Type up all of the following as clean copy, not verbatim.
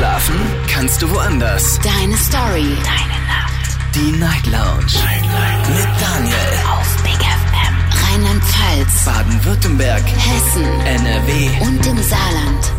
Schlafen kannst du woanders. Deine Story. Deine Nacht. Die Night Lounge. Mit Daniel. Auf Big FM. Rheinland-Pfalz. Baden-Württemberg. Hessen. NRW. Und im Saarland.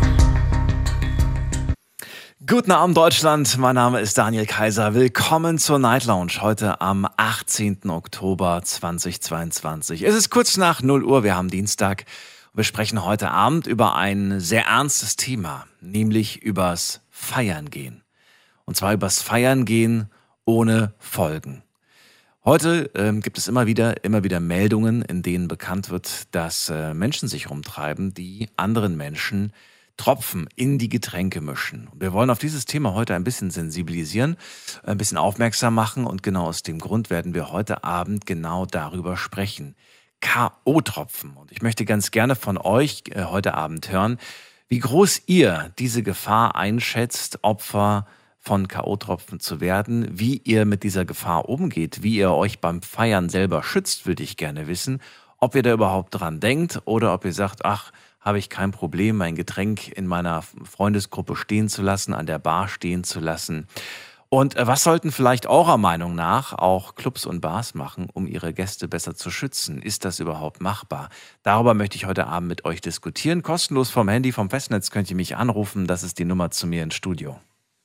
Guten Abend, Deutschland. Mein Name ist Daniel Kaiser. Willkommen zur Night Lounge heute am 18. Oktober 2022. Es ist kurz nach 0 Uhr. Wir haben Dienstag. Wir sprechen heute Abend über ein sehr ernstes Thema, nämlich übers Feiern gehen. Und zwar übers Feiern gehen ohne Folgen. Heute gibt es immer wieder Meldungen, in denen bekannt wird, dass Menschen sich rumtreiben, die anderen Menschen Tropfen in die Getränke mischen. Und wir wollen auf dieses Thema heute ein bisschen sensibilisieren, ein bisschen aufmerksam machen und genau aus dem Grund werden wir heute Abend genau darüber sprechen. K.O.-Tropfen. Und ich möchte ganz gerne von euch heute Abend hören, wie groß ihr diese Gefahr einschätzt, Opfer von K.O.-Tropfen zu werden, wie ihr mit dieser Gefahr umgeht, wie ihr euch beim Feiern selber schützt, würde ich gerne wissen, ob ihr da überhaupt dran denkt oder ob ihr sagt, ach, habe ich kein Problem, mein Getränk in meiner Freundesgruppe stehen zu lassen, an der Bar stehen zu lassen. Und was sollten vielleicht eurer Meinung nach auch Clubs und Bars machen, um ihre Gäste besser zu schützen? Ist das überhaupt machbar? Darüber möchte ich heute Abend mit euch diskutieren. Kostenlos vom Handy, vom Festnetz könnt ihr mich anrufen. Das ist die Nummer zu mir ins Studio.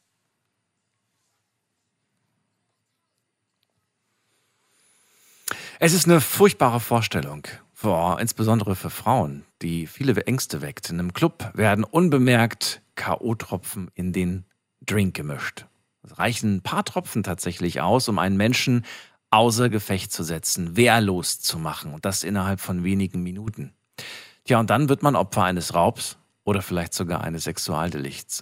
Es ist eine furchtbare Vorstellung, insbesondere für Frauen, die viele Ängste weckt. In einem Club werden unbemerkt K.O.-Tropfen in den Drink gemischt. Es reichen ein paar Tropfen tatsächlich aus, um einen Menschen außer Gefecht zu setzen, wehrlos zu machen und das innerhalb von wenigen Minuten. Tja, und dann wird man Opfer eines Raubs oder vielleicht sogar eines Sexualdelikts.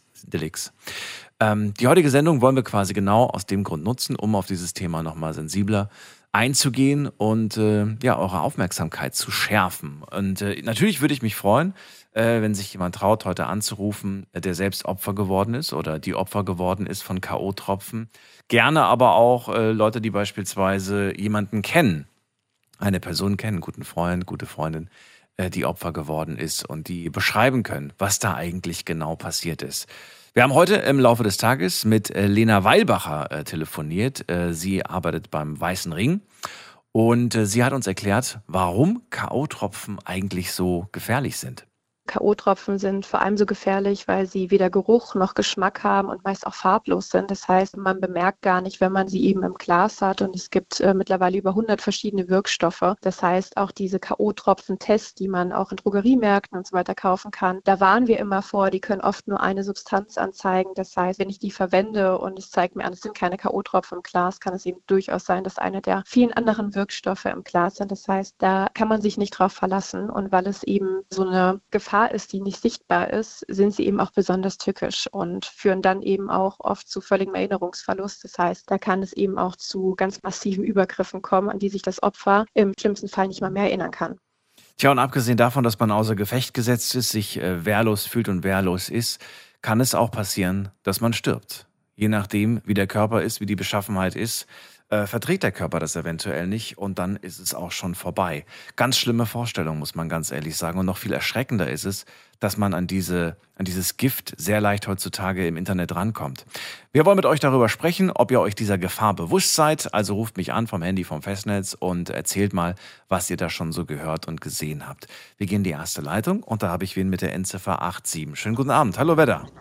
Die heutige Sendung wollen wir quasi genau aus dem Grund nutzen, um auf dieses Thema nochmal sensibler einzugehen und eure Aufmerksamkeit zu schärfen. Und natürlich würde ich mich freuen, wenn sich jemand traut, heute anzurufen, der selbst Opfer geworden ist oder die Opfer geworden ist von K.O.-Tropfen. Gerne aber auch Leute, die beispielsweise jemanden kennen, eine Person kennen, guten Freund, gute Freundin, die Opfer geworden ist und die beschreiben können, was da eigentlich genau passiert ist. Wir haben heute im Laufe des Tages mit Lena Weilbacher telefoniert. Sie arbeitet beim Weißen Ring und sie hat uns erklärt, warum K.O.-Tropfen eigentlich so gefährlich sind. K.O.-Tropfen sind vor allem so gefährlich, weil sie weder Geruch noch Geschmack haben und meist auch farblos sind. Das heißt, man bemerkt gar nicht, wenn man sie eben im Glas hat. Und es gibt mittlerweile über 100 verschiedene Wirkstoffe. Das heißt, auch diese K.O.-Tropfen-Tests, die man auch in Drogeriemärkten und so weiter kaufen kann, da warnen wir immer vor, die können oft nur eine Substanz anzeigen. Das heißt, wenn ich die verwende und es zeigt mir an, es sind keine K.O.-Tropfen im Glas, kann es eben durchaus sein, dass eine der vielen anderen Wirkstoffe im Glas sind. Das heißt, da kann man sich nicht drauf verlassen. Und weil es eben so eine Gefahr ist, die nicht sichtbar ist, sind sie eben auch besonders tückisch und führen dann eben auch oft zu völligem Erinnerungsverlust. Das heißt, da kann es eben auch zu ganz massiven Übergriffen kommen, an die sich das Opfer im schlimmsten Fall nicht mal mehr erinnern kann. Tja, und abgesehen davon, dass man außer Gefecht gesetzt ist, sich wehrlos fühlt und wehrlos ist, kann es auch passieren, dass man stirbt. Je nachdem, wie der Körper ist, wie die Beschaffenheit ist, verträgt der Körper das eventuell nicht und dann ist es auch schon vorbei. Ganz schlimme Vorstellung, muss man ganz ehrlich sagen. Und noch viel erschreckender ist es, dass man an dieses Gift sehr leicht heutzutage im Internet rankommt. Wir wollen mit euch darüber sprechen, ob ihr euch dieser Gefahr bewusst seid. Also ruft mich an vom Handy, vom Festnetz und erzählt mal, was ihr da schon so gehört und gesehen habt. Wir gehen in die erste Leitung und da habe ich wen mit der Endziffer 87. Schönen guten Abend. Hallo, wer da?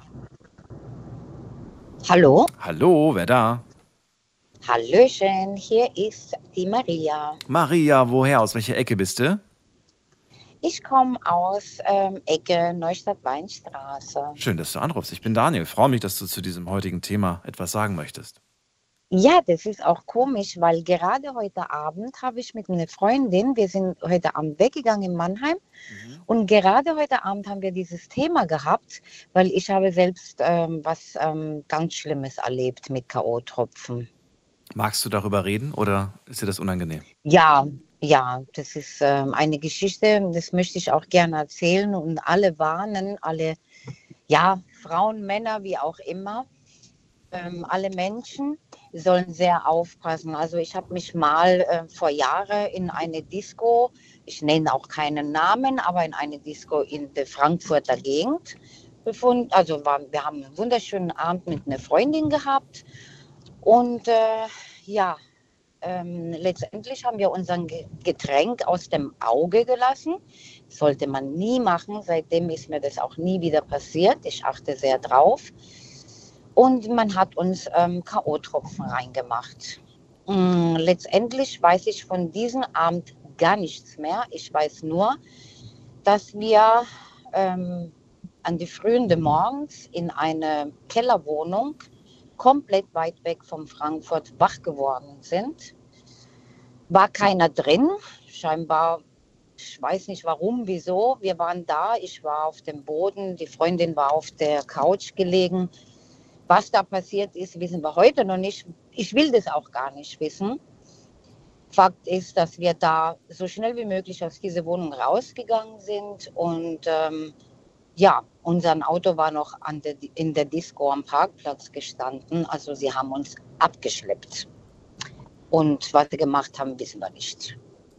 Hallo? Hallo, wer da? Hallöchen, hier ist die Maria. Maria, woher? Aus welcher Ecke bist du? Ich komme aus Ecke Neustadt-Weinstraße. Schön, dass du anrufst. Ich bin Daniel. Freue mich, dass du zu diesem heutigen Thema etwas sagen möchtest. Ja, das ist auch komisch, weil gerade heute Abend habe ich mit einer Freundin, wir sind heute Abend weggegangen in Mannheim und gerade heute Abend haben wir dieses Thema gehabt, weil ich habe selbst was ganz Schlimmes erlebt mit K.O.-Tropfen. Magst du darüber reden oder ist dir das unangenehm? Ja, das ist eine Geschichte, das möchte ich auch gerne erzählen und alle warnen, alle, ja, Frauen, Männer, wie auch immer, alle Menschen sollen sehr aufpassen. Also ich habe mich mal vor Jahren in eine Disco, ich nenne auch keinen Namen, aber in eine Disco in der Frankfurter Gegend befunden. Also wir haben einen wunderschönen Abend mit einer Freundin gehabt. Und letztendlich haben wir unser Getränk aus dem Auge gelassen. Das sollte man nie machen. Seitdem ist mir das auch nie wieder passiert. Ich achte sehr drauf. Und man hat uns K.O.-Tropfen reingemacht. Letztendlich weiß ich von diesem Abend gar nichts mehr. Ich weiß nur, dass wir an die frühen Morgens in eine Kellerwohnung komplett weit weg von Frankfurt wach geworden sind. War keiner drin, scheinbar, ich weiß nicht warum, wieso. Wir waren da, ich war auf dem Boden, die Freundin war auf der Couch gelegen. Was da passiert ist, wissen wir heute noch nicht. Ich will das auch gar nicht wissen. Fakt ist, dass wir da so schnell wie möglich aus dieser Wohnung rausgegangen sind und unser Auto war noch in der Disco am Parkplatz gestanden. Also sie haben uns abgeschleppt. Und was sie gemacht haben, wissen wir nicht.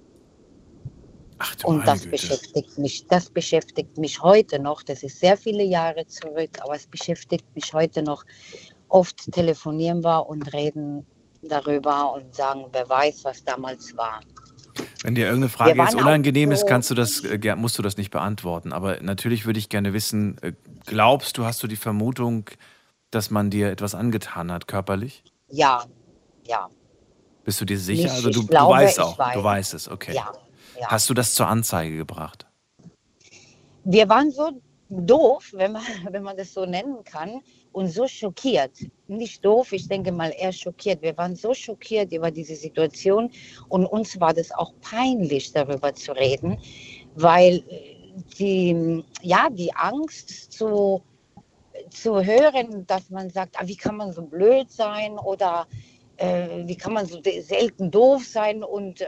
Ach du Und meine Güte. Das beschäftigt mich heute noch. Das ist sehr viele Jahre zurück, aber es beschäftigt mich heute noch. Oft telefonieren wir und reden darüber und sagen, wer weiß, was damals war. Wenn dir irgendeine Frage jetzt unangenehm ist, so musst du das nicht beantworten. Aber natürlich würde ich gerne wissen, hast du die Vermutung, dass man dir etwas angetan hat, körperlich? Ja. Bist du dir sicher? Nicht, Also du glaube, weißt auch, ich weiß. du weißt es, okay. Ja. Hast du das zur Anzeige gebracht? Wir waren so doof, wenn man das so nennen kann, und so schockiert. Nicht doof, ich denke mal eher schockiert. Wir waren so schockiert über diese Situation und uns war das auch peinlich, darüber zu reden, weil die Angst zu hören, dass man sagt, wie kann man so blöd sein oder wie kann man so selten doof sein und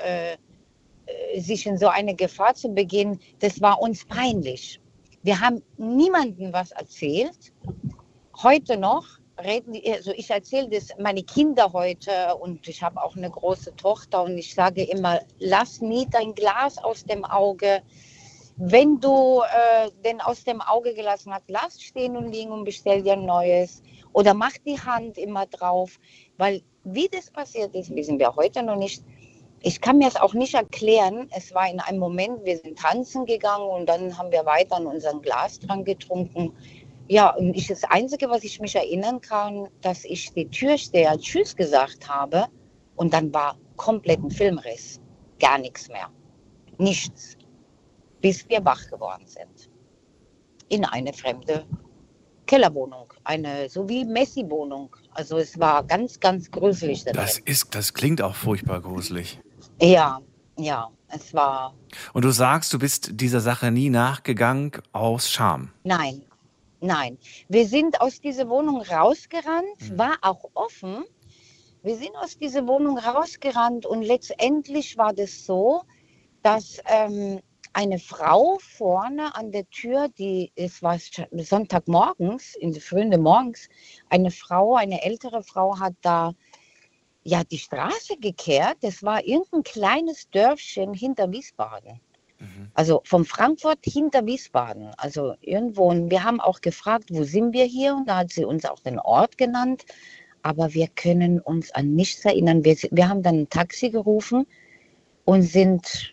sich in so eine Gefahr zu begeben, das war uns peinlich. Wir haben niemandem was erzählt. Heute noch ich erzähle das meine Kinder heute und ich habe auch eine große Tochter und ich sage immer, lass nie dein Glas aus dem Auge. Wenn du den aus dem Auge gelassen hast, lass stehen und liegen und bestell dir ein neues. Oder mach die Hand immer drauf. Weil wie das passiert ist, wissen wir heute noch nicht. Ich kann mir es auch nicht erklären. Es war in einem Moment, wir sind tanzen gegangen und dann haben wir weiter an unserem Glas dran getrunken. Ja, und das Einzige, was ich mich erinnern kann, dass ich die Türsteher Tschüss gesagt habe und dann war komplett ein Filmriss. Gar nichts mehr. Nichts. Bis wir wach geworden sind. In eine fremde Kellerwohnung. So wie Messi-Wohnung. Also es war ganz, ganz gruselig. Das klingt auch furchtbar gruselig. Ja, es war... Und du sagst, du bist dieser Sache nie nachgegangen aus Scham. Nein. Wir sind aus dieser Wohnung rausgerannt, war auch offen. Wir sind aus dieser Wohnung rausgerannt und letztendlich war das so, dass eine Frau vorne an der Tür, es war Sonntagmorgens, in den frühen Morgens, eine ältere Frau hat da die Straße gekehrt. Das war irgendein kleines Dörfchen hinter Wiesbaden. Also von Frankfurt hinter Wiesbaden, also irgendwo. Und wir haben auch gefragt, wo sind wir hier? Und da hat sie uns auch den Ort genannt. Aber wir können uns an nichts erinnern. Wir haben dann ein Taxi gerufen und sind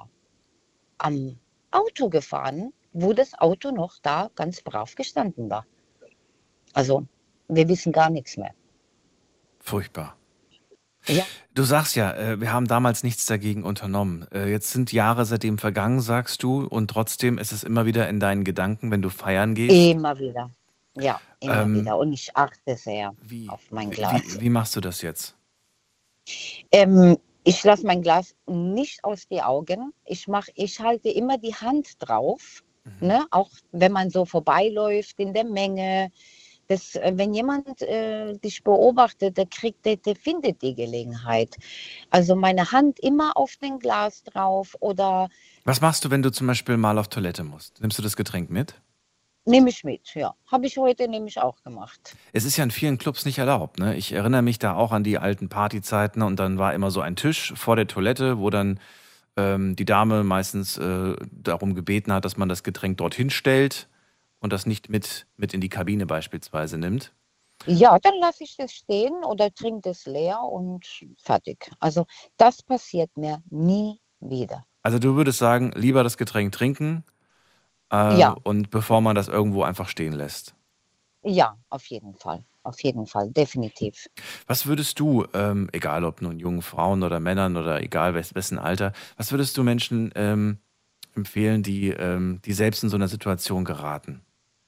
am Auto gefahren, wo das Auto noch da ganz brav gestanden war. Also wir wissen gar nichts mehr. Furchtbar. Ja. Du sagst ja, wir haben damals nichts dagegen unternommen. Jetzt sind Jahre seitdem vergangen, sagst du, und trotzdem ist es immer wieder in deinen Gedanken, wenn du feiern gehst? Immer wieder. Ja, immer wieder. Und ich achte sehr auf mein Glas. Wie machst du das jetzt? Ich lasse mein Glas nicht aus den Augen. Ich halte immer die Hand drauf, ne? Auch wenn man so vorbeiläuft in der Menge. Wenn jemand dich beobachtet, der findet die Gelegenheit. Also meine Hand immer auf den Glas drauf oder... Was machst du, wenn du zum Beispiel mal auf Toilette musst? Nimmst du das Getränk mit? Nehme ich mit, ja. Habe ich heute nämlich auch gemacht. Es ist ja in vielen Clubs nicht erlaubt, ne? Ich erinnere mich da auch an die alten Partyzeiten und dann war immer so ein Tisch vor der Toilette, wo dann die Dame meistens darum gebeten hat, dass man das Getränk dorthin stellt. und das nicht mit in die Kabine beispielsweise nimmt? Ja, dann lasse ich das stehen oder trinke das leer und fertig. Also das passiert mir nie wieder. Also du würdest sagen, lieber das Getränk trinken Ja, und bevor man das irgendwo einfach stehen lässt. ja, auf jeden Fall, definitiv. Was würdest du, egal ob nun jungen Frauen oder Männern oder egal wessen Alter, was würdest du Menschen empfehlen, die selbst in so einer Situation geraten?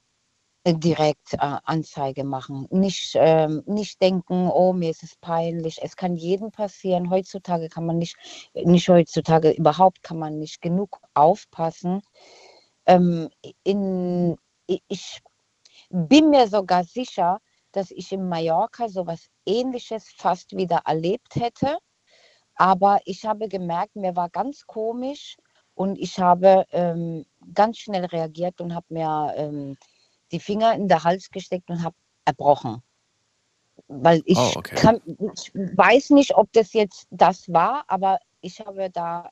Direkt Anzeige machen. Nicht denken, oh, mir ist es peinlich. Es kann jedem passieren. Heutzutage kann man nicht heutzutage, überhaupt kann man nicht genug aufpassen. Ähm, in, ich bin mir sogar sicher, dass ich in Mallorca sowas Ähnliches fast wieder erlebt hätte. Aber ich habe gemerkt, mir war ganz komisch und ich habe ganz schnell reagiert und habe mir die Finger in den Hals gesteckt und habe erbrochen. Weil Oh, ich okay. ich weiß nicht, ob das jetzt das war, aber ich habe da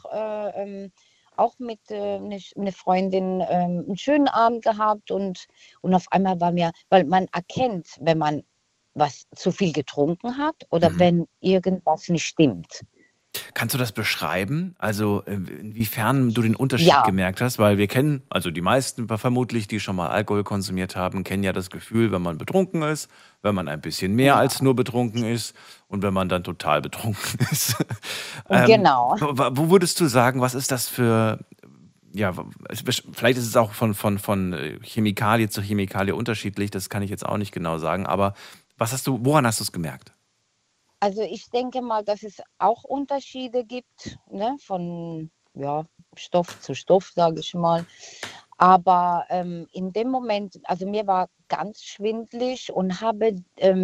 auch mit eine Freundin einen schönen Abend gehabt und auf einmal war mir, weil man erkennt, wenn man was zu viel getrunken hat oder Mhm. wenn irgendwas nicht stimmt. Kannst du das beschreiben? Also inwiefern du den Unterschied Ja, gemerkt hast? Weil wir kennen, also die meisten vermutlich, die schon mal Alkohol konsumiert haben, kennen ja das Gefühl, wenn man betrunken ist, wenn man ein bisschen mehr als ja, nur betrunken ist und wenn man dann total betrunken ist. ähm, genau. wo würdest du sagen, was ist das für, ja, vielleicht ist es auch von Chemikalie zu Chemikalie unterschiedlich, das kann ich jetzt auch nicht genau sagen, aber woran hast du es gemerkt? Also ich denke mal, dass es auch Unterschiede gibt, ne, von ja, Stoff zu Stoff, sage ich mal. Aber in dem Moment, also mir war ganz schwindlig und habe,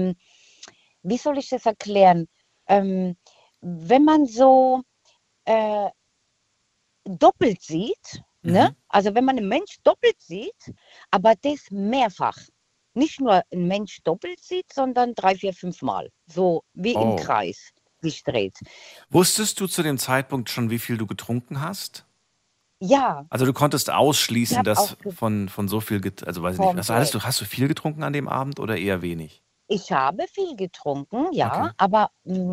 wie soll ich das erklären? Ähm, wenn man so äh, doppelt sieht, ne? Mhm. Also wenn man einen Mensch doppelt sieht, aber das mehrfach. Nicht nur ein Mensch doppelt sieht, sondern 3, 4, 5 Mal. So wie im Oh. Kreis sich dreht. Wusstest du zu dem Zeitpunkt schon, wie viel du getrunken hast? Ja, Also du konntest ich ausschließen, habe dass auch von so viel, also weiß ich nicht, komplett. hast du viel getrunken an dem Abend oder eher wenig? Ich habe viel getrunken, Okay. ja, aber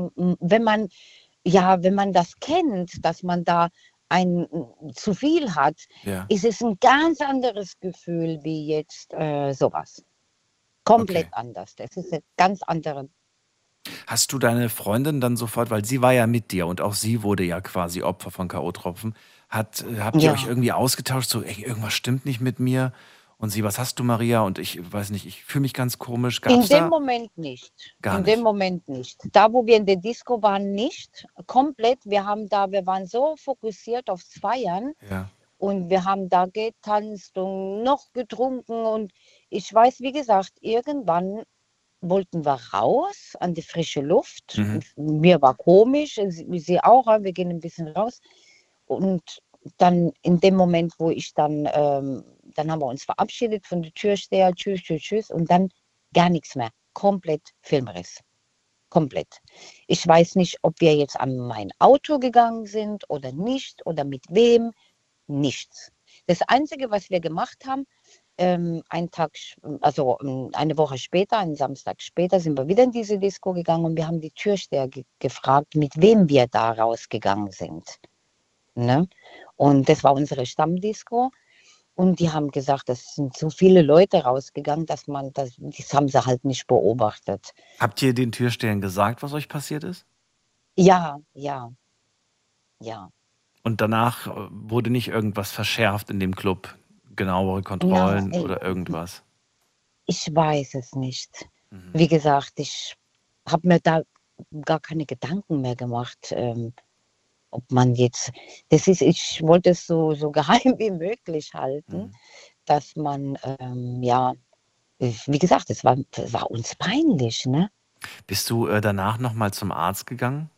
wenn man das kennt, dass man da zu viel hat, Ja, ist es ein ganz anderes Gefühl wie jetzt sowas. okay. Komplett anders. Das ist eine ganz andere. Hast du deine Freundin dann sofort, weil sie war ja mit dir und auch sie wurde ja quasi Opfer von K.O.-Tropfen, habt ihr euch Ja, irgendwie ausgetauscht, so, ey, irgendwas stimmt nicht mit mir? Und sie, was hast du, Maria? Und ich weiß nicht, ich fühle mich ganz komisch. in Gab's dem da? Moment nicht. Gar In dem nicht. Moment nicht. Da, wo wir in der Disco waren, nicht. Komplett. Wir waren so fokussiert aufs Feiern. Ja. Und wir haben da getanzt und noch getrunken. Und ich weiß, wie gesagt, irgendwann wollten wir raus an die frische Luft. Mhm. Mir war komisch, sie auch, wir gehen ein bisschen raus. Und dann in dem Moment, wo ich dann haben wir uns verabschiedet von der Türsteher, tschüss, tschüss, tschüss. Und dann gar nichts mehr. Komplett Filmriss. Komplett. Ich weiß nicht, ob wir jetzt an mein Auto gegangen sind oder nicht oder mit wem. Nichts. Das Einzige, was wir gemacht haben, eine Woche später, einen Samstag später, sind wir wieder in diese Disco gegangen und wir haben die Türsteher gefragt, mit wem wir da rausgegangen sind. Ne? Und das war unsere Stammdisco. Und die haben gesagt, es sind so viele Leute rausgegangen, das haben sie halt nicht beobachtet. Habt ihr den Türstehern gesagt, was euch passiert ist? Ja, ja, ja. Und danach wurde nicht irgendwas verschärft in dem Club, genauere Na, Kontrollen oder irgendwas. ich weiß es nicht. Mhm. Wie gesagt, ich habe mir da gar keine Gedanken mehr gemacht, ob man jetzt, ich wollte es so geheim wie möglich halten, Mhm. dass man, wie gesagt, es war uns peinlich, ne? Bist du danach nochmal zum Arzt gegangen?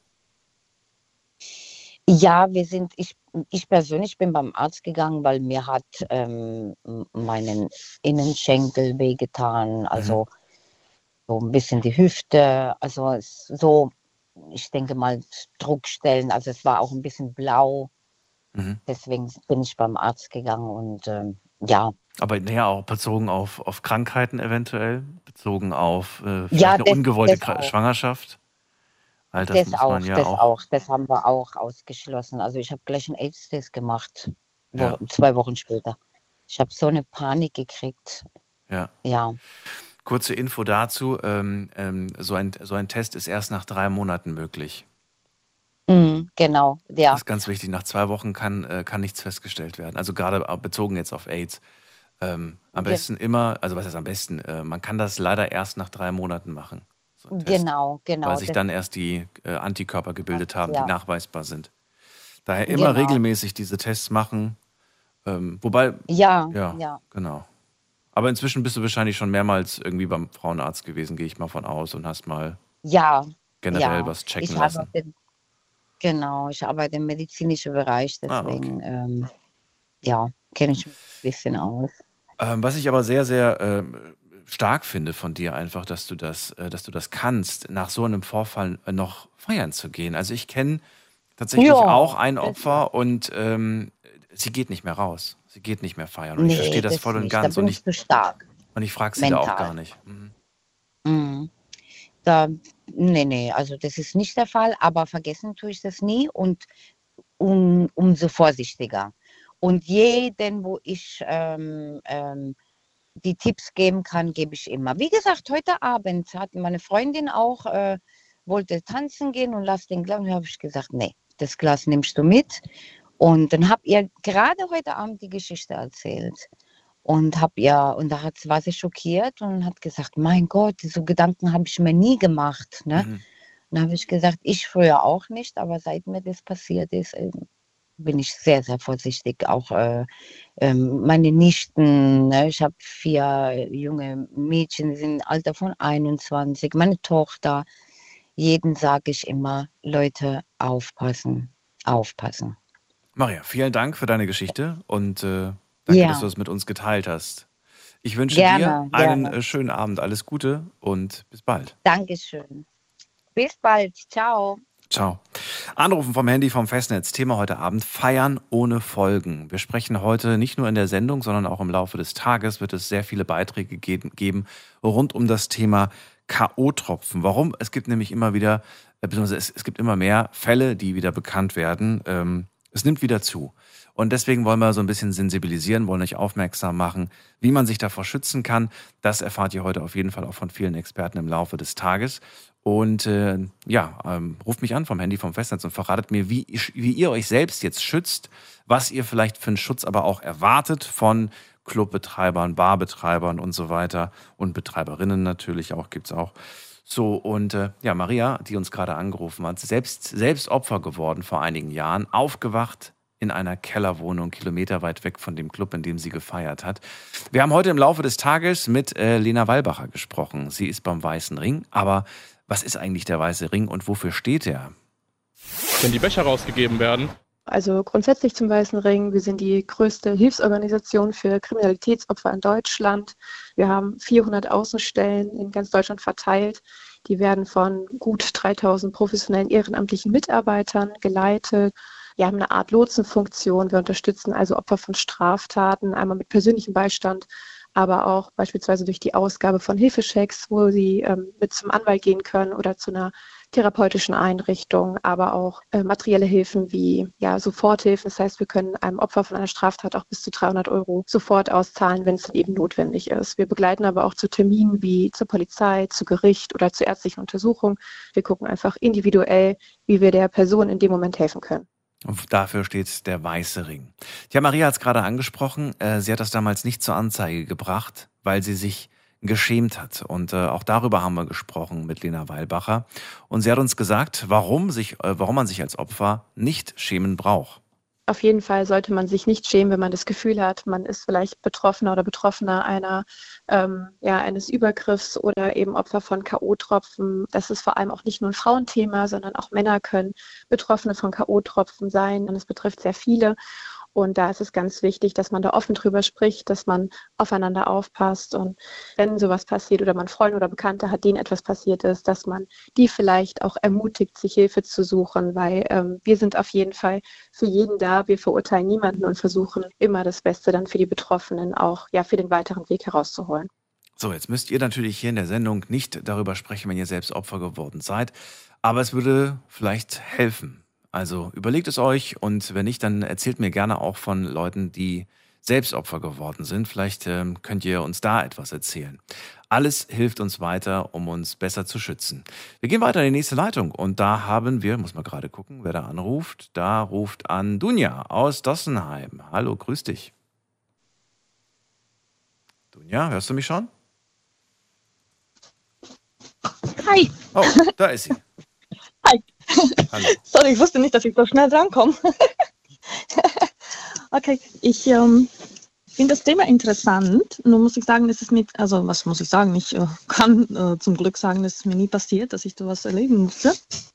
Ja, ich persönlich bin beim Arzt gegangen, weil mir hat meinen Innenschenkel wehgetan, Mhm. also so ein bisschen die Hüfte, also so, ich denke mal Druckstellen, also es war auch ein bisschen blau, Mhm. deswegen bin ich beim Arzt gegangen und ja, Aber näher auch bezogen auf Krankheiten eventuell, bezogen auf vielleicht Ja, eine ungewollte das auch. Schwangerschaft. All das muss man ja Das auch. auch. Das haben wir auch ausgeschlossen. Also ich habe gleich einen AIDS-Test gemacht, Ja, 2 Wochen später. Ich habe so eine Panik gekriegt. ja. Ja, Kurze Info dazu: so ein Test ist erst nach 3 Monaten möglich. genau. Das Ja, ist ganz wichtig. Nach 2 Wochen kann nichts festgestellt werden. Also gerade bezogen jetzt auf AIDS. Am ge besten immer, also was heißt am besten? Man kann das leider erst nach 3 Monaten machen, so ein Test, weil genau. sich dann erst die Antikörper gebildet haben, die Ja, nachweisbar sind. Daher immer genau. regelmäßig diese Tests machen. Wobei, Ja, ja, ja. genau. Aber inzwischen bist du wahrscheinlich schon mehrmals irgendwie beim Frauenarzt gewesen, gehe ich mal von aus, und hast mal Ja, generell ja. was checken Ich habe lassen. genau, ich arbeite im medizinischen Bereich, Ah, okay. deswegen, ja, kenne ich mich ein bisschen aus. Was ich aber sehr, sehr stark finde von dir einfach, dass du das kannst, nach so einem Vorfall noch feiern zu gehen. Also ich kenne tatsächlich auch Ja, ein ja. Opfer und sie geht nicht mehr raus. Sie geht nicht mehr feiern. Und ich verstehe Nee, das das voll und nicht. Da ganz. bin ich zu stark, Und ich frage sie da auch gar mental. nicht. Mhm. Mhm. Da, nee, also das ist nicht der Fall, aber vergessen tue ich das nie und umso vorsichtiger. Und jeden, wo ich die Tipps geben kann, gebe ich immer. Wie gesagt, heute Abend hat meine Freundin auch, wollte tanzen gehen und las den Glas. Und da habe ich gesagt, nee, das Glas nimmst du mit. Und dann habe ihr gerade heute Abend die Geschichte erzählt. Und war sie schockiert und hat gesagt, mein Gott, so Gedanken habe ich mir nie gemacht. Ne? Mhm. Dann habe ich gesagt, ich früher auch nicht, aber seit mir das passiert ist, bin ich sehr, sehr vorsichtig. Auch meine Nichten, ne? Ich habe 4 junge Mädchen, die sind im Alter von 21. Meine Tochter, jeden sage ich immer, Leute, aufpassen, aufpassen. Maria, vielen Dank für deine Geschichte und danke, dass du Ja, das mit uns geteilt hast. Ich wünsche dir gerne, einen gerne. schönen Abend, alles Gute und bis bald. Dankeschön. Bis bald. Ciao. Ciao. Anrufen vom Handy vom Festnetz. Thema heute Abend: Feiern ohne Folgen. Wir sprechen heute nicht nur in der Sendung, sondern auch im Laufe des Tages wird es sehr viele Beiträge geben rund um das Thema K.O.-Tropfen. Warum? Es gibt nämlich immer wieder, beziehungsweise es gibt immer mehr Fälle, die wieder bekannt werden. Es nimmt wieder zu. Und deswegen wollen wir so ein bisschen sensibilisieren, wollen euch aufmerksam machen, wie man sich davor schützen kann. Das erfahrt ihr heute auf jeden Fall auch von vielen Experten im Laufe des Tages. Und ruft mich an vom Handy vom Festnetz und verratet mir, wie ihr euch selbst jetzt schützt, was ihr vielleicht für einen Schutz aber auch erwartet von Clubbetreibern, Barbetreibern und so weiter. Und Betreiberinnen natürlich auch, gibt's auch. So, und Maria, die uns gerade angerufen hat, selbst Opfer geworden vor einigen Jahren, aufgewacht in einer Kellerwohnung, kilometerweit weg von dem Club, in dem sie gefeiert hat. Wir haben heute im Laufe des Tages mit Lena Wallbacher gesprochen. Sie ist beim Weißen Ring, aber was ist eigentlich der Weiße Ring und wofür steht er? Wenn die Becher rausgegeben werden. Also grundsätzlich zum Weißen Ring. Wir sind die größte Hilfsorganisation für Kriminalitätsopfer in Deutschland. Wir haben 400 Außenstellen in ganz Deutschland verteilt. Die werden von gut 3000 professionellen ehrenamtlichen Mitarbeitern geleitet. Wir haben eine Art Lotsenfunktion. Wir unterstützen also Opfer von Straftaten, einmal mit persönlichem Beistand, aber auch beispielsweise durch die Ausgabe von Hilfeschecks, wo sie mit zum Anwalt gehen können oder zu einer therapeutischen Einrichtung, aber auch materielle Hilfen wie Soforthilfen. Das heißt, wir können einem Opfer von einer Straftat auch bis zu 300 € sofort auszahlen, wenn es dann eben notwendig ist. Wir begleiten aber auch zu Terminen wie zur Polizei, zu Gericht oder zur ärztlichen Untersuchung. Wir gucken einfach individuell, wie wir der Person in dem Moment helfen können. Und dafür steht der Weiße Ring. Ja, Maria hat es gerade angesprochen. Sie hat das damals nicht zur Anzeige gebracht, weil sie sich geschämt hat. Und auch darüber haben wir gesprochen mit Lena Wallbacher. Und sie hat uns gesagt, warum man sich als Opfer nicht schämen braucht. Auf jeden Fall sollte man sich nicht schämen, wenn man das Gefühl hat, man ist vielleicht Betroffener oder Betroffener eines Übergriffs oder eben Opfer von K.O.-Tropfen. Das ist vor allem auch nicht nur ein Frauenthema, sondern auch Männer können Betroffene von K.O.-Tropfen sein. Und es betrifft sehr viele. Und da ist es ganz wichtig, dass man da offen drüber spricht, dass man aufeinander aufpasst. Und wenn sowas passiert oder man Freunde oder Bekannte hat, denen etwas passiert ist, dass man die vielleicht auch ermutigt, sich Hilfe zu suchen, weil wir sind auf jeden Fall für jeden da. Wir verurteilen niemanden und versuchen immer das Beste dann für die Betroffenen auch für den weiteren Weg herauszuholen. So, jetzt müsst ihr natürlich hier in der Sendung nicht darüber sprechen, wenn ihr selbst Opfer geworden seid. Aber es würde vielleicht helfen. Also überlegt es euch und wenn nicht, dann erzählt mir gerne auch von Leuten, die selbst Opfer geworden sind. Vielleicht könnt ihr uns da etwas erzählen. Alles hilft uns weiter, um uns besser zu schützen. Wir gehen weiter in die nächste Leitung und da haben wir, muss mal gerade gucken, wer da anruft. Da ruft an Dunja aus Dossenheim. Hallo, grüß dich. Dunja, hörst du mich schon? Hi. Oh, da ist sie. Hi. Hallo. Sorry, ich wusste nicht, dass ich so schnell drankomme. Okay, ich finde das Thema interessant. Nur muss ich sagen, was muss ich sagen? Ich kann zum Glück sagen, dass es mir nie passiert, dass ich sowas erleben musste.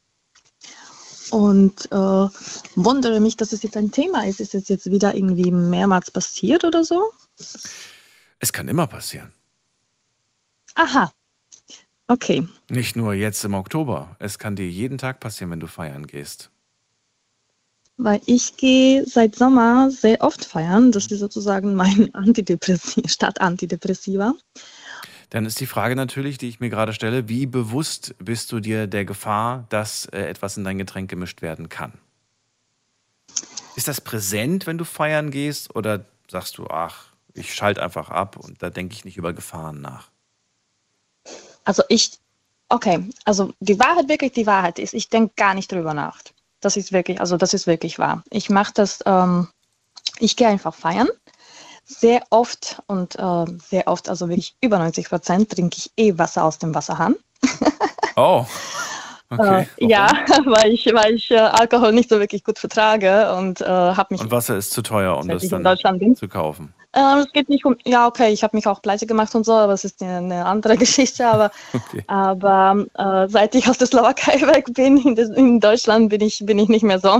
Und wundere mich, dass es jetzt ein Thema ist. Ist es jetzt wieder irgendwie mehrmals passiert oder so? Es kann immer passieren. Aha. Okay. Nicht nur jetzt im Oktober. Es kann dir jeden Tag passieren, wenn du feiern gehst. Weil ich gehe seit Sommer sehr oft feiern. Das ist sozusagen mein Antidepressiva. Dann ist die Frage natürlich, die ich mir gerade stelle, wie bewusst bist du dir der Gefahr, dass etwas in dein Getränk gemischt werden kann? Ist das präsent, wenn du feiern gehst? Oder sagst du, ach, ich schalte einfach ab und da denke ich nicht über Gefahren nach? Also die Wahrheit ist, ich denke gar nicht drüber nach. Das ist wirklich wahr. Ich mache das, ich gehe einfach feiern. Sehr oft, also wirklich über 90% trinke ich Wasser aus dem Wasserhahn. Oh, okay. Ja, weil ich Alkohol nicht so wirklich gut vertrage und habe mich... Und Wasser ist zu teuer, um das dann zu kaufen? Es geht nicht um... Ja, okay, ich habe mich auch pleite gemacht und so, aber es ist eine andere Geschichte. Aber, Okay. Seit ich aus der Slowakei weg bin, in Deutschland bin ich nicht mehr so.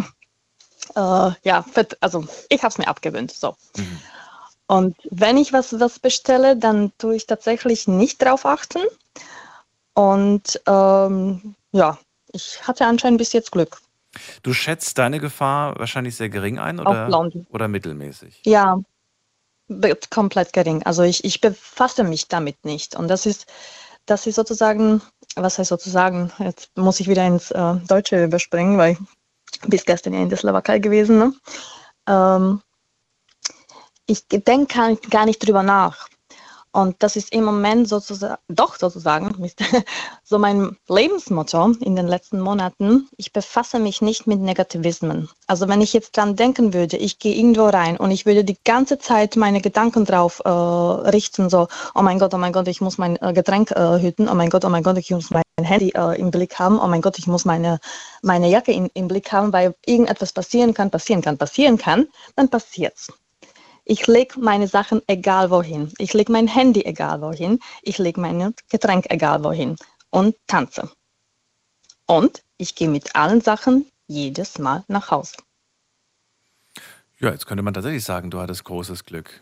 Also ich habe es mir abgewöhnt. So. Mhm. Und wenn ich was bestelle, dann tue ich tatsächlich nicht drauf achten. Und ich hatte anscheinend bis jetzt Glück. Du schätzt deine Gefahr wahrscheinlich sehr gering ein oder mittelmäßig? Ja, komplett gering. Also ich befasse mich damit nicht. Und das ist sozusagen, was heißt sozusagen, jetzt muss ich wieder ins Deutsche überspringen, weil ich bis gestern ja in der Slowakei gewesen. Ne? Ich denke gar nicht drüber nach. Und das ist im Moment sozusagen so mein Lebensmotto in den letzten Monaten. Ich befasse mich nicht mit Negativismen. Also wenn ich jetzt dran denken würde, ich gehe irgendwo rein und ich würde die ganze Zeit meine Gedanken drauf richten, so, oh mein Gott, ich muss mein Getränk hüten, oh mein Gott, ich muss mein Handy im Blick haben, oh mein Gott, ich muss meine Jacke im Blick haben, weil irgendetwas passieren kann, dann passiert's. Ich lege meine Sachen egal wohin. Ich lege mein Handy egal wohin. Ich lege mein Getränk egal wohin und tanze. Und ich gehe mit allen Sachen jedes Mal nach Hause. Ja, jetzt könnte man tatsächlich sagen, du hattest großes Glück.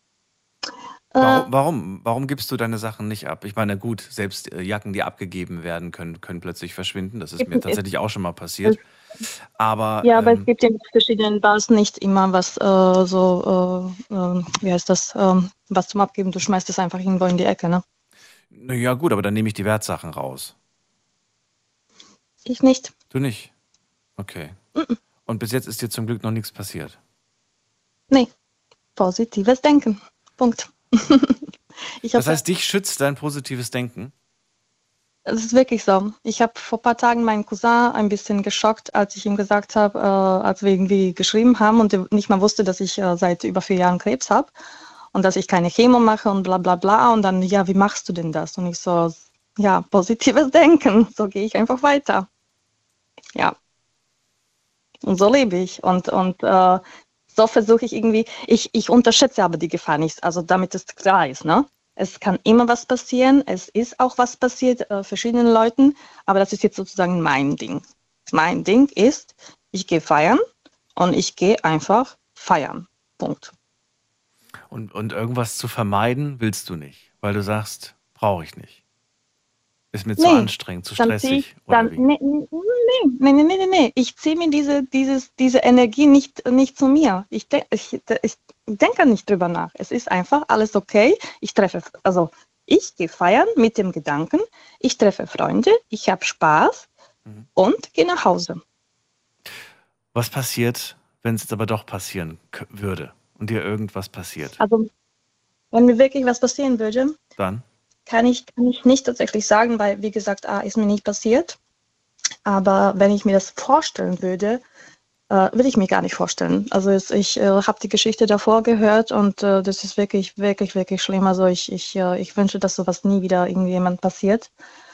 Warum gibst du deine Sachen nicht ab? Ich meine, gut, selbst Jacken, die abgegeben werden, können plötzlich verschwinden. Das ist mir tatsächlich auch schon mal passiert. Aber es gibt in verschiedenen Bars nicht immer was was zum Abgeben. Du schmeißt es einfach irgendwo in die Ecke, ne? Ja gut, aber dann nehme ich die Wertsachen raus. Ich nicht. Du nicht? Okay. Mm-mm. Und bis jetzt ist dir zum Glück noch nichts passiert? Nee. Positives Denken. Punkt. Das heißt, dich schützt dein positives Denken? Es ist wirklich so. Ich habe vor ein paar Tagen meinen Cousin ein bisschen geschockt, als ich ihm gesagt habe, als wir irgendwie geschrieben haben und er nicht mal wusste, dass ich seit über 4 Jahren Krebs habe und dass ich keine Chemo mache und bla bla bla. Und dann, ja, wie machst du denn das? Und ich so, ja, positives Denken. So gehe ich einfach weiter. Ja. Und so lebe ich. Und so versuche ich irgendwie, ich unterschätze aber die Gefahr nicht, also damit es klar ist, ne? Es kann immer was passieren, es ist auch was passiert verschiedenen Leuten, aber das ist jetzt sozusagen mein Ding. Mein Ding ist, ich gehe feiern und ich gehe einfach feiern. Punkt. Und irgendwas zu vermeiden willst du nicht, weil du sagst, brauche ich nicht. Ist mir zu anstrengend, zu stressig. Nee. Ich ziehe mir diese Energie nicht zu mir. Ich denke nicht drüber nach. Es ist einfach alles okay. Ich gehe feiern mit dem Gedanken, ich treffe Freunde, ich habe Spaß und gehe nach Hause. Was passiert, wenn es jetzt aber doch passieren würde und dir irgendwas passiert? Also, wenn mir wirklich was passieren würde, dann kann ich nicht tatsächlich sagen, weil, wie gesagt, ist mir nicht passiert. Aber wenn ich mir das vorstellen würde, würde ich mir gar nicht vorstellen. Also ich habe die Geschichte davor gehört und das ist wirklich, wirklich, wirklich schlimm. Also ich wünsche, dass sowas nie wieder irgendjemand passiert.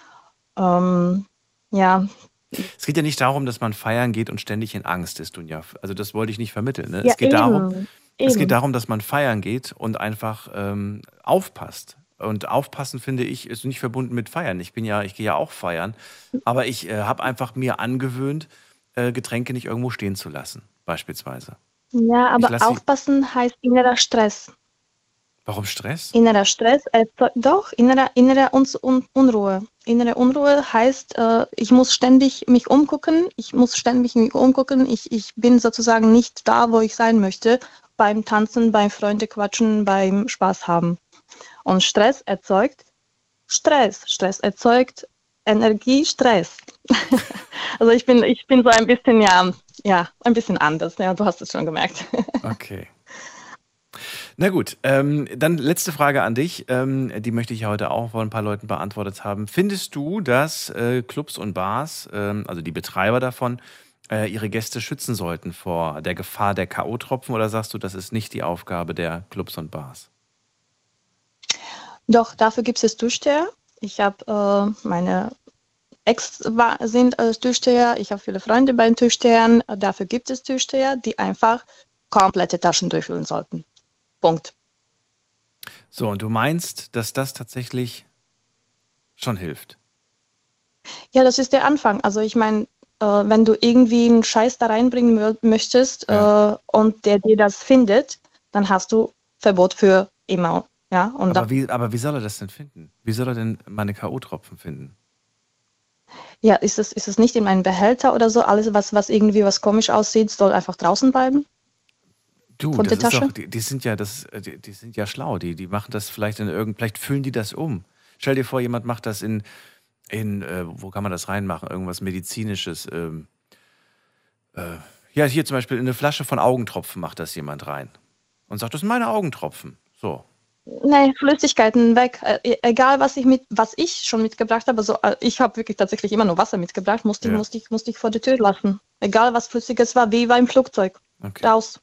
Ja. Es geht ja nicht darum, dass man feiern geht und ständig in Angst ist, Dunja. Also das wollte ich nicht vermitteln. Ne? Ja, Es geht darum, dass man feiern geht und einfach aufpasst. Und aufpassen, finde ich, ist nicht verbunden mit Feiern. Ich gehe ja auch feiern, aber ich habe einfach mir angewöhnt, Getränke nicht irgendwo stehen zu lassen, beispielsweise. Ja, aber aufpassen heißt innerer Stress. Warum Stress? Innerer Stress, innere Unruhe. Innere Unruhe heißt, ich muss ständig mich umgucken. Ich bin sozusagen nicht da, wo ich sein möchte, beim Tanzen, beim Freunde quatschen, beim Spaß haben. Und Stress erzeugt Stress. Stress erzeugt Energie, Stress. Also ich bin so ein bisschen, ein bisschen anders. Ja, du hast es schon gemerkt. Okay. Na gut, dann letzte Frage an dich. Die möchte ich ja heute auch von ein paar Leuten beantwortet haben. Findest du, dass Clubs und Bars, also die Betreiber davon, ihre Gäste schützen sollten vor der Gefahr der K.O.-Tropfen, oder sagst du, das ist nicht die Aufgabe der Clubs und Bars? Doch, dafür gibt es Türsteher. Ich habe meine Ex sind Türsteher. Ich habe viele Freunde bei den Türstehern. Dafür gibt es Türsteher, die einfach komplette Taschen durchfüllen sollten. Punkt. So, und du meinst, dass das tatsächlich schon hilft? Ja, das ist der Anfang. Also ich meine, wenn du irgendwie einen Scheiß da reinbringen möchtest und der dir das findet, dann hast du Verbot für immer. Ja, und aber wie soll er das denn finden? Wie soll er denn meine K.O.-Tropfen finden? Ja, ist es nicht in einem Behälter oder so? Alles, was irgendwie was komisch aussieht, soll einfach draußen bleiben? Du, von der das ist Tasche? doch, die sind ja schlau. Die machen das vielleicht vielleicht füllen die das um. Stell dir vor, jemand macht das in wo kann man das reinmachen? Irgendwas Medizinisches. Hier zum Beispiel in eine Flasche von Augentropfen macht das jemand rein. Und sagt, das sind meine Augentropfen. So. Nee, Flüssigkeiten weg. Egal, was ich schon mitgebracht habe. Also, ich habe wirklich tatsächlich immer nur Wasser mitgebracht. Musste ich vor der Tür lassen. Egal, was Flüssiges war, wie im Flugzeug. Okay. Raus.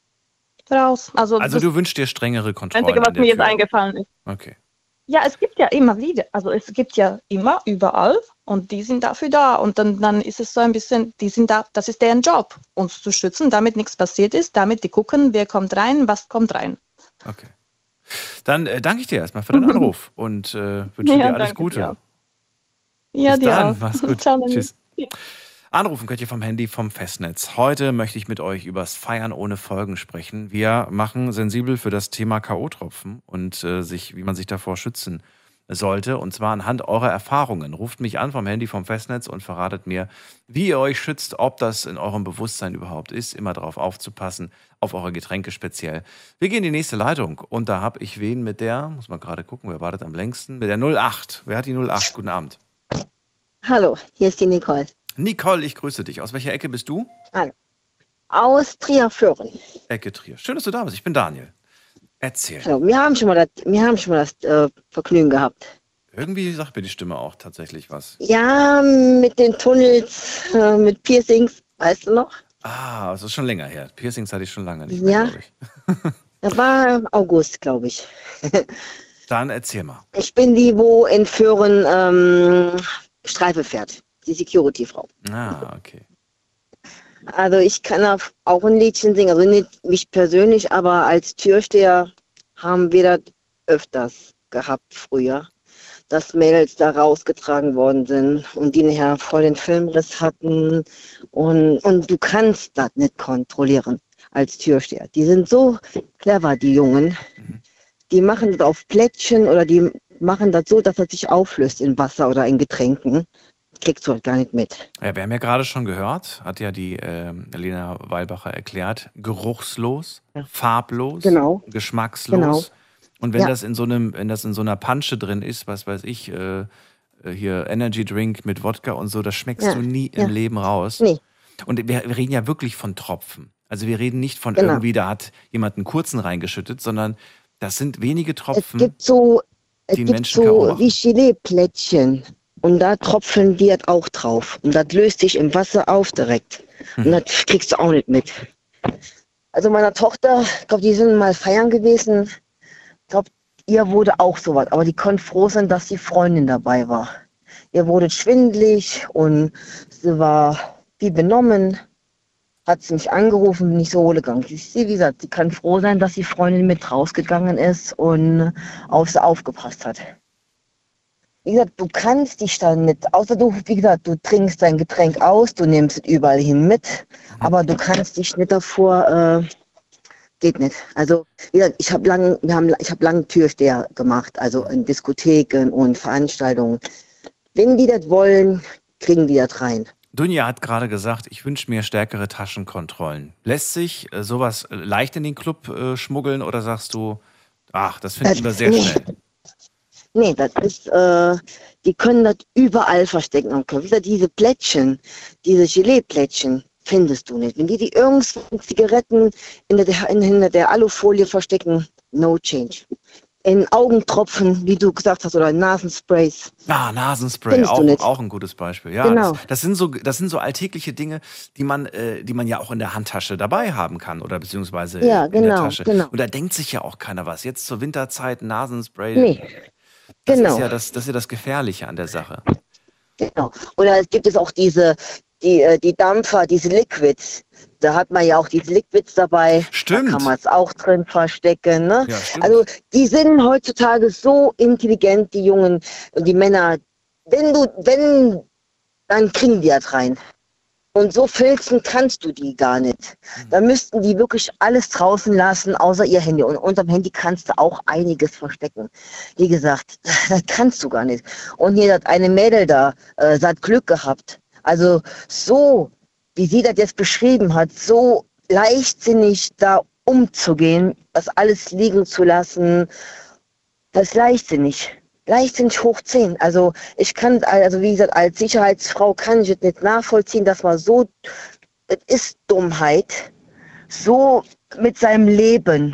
Also du wünschst dir strengere Kontrollen. Das Einzige, was mir jetzt eingefallen ist. Okay. Ja, es gibt ja immer wieder, also es gibt ja immer überall und die sind dafür da und dann ist es so ein bisschen, die sind da, das ist deren Job, uns zu schützen, damit nichts passiert ist, damit die gucken, wer kommt rein, was kommt rein. Okay. Dann danke ich dir erstmal für deinen Anruf und wünsche dir alles Gute. Dir. Ja, bis dir dann. auch. Mach's gut. Ciao, Tschüss. Anrufen könnt ihr vom Handy vom Festnetz. Heute möchte ich mit euch übers Feiern ohne Folgen sprechen. Wir machen sensibel für das Thema K.O.-Tropfen und wie man sich davor schützen sollte. Und zwar anhand eurer Erfahrungen. Ruft mich an vom Handy vom Festnetz und verratet mir, wie ihr euch schützt, ob das in eurem Bewusstsein überhaupt ist. Immer darauf aufzupassen, auf eure Getränke speziell. Wir gehen in die nächste Leitung und da habe ich wen mit der, muss man gerade gucken, wer wartet am längsten, mit der 08. Wer hat die 08? Guten Abend. Hallo, hier ist die Nicole. Nicole, ich grüße dich. Aus welcher Ecke bist du? Hallo. Aus Trier-Föhren. Ecke Trier. Schön, dass du da bist. Ich bin Daniel. Erzähl. So, wir haben schon mal das Vergnügen gehabt. Irgendwie sagt mir die Stimme auch tatsächlich was. Ja, mit den Tunnels, mit Piercings, weißt du noch? Ah, das ist schon länger her. Piercings hatte ich schon lange nicht mehr, glaube ich. Das war im August, glaube ich. Dann erzähl mal. Ich bin die, wo in Föhren Streife fährt. Die Security-Frau. Ah, okay. Also ich kann auch ein Liedchen singen, also nicht mich persönlich, aber als Türsteher haben wir das öfters gehabt früher, dass Mädels da rausgetragen worden sind und die nachher voll den Filmriss hatten und du kannst das nicht kontrollieren. als Türsteher. Die sind so clever, die Jungen. Die machen das auf Plättchen oder die machen das so, dass das sich auflöst in Wasser oder in Getränken. Kriegst du halt gar nicht mit. Ja, wir haben ja gerade schon gehört, hat ja die Lena Weilbacher erklärt, geruchslos, farblos, geschmackslos. Genau. Und wenn das in so einer Pansche drin ist, was weiß ich, hier Energy Drink mit Wodka und so, das schmeckst du nie im Leben raus. Nee. Und wir reden ja wirklich von Tropfen. Also wir reden nicht von irgendwie, da hat jemand einen kurzen reingeschüttet, sondern das sind wenige Tropfen, die Menschen K.O. machen. Wie Gelee-Plättchen. Und da tropfen die halt auch drauf. Und das löst sich im Wasser auf direkt. Und das kriegst du auch nicht mit. Also meiner Tochter, ich glaube, die sind mal feiern gewesen. Ich glaube, ihr wurde auch sowas. Aber die konnte froh sein, dass die Freundin dabei war. Ihr wurde schwindelig und sie war wie benommen. Hat sie mich angerufen, bin ich so gegangen. Sie, wie gesagt, sie kann froh sein, dass die Freundin mit rausgegangen ist und auf sie aufgepasst hat. Wie gesagt, du kannst dich dann nicht, außer du, wie gesagt, du trinkst dein Getränk aus, du nimmst es überall hin mit, aber du kannst dich nicht davor, geht nicht. Also, wie gesagt, ich habe lange Türsteher gemacht, also in Diskotheken und Veranstaltungen. Wenn die das wollen, kriegen die das rein. Dunja hat gerade gesagt, ich wünsche mir stärkere Taschenkontrollen. Lässt sich sowas leicht in den Club schmuggeln oder sagst du, ach, das finden wir sehr schnell? Nee, das ist, die können das überall verstecken am Körper. Wieder diese Plättchen, diese Gelee-Plättchen findest du nicht. Wenn die irgendwo Zigaretten hinter der Alufolie verstecken, no change. In Augentropfen, wie du gesagt hast, oder Nasensprays. Ah, Nasenspray, auch ein gutes Beispiel. Ja, genau. Das sind so alltägliche Dinge, die man ja auch in der Handtasche dabei haben kann oder beziehungsweise in der Tasche. Genau. Und da denkt sich ja auch keiner was. Jetzt zur Winterzeit Nasenspray. Nee. Das ist ja das Gefährliche an der Sache. Genau. Oder es gibt es auch die Dampfer, diese Liquids. Da hat man ja auch diese Liquids dabei. Stimmt. Da kann man es auch drin verstecken. Ne? Ja, stimmt. Also die sind heutzutage so intelligent, die Jungen und die Männer. Dann kriegen die das rein. Und so filzen kannst du die gar nicht. Da müssten die wirklich alles draußen lassen, außer ihr Handy. Und unterm Handy kannst du auch einiges verstecken. Wie gesagt, das kannst du gar nicht. Und hier hat eine Mädel da, sie hat Glück gehabt. Also so, wie sie das jetzt beschrieben hat, so leichtsinnig da umzugehen, das alles liegen zu lassen, das ist leichtsinnig. Leichtsinnig hoch 10. Also ich kann, also wie gesagt, als Sicherheitsfrau kann ich es nicht nachvollziehen, dass man so, es ist Dummheit, so mit seinem Leben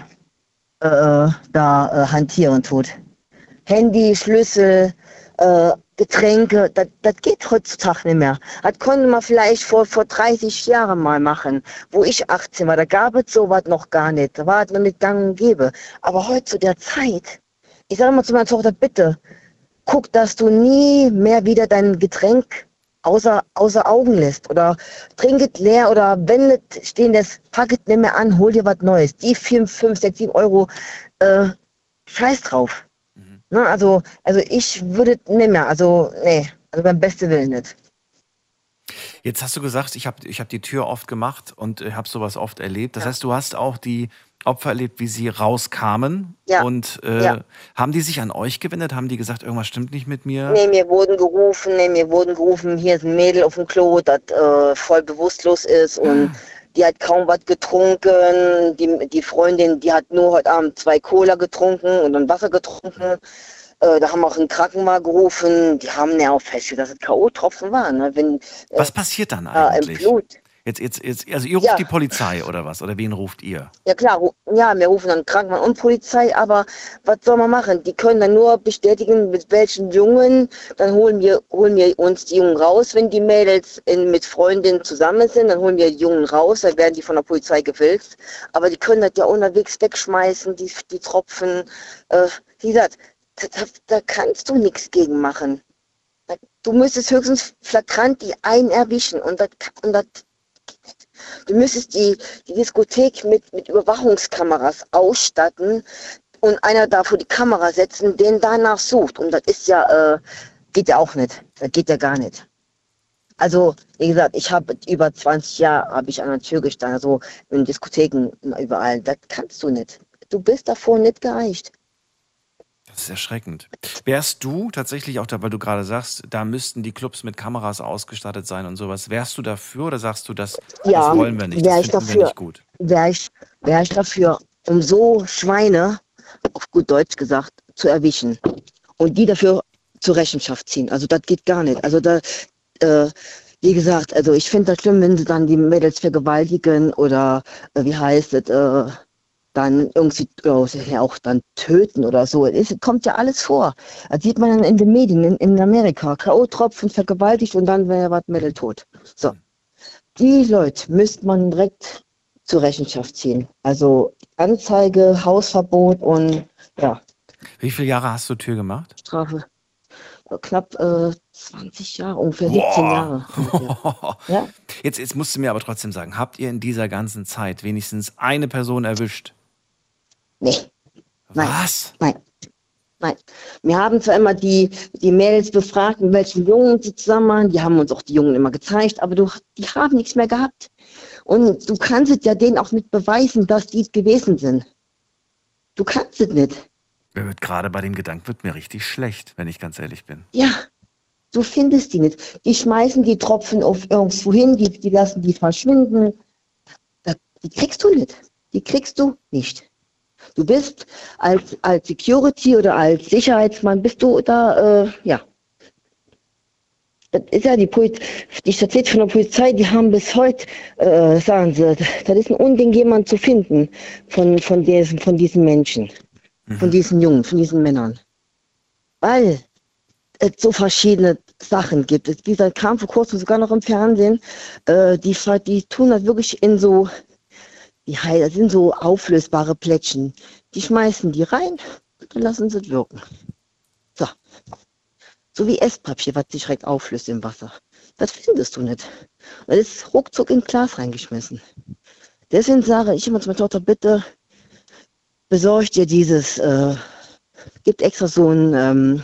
hantieren tut. Handy, Schlüssel, Getränke, das geht heutzutage nicht mehr. Das konnte man vielleicht vor 30 Jahren mal machen, wo ich 18 war. Da gab es sowas noch gar nicht. Da war es noch nicht gang und gäbe. Aber heute zu der Zeit, ich sage immer zu meiner Tochter, bitte, guck, dass du nie mehr wieder dein Getränk außer Augen lässt. Oder trink es leer oder wenn es stehen lässt, pack es nicht mehr an, hol dir was Neues. Die 4, 5, 6, 7 Euro, scheiß drauf. Ne, also ich würde nicht mehr, also beim besten Willen nicht. Jetzt hast du gesagt, ich hab die Tür oft gemacht und habe sowas oft erlebt. Das heißt, du hast auch die Opfer erlebt, wie sie rauskamen. Ja. Und haben die sich an euch gewendet? Haben die gesagt, irgendwas stimmt nicht mit mir? Nee, mir wurden gerufen, hier ist ein Mädel auf dem Klo, das voll bewusstlos ist und die hat kaum was getrunken. Die Freundin, die hat nur heute Abend 2 Cola getrunken und dann Wasser getrunken. Da haben wir auch einen Krankenwagen gerufen. Die haben festgestellt, dass es K.O.-Tropfen waren. Ne? Was passiert dann eigentlich? Im Blut. Jetzt, also ihr ruft die Polizei oder was? Oder wen ruft ihr? Ja klar, wir rufen dann Krankenwagen und Polizei, aber was soll man machen? Die können dann nur bestätigen, mit welchen Jungen, dann holen wir uns die Jungen raus, wenn die Mädels mit Freundinnen zusammen sind, dann holen wir die Jungen raus, dann werden die von der Polizei gefilzt, aber die können das ja unterwegs wegschmeißen, die Tropfen, wie gesagt, da kannst du nichts gegen machen. Du müsstest höchstens flagrant die einen erwischen und du müsstest die Diskothek mit Überwachungskameras ausstatten und einer da vor die Kamera setzen, den danach sucht. Und das ist ja, geht ja auch nicht. Das geht ja gar nicht. Also, wie gesagt, ich habe über 20 Jahre an der Tür gestanden, also in Diskotheken überall. Das kannst du nicht. Du bist davor nicht geeicht. Das ist erschreckend. Wärst du tatsächlich auch da, weil du gerade sagst, da müssten die Clubs mit Kameras ausgestattet sein und sowas. Wärst du dafür oder sagst du, das wollen wir nicht, das finden wir nicht gut? Wäre ich dafür, um so Schweine, auf gut Deutsch gesagt, zu erwischen und die dafür zur Rechenschaft ziehen. Also das geht gar nicht. Also wie gesagt, also ich finde das schlimm, wenn sie dann die Mädels vergewaltigen oder dann irgendwie auch dann töten oder so. Es kommt ja alles vor. Das sieht man dann in den Medien in Amerika. K.O.-Tropfen, vergewaltigt und dann wäre was Mädel tot. So. Die Leute müsste man direkt zur Rechenschaft ziehen. Also Anzeige, Hausverbot und ja. Wie viele Jahre hast du Tür gemacht? Strafe. Knapp 20 Jahre, ungefähr 17 Jahre. Ja? Jetzt musst du mir aber trotzdem sagen, habt ihr in dieser ganzen Zeit wenigstens eine Person erwischt? Nee. Was? Nein. Wir haben zwar immer die Mädels befragt, mit welchen Jungen sie zusammen waren. Die haben uns auch die Jungen immer gezeigt, aber die haben nichts mehr gehabt. Und du kannst es ja denen auch nicht beweisen, dass die es gewesen sind. Du kannst es nicht. Gerade bei dem Gedanken wird mir richtig schlecht, wenn ich ganz ehrlich bin. Ja, du findest die nicht. Die schmeißen die Tropfen auf irgendwo hin, die lassen die verschwinden. Die kriegst du nicht. Die kriegst du nicht. Du bist als Security oder als Sicherheitsmann, bist du da, ja. Das ist ja die Statistik von der Polizei, die haben bis heute, sagen sie, das ist ein Unding, jemanden zu finden von diesen Menschen, von diesen Jungen, von diesen Männern. Weil es so verschiedene Sachen gibt. Wie gesagt, kam vor kurzem sogar noch im Fernsehen, die tun das wirklich in so, das sind so auflösbare Plättchen. Die schmeißen die rein und lassen sie wirken. So. So wie Esspapier, was sich direkt auflöst im Wasser. Das findest du nicht. Das ist ruckzuck in Glas reingeschmissen. Deswegen sage ich immer zu meiner Tochter, bitte besorg dir dieses, gibt extra so ein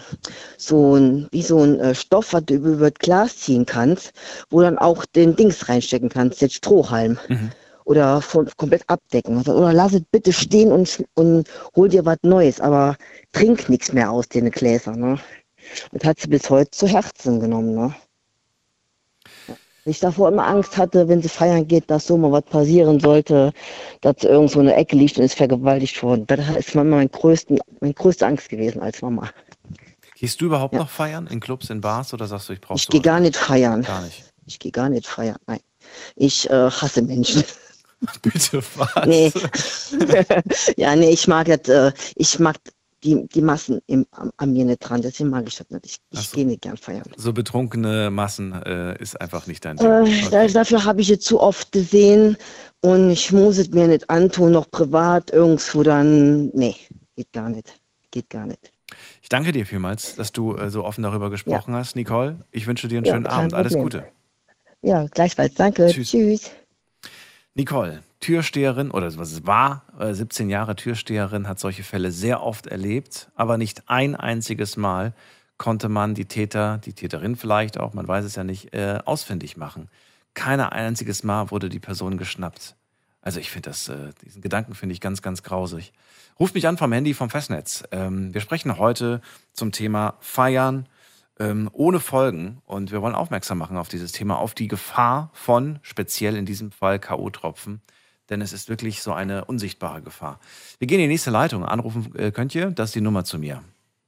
Stoff, was du über das Glas ziehen kannst, wo dann auch den Dings reinstecken kannst, jetzt Strohhalm. Oder komplett abdecken. Oder lass es bitte stehen und hol dir was Neues, aber trink nichts mehr aus den Gläsern. Ne? Das hat sie bis heute zu Herzen genommen. Ne? Ich davor immer Angst hatte, wenn sie feiern geht, dass so mal was passieren sollte, dass sie irgendwo in der Ecke liegt und ist vergewaltigt worden. Das ist meine größte Angst gewesen als Mama. Gehst du überhaupt noch feiern in Clubs, in Bars oder sagst du, ich brauche Ich gehe gar nicht feiern. Gar nicht. Ich gehe gar nicht feiern, nein. Ich hasse Menschen. Bitte was? Nee. Ja, nee, ich mag die Massen an mir nicht dran, deswegen mag ich das nicht. Ich gehe nicht gern feiern. So betrunkene Massen ist einfach nicht dein Ding. Dafür habe ich es zu oft gesehen und ich muss es mir nicht antun, noch privat irgendwo dann, nee, geht gar nicht. Ich danke dir vielmals, dass du so offen darüber gesprochen hast, Nicole. Ich wünsche dir einen schönen Abend. Alles Gute. Ja, gleichfalls. Danke. Tschüss. Nicole, Türsteherin, oder was es war, 17 Jahre Türsteherin, hat solche Fälle sehr oft erlebt, aber nicht ein einziges Mal konnte man die Täter, die Täterin vielleicht auch, man weiß es ja nicht, ausfindig machen. Kein einziges Mal wurde die Person geschnappt. Also ich finde diesen Gedanken finde ich ganz, ganz grausig. Ruft mich an vom Handy, vom Festnetz. Wir sprechen heute zum Thema Feiern ohne Folgen und wir wollen aufmerksam machen auf dieses Thema, auf die Gefahr von, speziell in diesem Fall, K.O.-Tropfen. Denn es ist wirklich so eine unsichtbare Gefahr. Wir gehen in die nächste Leitung. Anrufen könnt ihr, das ist die Nummer zu mir.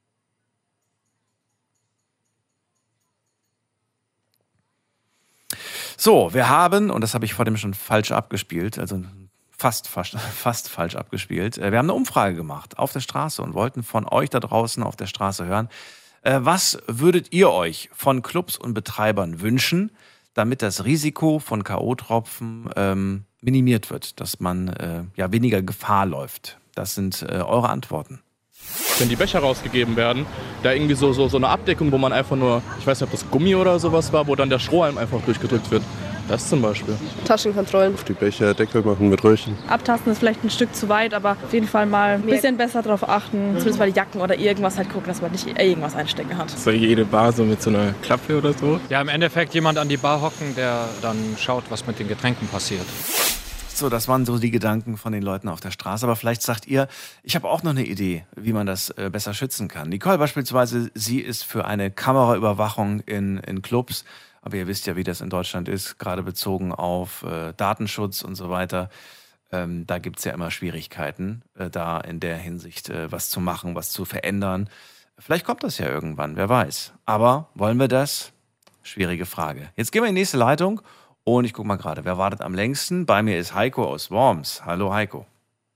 So, wir haben, und das habe ich vor dem schon falsch abgespielt, also fast falsch abgespielt, wir haben eine Umfrage gemacht auf der Straße und wollten von euch da draußen auf der Straße hören, was würdet ihr euch von Clubs und Betreibern wünschen, damit das Risiko von K.O.-Tropfen minimiert wird, dass man weniger Gefahr läuft? Das sind eure Antworten. Wenn die Becher rausgegeben werden, da irgendwie so eine Abdeckung, wo man einfach nur, ich weiß nicht, ob das Gummi oder sowas war, wo dann der Strohhalm einfach durchgedrückt wird. Das zum Beispiel. Taschenkontrollen. Auf die Becher Deckel machen mit Röhrchen. Abtasten ist vielleicht ein Stück zu weit, aber auf jeden Fall mal ein bisschen besser darauf achten, zumindest bei den Jacken oder irgendwas halt gucken, dass man nicht irgendwas einstecken hat. So jede Bar so mit so einer Klappe oder so? Ja, im Endeffekt jemand an die Bar hocken, der dann schaut, was mit den Getränken passiert. So, das waren so die Gedanken von den Leuten auf der Straße. Aber vielleicht sagt ihr, ich habe auch noch eine Idee, wie man das besser schützen kann. Nicole beispielsweise, sie ist für eine Kameraüberwachung in Clubs. Aber ihr wisst ja, wie das in Deutschland ist, gerade bezogen auf Datenschutz und so weiter. Da gibt es ja immer Schwierigkeiten, da in der Hinsicht was zu machen, was zu verändern. Vielleicht kommt das ja irgendwann, wer weiß. Aber wollen wir das? Schwierige Frage. Jetzt gehen wir in die nächste Leitung. Und ich gucke mal gerade, wer wartet am längsten? Bei mir ist Heiko aus Worms. Hallo Heiko.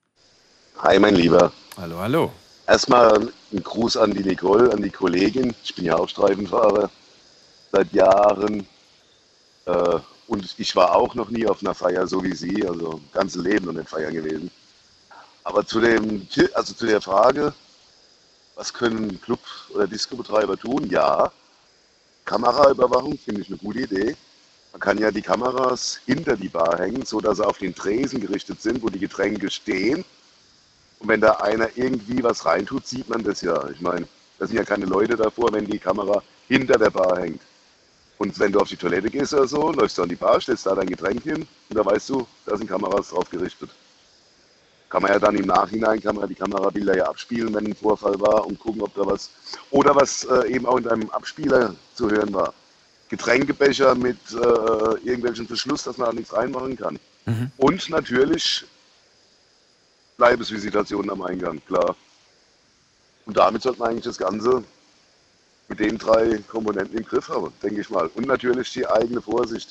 Hi mein Lieber. Hallo, hallo. Erstmal ein Gruß an die Nicole, an die Kollegin. Ich bin ja auch Streifenfahrer seit Jahren. Und ich war auch noch nie auf einer Feier so wie Sie, also ganze Leben noch nicht feiern gewesen. Aber zu der Frage, was können Club- oder Disco-Betreiber tun? Ja, Kameraüberwachung finde ich eine gute Idee. Man kann ja die Kameras hinter die Bar hängen, sodass sie auf den Tresen gerichtet sind, wo die Getränke stehen. Und wenn da einer irgendwie was reintut, sieht man das ja. Ich meine, da sind ja keine Leute davor, wenn die Kamera hinter der Bar hängt. Und wenn du auf die Toilette gehst oder so, läufst du an die Bar, stellst da dein Getränk hin und da weißt du, da sind Kameras drauf gerichtet. Kann man ja dann im Nachhinein, kann man die Kamerabilder ja abspielen, wenn ein Vorfall war und gucken, ob da was, oder was eben auch in deinem Abspieler zu hören war. Getränkebecher mit irgendwelchen Verschluss, dass man da nichts reinmachen kann. Mhm. Und natürlich Leibesvisitationen am Eingang, klar. Und damit sollte man eigentlich das Ganze mit den 3 Komponenten im Griff haben, denke ich mal. Und natürlich die eigene Vorsicht.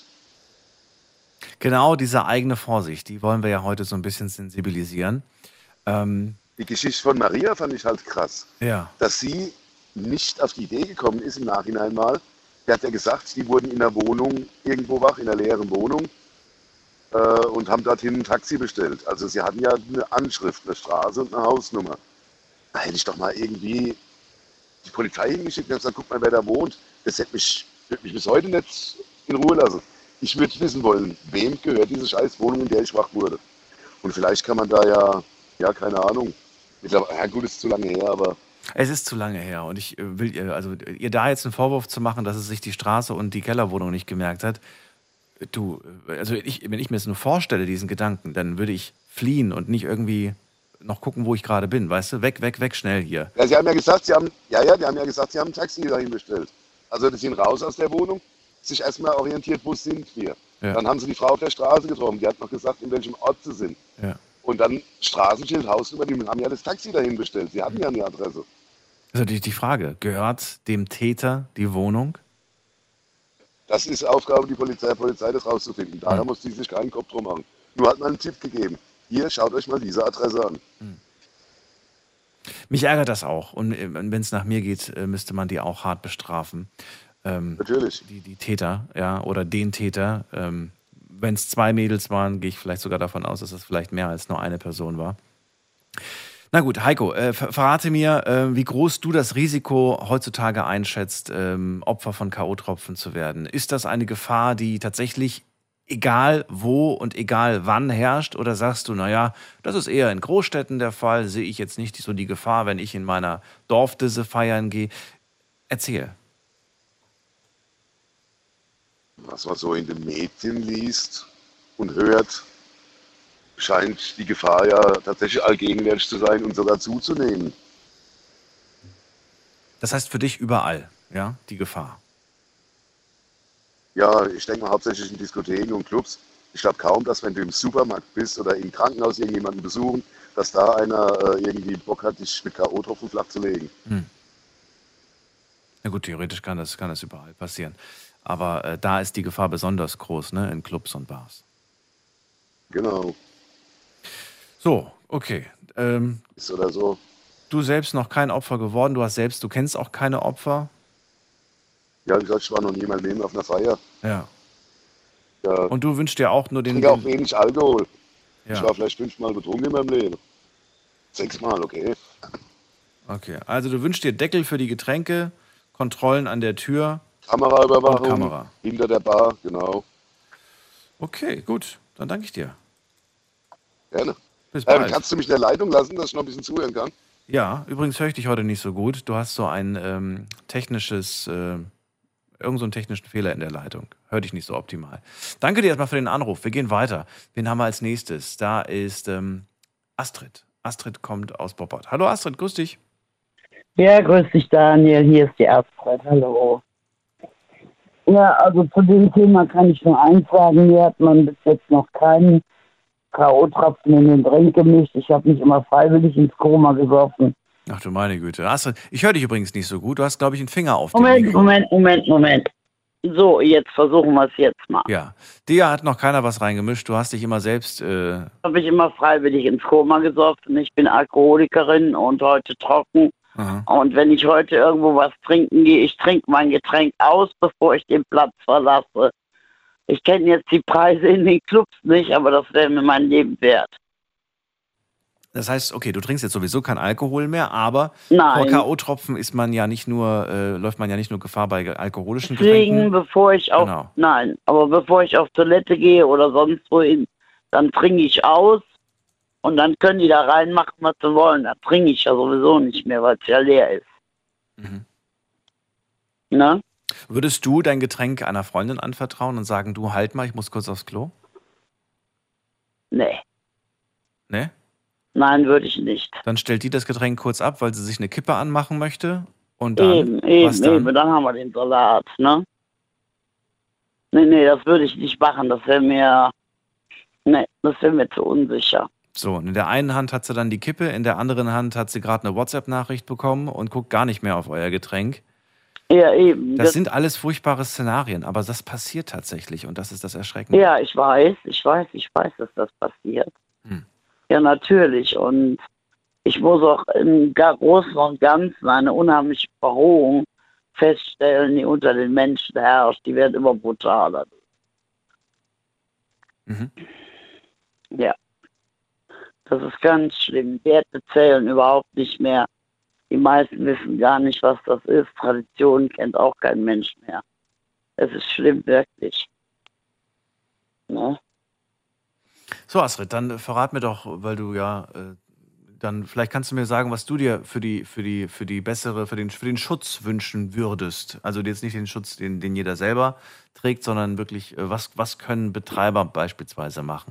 Genau, diese eigene Vorsicht, die wollen wir ja heute so ein bisschen sensibilisieren. Die Geschichte von Maria fand ich halt krass. Ja. Dass sie nicht auf die Idee gekommen ist, im Nachhinein mal. Die hat ja gesagt, die wurden in der Wohnung irgendwo wach, in einer leeren Wohnung und haben dorthin ein Taxi bestellt. Also sie hatten ja eine Anschrift, eine Straße und eine Hausnummer. Da hätte ich doch mal irgendwie die Polizei hingeschickt und gesagt, guck mal, wer da wohnt. Das würde mich bis heute nicht in Ruhe lassen. Ich würde wissen wollen, wem gehört diese scheiß Wohnung, in der ich wach wurde. Und vielleicht kann man da ja, keine Ahnung. Mittlerweile, ja gut, ist zu lange her, aber... Es ist zu lange her und ich will ihr da jetzt einen Vorwurf zu machen, dass es sich die Straße und die Kellerwohnung nicht gemerkt hat. Wenn ich mir das nur vorstelle, diesen Gedanken, dann würde ich fliehen und nicht irgendwie noch gucken, wo ich gerade bin, weißt du? Weg, schnell hier. Ja, die haben ja gesagt, sie haben ein Taxi dahin bestellt. Also die sind raus aus der Wohnung, sich erstmal orientiert, wo sind wir. Ja. Dann haben sie die Frau auf der Straße getroffen, die hat noch gesagt, in welchem Ort sie sind. Ja. Und dann Straßenschild, Hausnummer, die haben ja das Taxi dahin bestellt. Sie hatten ja eine Adresse. Also die Frage, gehört dem Täter die Wohnung? Das ist Aufgabe der Polizei, das rauszufinden. Daher muss die sich keinen Kopf drum machen. Nur hat man einen Tipp gegeben. Hier, schaut euch mal diese Adresse an. Mich ärgert das auch. Und wenn es nach mir geht, müsste man die auch hart bestrafen. Natürlich. Die Täter, ja, oder den Täter. Wenn es 2 Mädels waren, gehe ich vielleicht sogar davon aus, dass es vielleicht mehr als nur eine Person war. Na gut, Heiko, verrate mir, wie groß du das Risiko heutzutage einschätzt, Opfer von K.O.-Tropfen zu werden. Ist das eine Gefahr, die tatsächlich egal wo und egal wann herrscht? Oder sagst du, naja, das ist eher in Großstädten der Fall, sehe ich jetzt nicht so die Gefahr, wenn ich in meiner Dorfdisse feiern gehe? Erzähl. Was man so in den Medien liest und hört, scheint die Gefahr ja tatsächlich allgegenwärtig zu sein und sogar zuzunehmen. Das heißt für dich überall, ja, die Gefahr? Ja, ich denke mal hauptsächlich in Diskotheken und Clubs. Ich glaube kaum, dass wenn du im Supermarkt bist oder im Krankenhaus irgendjemanden besuchen, dass da einer irgendwie Bock hat, dich mit K.O.-Tropfen flach zu legen. Na gut, theoretisch kann das überall passieren. Aber da ist die Gefahr besonders groß, ne, in Clubs und Bars. Genau. So, okay. Ist oder so. Du selbst noch kein Opfer geworden, du kennst auch keine Opfer? Ja, wie gesagt, ich war noch nie in meinem Leben auf einer Feier. Ja. Ja. Und du wünschst dir auch nur den... Ich trinke auch wenig Alkohol. Ja. Ich war vielleicht 5-mal betrunken in meinem Leben. 6-mal, okay. Okay, also du wünschst dir Deckel für die Getränke, Kontrollen an der Tür... Kameraüberwachung, Kamera. Hinter der Bar, genau. Okay, gut. Dann danke ich dir. Gerne. Bis bald. Kannst du mich in der Leitung lassen, dass ich noch ein bisschen zuhören kann? Ja, übrigens höre ich dich heute nicht so gut. Du hast so ein irgend so einen technischen Fehler in der Leitung. Hör dich nicht so optimal. Danke dir erstmal für den Anruf. Wir gehen weiter. Wen haben wir als nächstes? Da ist Astrid. Astrid kommt aus Boppard. Hallo Astrid, grüß dich. Ja, grüß dich Daniel, hier ist die Astrid, hallo. Ja, also zu dem Thema kann ich nur eins sagen, mir hat man bis jetzt noch keinen K.O.-Tropfen in den Drink gemischt. Ich habe mich immer freiwillig ins Koma geworfen. Ach du meine Güte. Astrid, ich höre dich übrigens nicht so gut. Du hast, glaube ich, einen Finger auf dem Moment. So, jetzt versuchen wir es jetzt mal. Ja, dir hat noch keiner was reingemischt. Du hast dich immer selbst... Habe ich immer freiwillig ins Koma geworfen. Ich bin Alkoholikerin und heute trocken. Aha. Und wenn ich heute irgendwo was trinken gehe, ich trinke mein Getränk aus, bevor ich den Platz verlasse. Ich kenne jetzt die Preise in den Clubs nicht, aber das wäre mir mein Leben wert. Das heißt, okay, du trinkst jetzt sowieso kein Alkohol mehr, aber Nein. vor K.O.-Tropfen ist man ja nicht nur, läuft man ja nicht nur Gefahr bei alkoholischen Deswegen, Getränken. bevor ich auf Toilette gehe oder sonst wohin, dann trinke ich aus und dann können die da reinmachen, was sie wollen. Da trinke ich ja sowieso nicht mehr, weil es ja leer ist. Mhm. Ne? Würdest du dein Getränk einer Freundin anvertrauen und sagen, du halt mal, ich muss kurz aufs Klo? Nee. Ne? Nein, würde ich nicht. Dann stellt die das Getränk kurz ab, weil sie sich eine Kippe anmachen möchte. Und dann, was dann? Eben, dann haben wir den Salat, ne? Nee, das würde ich nicht machen. Das wäre mir zu unsicher. So, und in der einen Hand hat sie dann die Kippe, in der anderen Hand hat sie gerade eine WhatsApp-Nachricht bekommen und guckt gar nicht mehr auf euer Getränk. Ja, eben. Das sind alles furchtbare Szenarien, aber das passiert tatsächlich und das ist das Erschreckende. Ja, ich weiß, dass das passiert. Ja, natürlich. Und ich muss auch im Großen und Ganzen eine unheimliche Verrohung feststellen, die unter den Menschen herrscht. Die werden immer brutaler. Mhm. Ja. Das ist ganz schlimm. Werte zählen überhaupt nicht mehr. Die meisten wissen gar nicht, was das ist. Tradition kennt auch kein Mensch mehr. Es ist schlimm, wirklich. Ne? So, Astrid, dann verrat mir doch, weil du ja, dann vielleicht kannst du mir sagen, was du dir für den Schutz wünschen würdest. Also jetzt nicht den Schutz, den jeder selber trägt, sondern wirklich, was können Betreiber beispielsweise machen?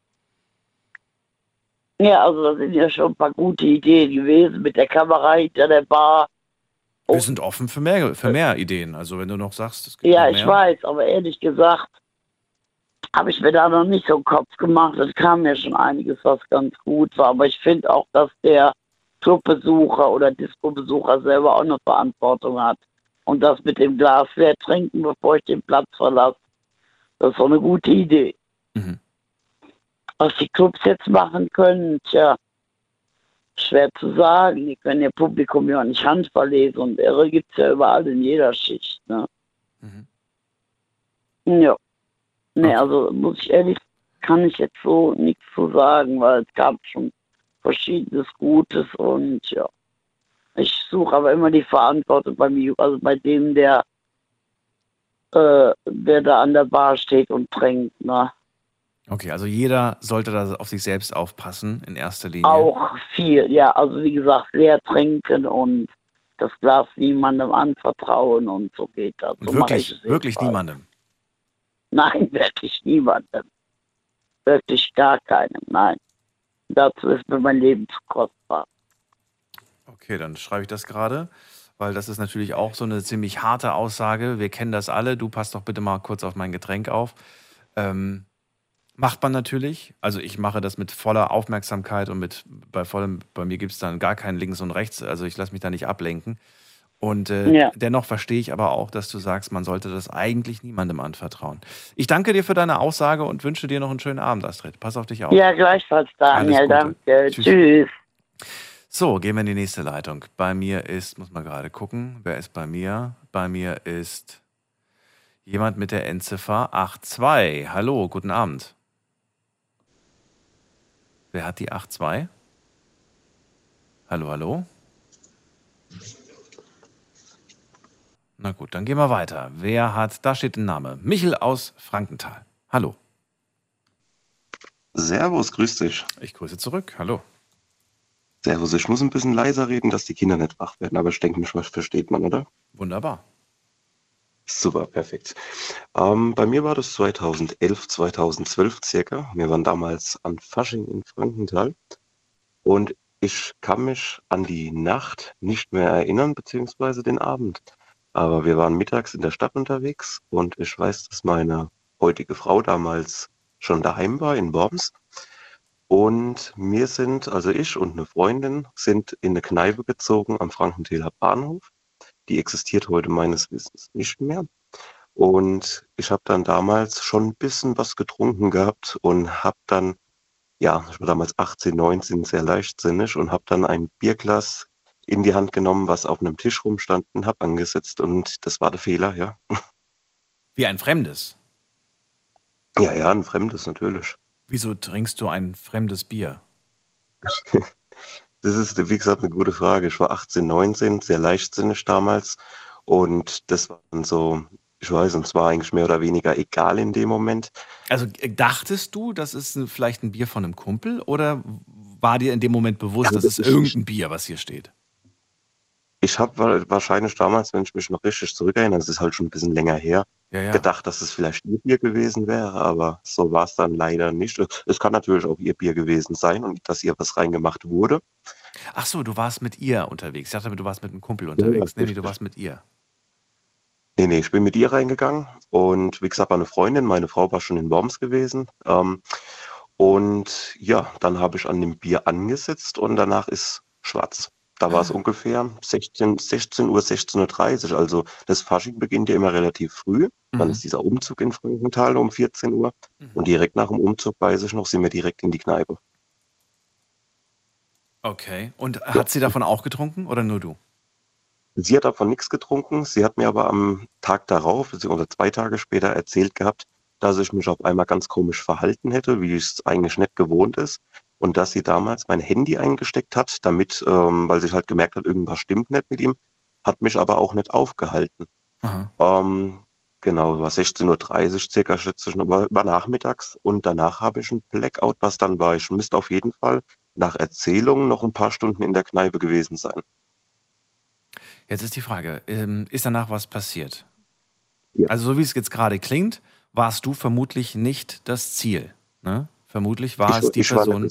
Ja, also da sind ja schon ein paar gute Ideen gewesen mit der Kamera hinter der Bar. Wir sind offen für mehr Ideen. Also wenn du noch sagst, es gibt Ja, noch mehr. ich weiß, aber ehrlich gesagt habe ich mir da noch nicht so einen Kopf gemacht. Es kam mir schon einiges, was ganz gut war. Aber ich finde auch, dass der Clubbesucher oder Discobesucher selber auch eine Verantwortung hat. Und das mit dem Glas leer trinken, bevor ich den Platz verlasse, das ist so eine gute Idee. Mhm. Was die Clubs jetzt machen können, tja, schwer zu sagen. Die können ihr Publikum ja nicht handverlesen und Irre gibt es ja überall in jeder Schicht. Ne? Mhm. Ja. Nee, also muss ich ehrlich, kann ich jetzt so nichts zu sagen, weil es gab schon verschiedenes Gutes und ja. Ich suche aber immer die Verantwortung bei mir, also bei dem, der da an der Bar steht und trinkt. Ne? Okay, also jeder sollte da auf sich selbst aufpassen, in erster Linie. Auch viel, ja. Also wie gesagt, leer trinken und das Glas niemandem anvertrauen und so geht das. So Und wirklich niemandem? Nein, wirklich niemandem. Wirklich gar keinem, nein. Dazu ist mir mein Leben zu kostbar. Okay, dann schreibe ich das gerade, weil das ist natürlich auch so eine ziemlich harte Aussage. Wir kennen das alle. Du passt doch bitte mal kurz auf mein Getränk auf. Macht man natürlich. Also ich mache das mit voller Aufmerksamkeit und bei mir gibt es dann gar kein Links und Rechts. Also ich lasse mich da nicht ablenken. Und dennoch verstehe ich aber auch, dass du sagst, man sollte das eigentlich niemandem anvertrauen. Ich danke dir für deine Aussage und wünsche dir noch einen schönen Abend, Astrid. Pass auf dich auf. Ja, gleichfalls, Daniel. Danke. Tschüss. So, gehen wir in die nächste Leitung. Bei mir ist, muss man gerade gucken, wer ist bei mir? Bei mir ist jemand mit der Endziffer 82. Hallo, guten Abend. Wer hat die 82? Hallo, hallo? Na gut, dann gehen wir weiter. Da steht ein Name. Michel aus Frankenthal. Hallo. Servus, grüß dich. Ich grüße zurück. Hallo. Servus, ich muss ein bisschen leiser reden, dass die Kinder nicht wach werden, aber ich denke, mich versteht man, oder? Wunderbar. Super, perfekt. Bei mir war das 2011, 2012 circa. Wir waren damals an Fasching in Frankenthal und ich kann mich an die Nacht nicht mehr erinnern, beziehungsweise den Abend. Aber wir waren mittags in der Stadt unterwegs und ich weiß, dass meine heutige Frau damals schon daheim war in Worms. Und wir sind, also ich und eine Freundin, sind in eine Kneipe gezogen am Frankentäler Bahnhof. Die existiert heute meines Wissens nicht mehr. Und ich habe dann damals schon ein bisschen was getrunken gehabt und habe dann, ja, ich war damals 18, 19, sehr leichtsinnig und habe dann ein Bierglas in die Hand genommen, was auf einem Tisch rumstand und habe angesetzt. Und das war der Fehler, ja. Wie ein Fremdes? Ja, ja, ein Fremdes natürlich. Wieso trinkst du ein fremdes Bier? Das ist, wie gesagt, eine gute Frage. Ich war 18, 19, sehr leichtsinnig damals. Und das war dann so, ich weiß nicht, es war eigentlich mehr oder weniger egal in dem Moment. Also dachtest du, das ist vielleicht ein Bier von einem Kumpel? Oder war dir in dem Moment bewusst, das ist irgendein Bier, was hier steht? Ich habe wahrscheinlich damals, wenn ich mich noch richtig zurückerinnere, das ist halt schon ein bisschen länger her, gedacht, dass es vielleicht ihr Bier gewesen wäre, aber so war es dann leider nicht. Es kann natürlich auch ihr Bier gewesen sein und dass ihr was reingemacht wurde. Ach so, du warst mit ihr unterwegs. Ich dachte, du warst mit einem Kumpel unterwegs. Ja, Nee, du warst mit ihr. Nee, ich bin mit ihr reingegangen und wie gesagt, war eine Freundin, meine Frau war schon in Worms gewesen. Und ja, dann habe ich an dem Bier angesetzt und danach ist schwarz. Da war es ungefähr 16 Uhr, 16:30 Uhr. Also das Fasching beginnt ja immer relativ früh. Dann ist dieser Umzug in Frankenthal um 14 Uhr. Und direkt nach dem Umzug, weiß ich noch, sind wir direkt in die Kneipe. Okay. Und hat sie davon auch getrunken oder nur du? Sie hat davon nichts getrunken. Sie hat mir aber am Tag darauf, beziehungsweise 2 Tage später, erzählt gehabt, dass ich mich auf einmal ganz komisch verhalten hätte, wie es eigentlich nicht gewohnt ist. Und dass sie damals mein Handy eingesteckt hat, damit, weil sie halt gemerkt hat, irgendwas stimmt nicht mit ihm, hat mich aber auch nicht aufgehalten. Genau, war 16:30 Uhr circa, schätze ich, war nachmittags und danach habe ich ein Blackout, was dann war. Ich müsste auf jeden Fall nach Erzählung noch ein paar Stunden in der Kneipe gewesen sein. Jetzt ist die Frage, ist danach was passiert? Ja. Also so wie es jetzt gerade klingt, warst du vermutlich nicht das Ziel, ne? Vermutlich war es die Person,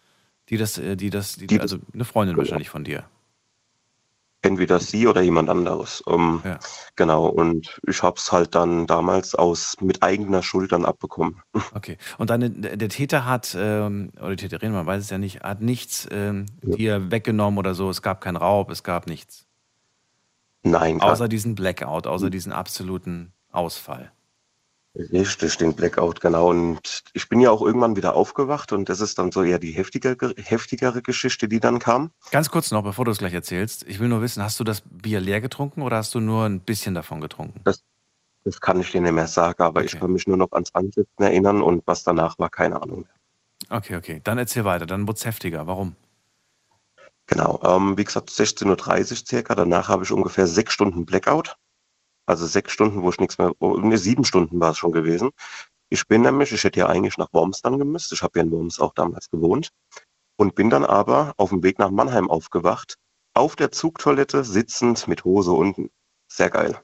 also eine Freundin wahrscheinlich von dir. Entweder sie oder jemand anderes. Genau, und ich habe es halt dann damals mit eigener Schuld dann abbekommen. Okay, und der Täter hat, oder die Täterin, man weiß es ja nicht, hat nichts dir weggenommen oder so, es gab keinen Raub, es gab nichts. Nein. Außer diesen Blackout, außer diesen absoluten Ausfall. Richtig, den Blackout, genau. Und ich bin ja auch irgendwann wieder aufgewacht und das ist dann so eher die heftigere Geschichte, die dann kam. Ganz kurz noch, bevor du es gleich erzählst. Ich will nur wissen, hast du das Bier leer getrunken oder hast du nur ein bisschen davon getrunken? Das kann ich dir nicht mehr sagen, aber ich kann mich nur noch ans Ansitzen erinnern und was danach war, keine Ahnung mehr. Okay. Dann erzähl weiter, dann wurde es heftiger. Warum? Genau, wie gesagt, 16:30 Uhr circa. Danach habe ich ungefähr 6 Stunden Blackout. Also 6 Stunden, wo ich nichts mehr, 7 Stunden war es schon gewesen. Ich hätte ja eigentlich nach Worms dann gemüsst. Ich habe ja in Worms auch damals gewohnt. Und bin dann aber auf dem Weg nach Mannheim aufgewacht. Auf der Zugtoilette sitzend mit Hose unten. Sehr geil.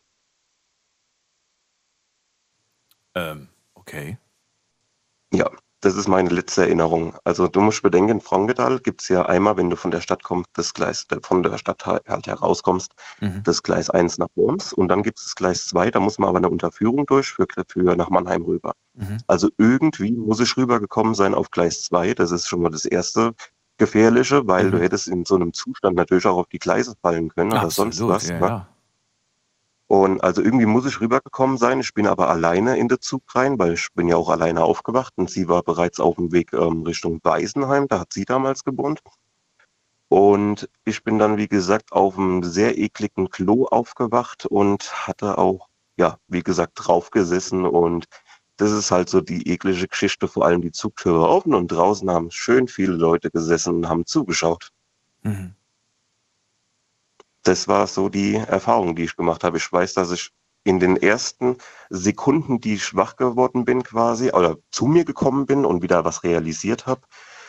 Okay. Ja, das ist meine letzte Erinnerung. Also du musst bedenken, in Frankenthal gibt es ja einmal, wenn du von der Stadt kommst, das Gleis, von der Stadt halt herauskommst, das Gleis 1 nach Worms und dann gibt es das Gleis 2, da muss man aber eine Unterführung durch für nach Mannheim rüber. Also irgendwie muss ich rübergekommen sein auf Gleis 2, das ist schon mal das erste Gefährliche, weil du hättest in so einem Zustand natürlich auch auf die Gleise fallen können oder sonst was. Ja, ne? ja. Und also irgendwie muss ich rübergekommen sein. Ich bin aber alleine in den Zug rein, weil ich bin ja auch alleine aufgewacht und sie war bereits auf dem Weg Richtung Weisenheim. Da hat sie damals gewohnt. Und ich bin dann, wie gesagt, auf einem sehr ekligen Klo aufgewacht und hatte auch, ja, wie gesagt, drauf gesessen. Und das ist halt so die eklige Geschichte, vor allem die Zugtüre offen und draußen haben schön viele Leute gesessen und haben zugeschaut. Das war so die Erfahrung, die ich gemacht habe. Ich weiß, dass ich in den ersten Sekunden, die ich wach geworden bin quasi, oder zu mir gekommen bin und wieder was realisiert habe,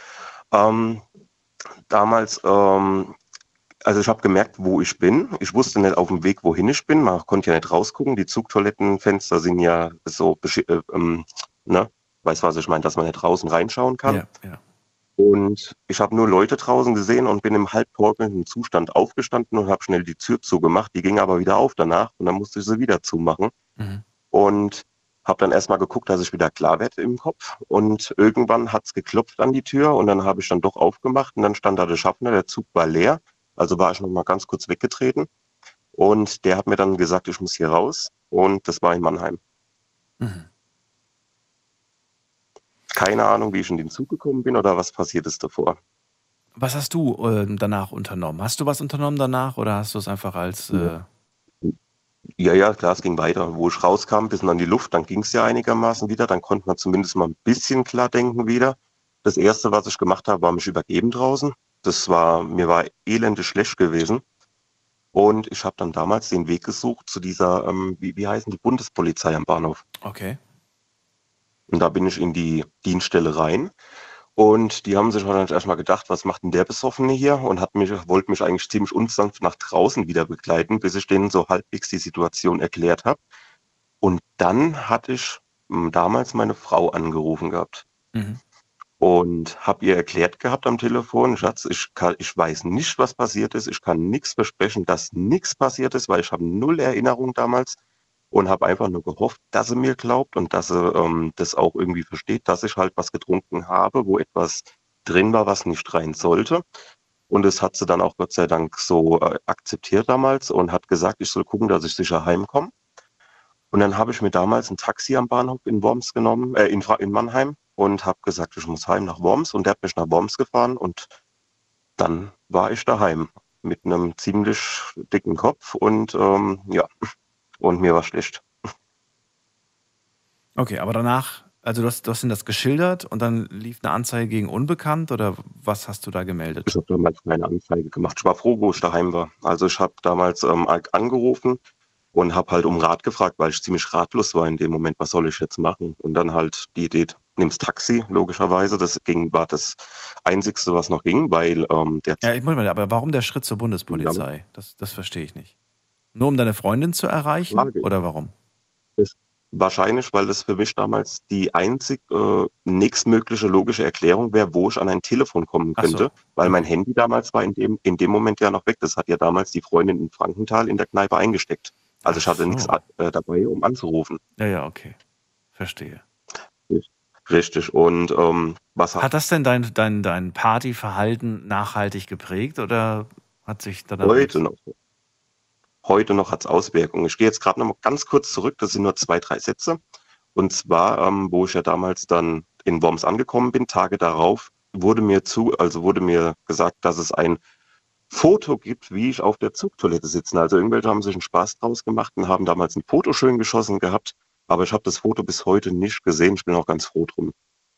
damals, also ich habe gemerkt, wo ich bin. Ich wusste nicht auf dem Weg, wohin ich bin. Man konnte ja nicht rausgucken. Die Zugtoilettenfenster sind ja so, ne? Weißt du, was ich meine, dass man nicht draußen reinschauen kann. Ja. Und ich habe nur Leute draußen gesehen und bin im halbtorkelnden Zustand aufgestanden und habe schnell die Tür zugemacht. Die ging aber wieder auf danach und dann musste ich sie wieder zumachen. Und habe dann erstmal geguckt, dass ich wieder klar werde im Kopf. Und irgendwann hat es geklopft an die Tür und dann habe ich dann doch aufgemacht und dann stand da der Schaffner, der Zug war leer. Also war ich noch mal ganz kurz weggetreten. Und der hat mir dann gesagt, ich muss hier raus. Und das war in Mannheim. Keine Ahnung, wie ich in den Zug gekommen bin oder was passiert ist davor. Was hast du danach unternommen? Hast du was unternommen danach oder hast du es einfach als... Ja, klar, es ging weiter. Wo ich rauskam, bis an die Luft, dann ging es ja einigermaßen wieder. Dann konnte man zumindest mal ein bisschen klar denken wieder. Das Erste, was ich gemacht habe, war mich übergeben draußen. Mir war elendig schlecht gewesen. Und ich habe dann damals den Weg gesucht zu dieser, wie heißen die, Bundespolizei am Bahnhof. Okay. Und da bin ich in die Dienststelle rein. Und die haben sich dann erstmal gedacht, was macht denn der Besoffene hier? Und wollte mich eigentlich ziemlich unsanft nach draußen wieder begleiten, bis ich denen so halbwegs die Situation erklärt habe. Und dann hatte ich damals meine Frau angerufen gehabt. Und habe ihr erklärt gehabt am Telefon, Schatz, ich weiß nicht, was passiert ist. Ich kann nichts versprechen, dass nichts passiert ist, weil ich habe null Erinnerung damals. Und habe einfach nur gehofft, dass sie mir glaubt und dass sie das auch irgendwie versteht, dass ich halt was getrunken habe, wo etwas drin war, was nicht rein sollte. Und das hat sie dann auch Gott sei Dank so akzeptiert damals und hat gesagt, ich soll gucken, dass ich sicher heimkomme. Und dann habe ich mir damals ein Taxi am Bahnhof in Worms genommen, in Mannheim und habe gesagt, ich muss heim nach Worms. Und der hat mich nach Worms gefahren und dann war ich daheim mit einem ziemlich dicken Kopf und und mir war schlecht. Okay, aber danach, also du hast ihnen das geschildert und dann lief eine Anzeige gegen Unbekannt oder was hast du da gemeldet? Ich habe damals keine Anzeige gemacht. Ich war froh, wo ich daheim war. Also ich habe damals angerufen und habe halt um Rat gefragt, weil ich ziemlich ratlos war in dem Moment, was soll ich jetzt machen? Und dann halt die Idee, nimmst Taxi, logischerweise. Das war das Einzigste, was noch ging, weil aber warum der Schritt zur Bundespolizei? Das verstehe ich nicht. Nur um deine Freundin zu erreichen oder warum? Wahrscheinlich, weil das für mich damals die einzig nächstmögliche logische Erklärung wäre, wo ich an ein Telefon kommen könnte, weil mein Handy damals war in dem Moment ja noch weg. Das hat ja damals die Freundin in Frankenthal in der Kneipe eingesteckt. Also ich hatte nichts dabei, um anzurufen. Ja, okay. Verstehe. Richtig. Und hat das denn dein Partyverhalten nachhaltig geprägt oder hat sich danach... Heute noch hat es Auswirkungen. Ich gehe jetzt gerade noch mal ganz kurz zurück, das sind nur 2, 3 Sätze. Und zwar, wo ich ja damals dann in Worms angekommen bin, Tage darauf, wurde mir gesagt, dass es ein Foto gibt, wie ich auf der Zugtoilette sitze. Also irgendwelche haben sich einen Spaß draus gemacht und haben damals ein Foto schön geschossen gehabt. Aber ich habe das Foto bis heute nicht gesehen. Ich bin auch ganz froh drum.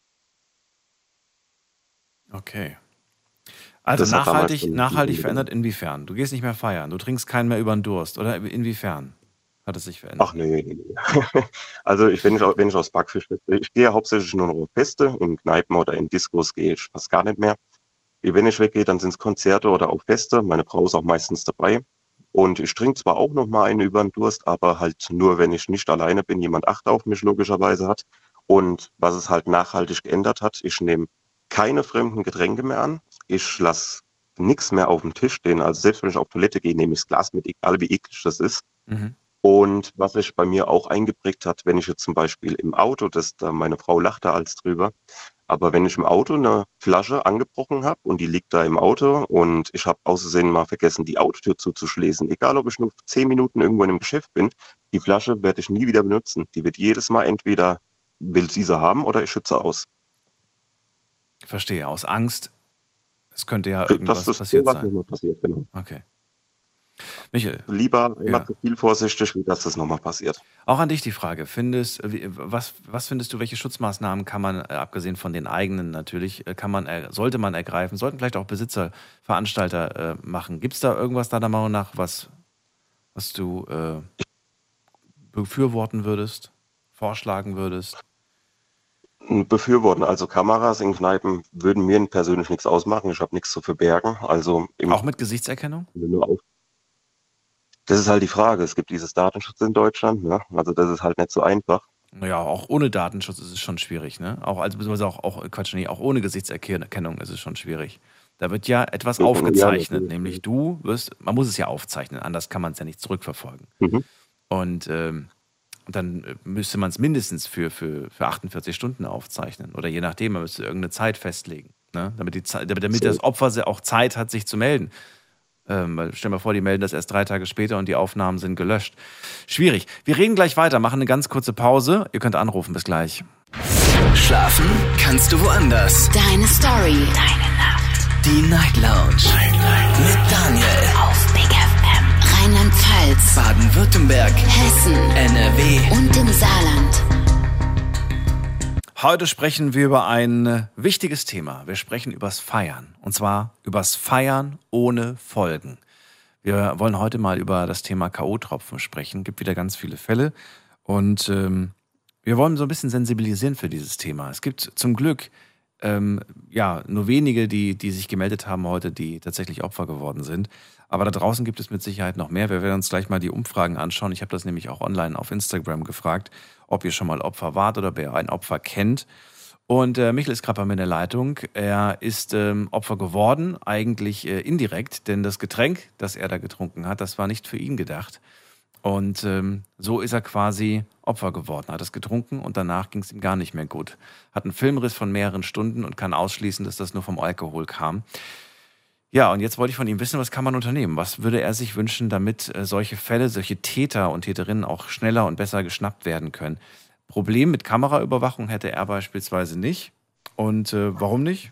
Okay. Also nachhaltig verändert inwiefern? Du gehst nicht mehr feiern, du trinkst keinen mehr über den Durst. Oder inwiefern hat es sich verändert? Ach nee. Also wenn ich aus Backfisch bin, ich gehe hauptsächlich nur noch auf Feste, in Kneipen oder in Diskos gehe ich fast gar nicht mehr. Wenn ich weggehe, dann sind es Konzerte oder auch Feste. Meine Frau ist auch meistens dabei. Und ich trinke zwar auch noch mal eine über den Durst, aber halt nur, wenn ich nicht alleine bin, jemand Acht auf mich logischerweise hat. Und was es halt nachhaltig geändert hat, ich nehme keine fremden Getränke mehr an. Ich lasse nichts mehr auf dem Tisch stehen. Also selbst wenn ich auf Toilette gehe, nehme ich das Glas mit, egal wie eklig das ist. Und was sich bei mir auch eingeprägt hat, wenn ich jetzt zum Beispiel im Auto, meine Frau lacht da als drüber, aber wenn ich im Auto eine Flasche angebrochen habe und die liegt da im Auto und ich habe außersehen mal vergessen, die Autotür zuzuschließen, egal ob ich nur 10 Minuten irgendwo in einem Geschäft bin, die Flasche werde ich nie wieder benutzen. Die wird jedes Mal entweder will sie haben oder ich schütze aus. Verstehe, aus Angst. Es könnte ja irgendwas passiert sein. Nicht mehr passiert, genau. Okay. Michael. Lieber immer zu viel vorsichtig, wie dass das nochmal passiert. Auch an dich die Frage. Was findest du, welche Schutzmaßnahmen kann man, abgesehen von den eigenen natürlich, sollte man ergreifen? Sollten vielleicht auch Besitzer, Veranstalter machen? Gibt es da irgendwas deiner Meinung nach, was du befürworten würdest, vorschlagen würdest? Befürworten. Also Kameras in Kneipen würden mir persönlich nichts ausmachen. Ich habe nichts zu verbergen. Also auch mit Gesichtserkennung? Das ist halt die Frage. Es gibt dieses Datenschutz in Deutschland. Ne? Also das ist halt nicht so einfach. Naja, auch ohne Datenschutz ist es schon schwierig. Ne? Auch ohne Gesichtserkennung ist es schon schwierig. Da wird ja etwas aufgezeichnet, nämlich man muss es ja aufzeichnen, anders kann man es ja nicht zurückverfolgen. Und dann müsste man es mindestens für 48 Stunden aufzeichnen. Oder je nachdem, man müsste irgendeine Zeit festlegen. Ne? Damit das Opfer auch Zeit hat, sich zu melden. Stell dir mal vor, die melden das erst 3 Tage später und die Aufnahmen sind gelöscht. Schwierig. Wir reden gleich weiter, machen eine ganz kurze Pause. Ihr könnt anrufen, bis gleich. Schlafen kannst du woanders. Deine Story. Deine Nacht. Die Night Lounge. Mit Daniel. Auf Big FM. Rheinland-Pfalz. Baden-Württemberg. Hessen. NRW. Und im Saarland. Heute sprechen wir über ein wichtiges Thema. Wir sprechen übers Feiern. Und zwar übers Feiern ohne Folgen. Wir wollen heute mal über das Thema K.O.-Tropfen sprechen. Es gibt wieder ganz viele Fälle. Und wir wollen so ein bisschen sensibilisieren für dieses Thema. Es gibt zum Glück nur wenige, die sich gemeldet haben heute, die tatsächlich Opfer geworden sind. Aber da draußen gibt es mit Sicherheit noch mehr. Wir werden uns gleich mal die Umfragen anschauen. Ich habe das nämlich auch online auf Instagram gefragt, ob ihr schon mal Opfer wart oder ob ihr ein Opfer kennt. Und Michael ist gerade bei mir in der Leitung. Er ist Opfer geworden, eigentlich indirekt, denn das Getränk, das er da getrunken hat, das war nicht für ihn gedacht. Und so ist er quasi Opfer geworden, hat es getrunken und danach ging es ihm gar nicht mehr gut. Hat einen Filmriss von mehreren Stunden und kann ausschließen, dass das nur vom Alkohol kam. Ja, und jetzt wollte ich von ihm wissen, was kann man unternehmen? Was würde er sich wünschen, damit solche Fälle, solche Täter und Täterinnen auch schneller und besser geschnappt werden können? Problem mit Kameraüberwachung hätte er beispielsweise nicht. Und warum nicht?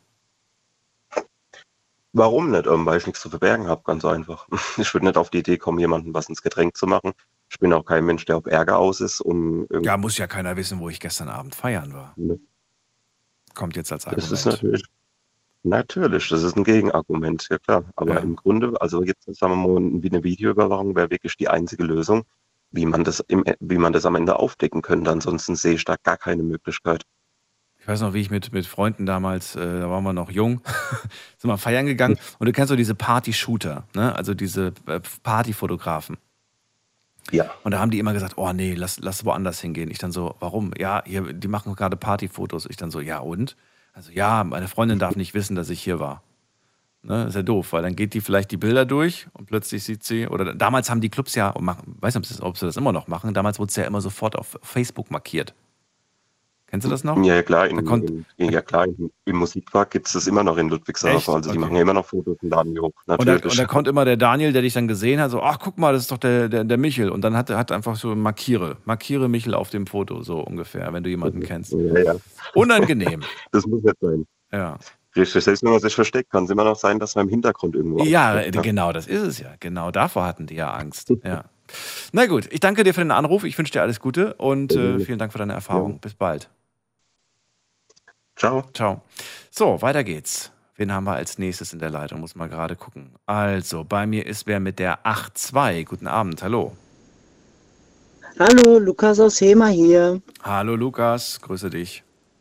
Warum nicht? Weil ich nichts zu verbergen habe, ganz einfach. Ich würde nicht auf die Idee kommen, jemandem was ins Getränk zu machen. Ich bin auch kein Mensch, der auf Ärger aus ist. Ja, muss ja keiner wissen, wo ich gestern Abend feiern war. Ne. Kommt jetzt als Argument. Das ist natürlich, das ist ein Gegenargument, ja klar. Aber im Grunde, also jetzt sagen wir mal, wie eine Videoüberwachung wäre wirklich die einzige Lösung, wie man das am Ende aufdecken könnte. Ansonsten sehe ich da gar keine Möglichkeit. Ich weiß noch, wie ich mit Freunden damals, da waren wir noch jung, sind wir feiern gegangen. Und du kennst so diese Party-Shooter, ne? Also diese Partyfotografen. Ja. Und da haben die immer gesagt, oh nee, lass woanders hingehen. Ich dann so, warum? Ja, hier, die machen gerade Partyfotos. Ich dann so, ja und? Also ja, meine Freundin darf nicht wissen, dass ich hier war. Ne? Ist ja doof, weil dann geht die vielleicht die Bilder durch und plötzlich sieht sie, oder damals haben die Clubs ja, weiß nicht, ob sie das immer noch machen, damals wurde es ja immer sofort auf Facebook markiert. Kennst du das noch? Ja, klar, im Musikpark gibt es das immer noch in Ludwigshafen. Echt? Also die machen ja immer noch Fotos und laden die hoch. Natürlich. Und da kommt immer der Daniel, der dich dann gesehen hat, so, ach guck mal, das ist doch der Michel. Und dann hat einfach so markiere Michel auf dem Foto, so ungefähr, wenn du jemanden kennst. Ja. Unangenehm. Das muss nicht sein. Ja. Richtig, selbst wenn man sich versteckt, kann es immer noch sein, dass man im Hintergrund irgendwo genau, das ist es ja. Genau davor hatten die ja Angst. Ja. Na gut, ich danke dir für den Anruf. Ich wünsche dir alles Gute und vielen Dank für deine Erfahrung. Ja. Bis bald. Ciao. Ciao. So, weiter geht's. Wen haben wir als nächstes in der Leitung? Muss mal gerade gucken. Also, bei mir ist wer mit der 8.2. Guten Abend, hallo. Hallo, Lukas aus Hema hier. Hallo Lukas, grüße dich.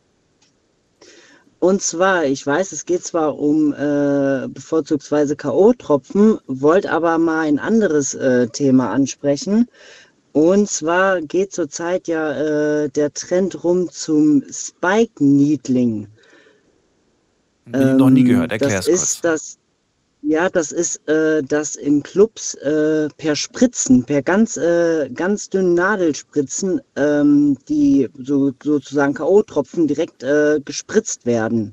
Und zwar, ich weiß, es geht zwar um bevorzugsweise K.O.-Tropfen, wollte aber mal ein anderes Thema ansprechen. Und zwar geht zurzeit ja der Trend rum zum Spike-Needling. Noch nie gehört, erklär's kurz. Das ist das in Clubs per Spritzen, per ganz dünnen Nadelspritzen, die sozusagen K.O.-Tropfen direkt gespritzt werden.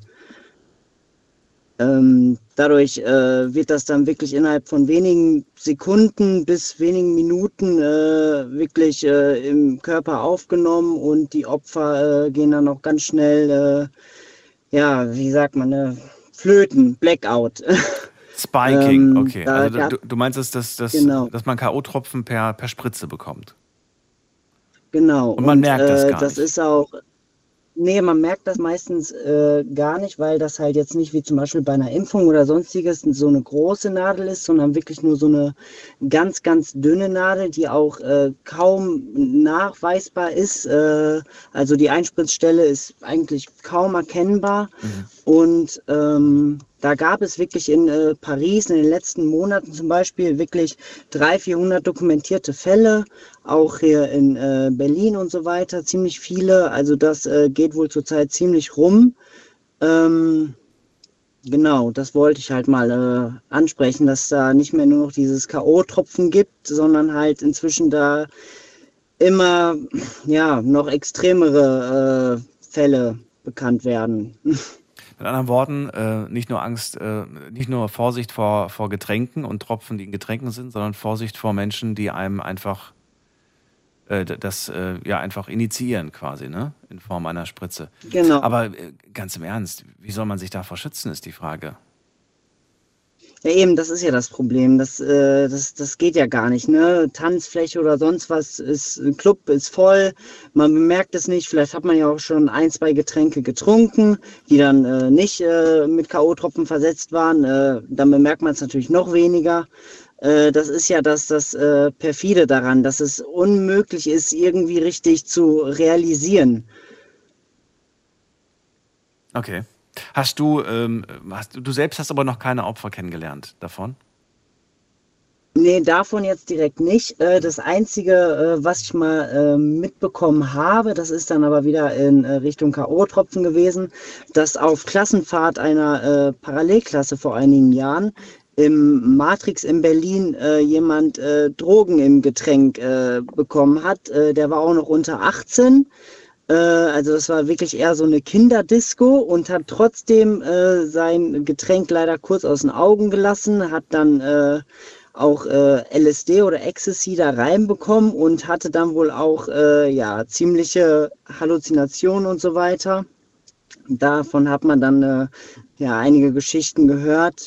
Dadurch wird das dann wirklich innerhalb von wenigen Sekunden bis wenigen Minuten wirklich im Körper aufgenommen und die Opfer gehen dann auch ganz schnell, wie sagt man, flöten, Blackout. Spiking, okay. Also du meinst, genau. dass man K.O.-Tropfen per Spritze bekommt? Genau. Und man merkt das gar das nicht. ist auch... Nee, man merkt das meistens gar nicht, weil das halt jetzt nicht wie zum Beispiel bei einer Impfung oder sonstiges so eine große Nadel ist, sondern wirklich nur so eine ganz, ganz dünne Nadel, die auch kaum nachweisbar ist. Also die Einspritzstelle ist eigentlich kaum erkennbar. Und da gab es wirklich in Paris in den letzten Monaten zum Beispiel wirklich 300, 400 dokumentierte Fälle, auch hier in Berlin und so weiter, ziemlich viele. Also das geht wohl zurzeit ziemlich rum. Genau, das wollte ich halt mal ansprechen, dass da nicht mehr nur noch dieses K.O.-Tropfen gibt, sondern halt inzwischen da immer noch extremere Fälle bekannt werden. Mit anderen Worten, nicht nur Angst, nicht nur Vorsicht vor Getränken und Tropfen, die in Getränken sind, sondern Vorsicht vor Menschen, die einem einfach einfach initiieren quasi, ne? In Form einer Spritze. Genau. Aber ganz im Ernst, wie soll man sich davor schützen, ist die Frage. Ja, eben, das ist ja das Problem. Das geht ja gar nicht, ne? Tanzfläche oder sonst was ein Club ist voll, man bemerkt es nicht. Vielleicht hat man ja auch schon 1, 2 Getränke getrunken, die dann nicht mit K.O.-Tropfen versetzt waren. Dann bemerkt man es natürlich noch weniger. Das ist ja das Perfide daran, dass es unmöglich ist, irgendwie richtig zu realisieren. Okay. Du selbst hast aber noch keine Opfer kennengelernt davon? Nee, davon jetzt direkt nicht. Das Einzige, was ich mal mitbekommen habe, das ist dann aber wieder in Richtung K.O.-Tropfen gewesen, dass auf Klassenfahrt einer Parallelklasse vor einigen Jahren im Matrix in Berlin jemand Drogen im Getränk bekommen hat. Der war auch noch unter 18. Also das war wirklich eher so eine Kinderdisco und hat trotzdem sein Getränk leider kurz aus den Augen gelassen, hat dann auch LSD oder Ecstasy da reinbekommen und hatte dann wohl auch ziemliche Halluzinationen und so weiter. Davon hat man dann einige Geschichten gehört.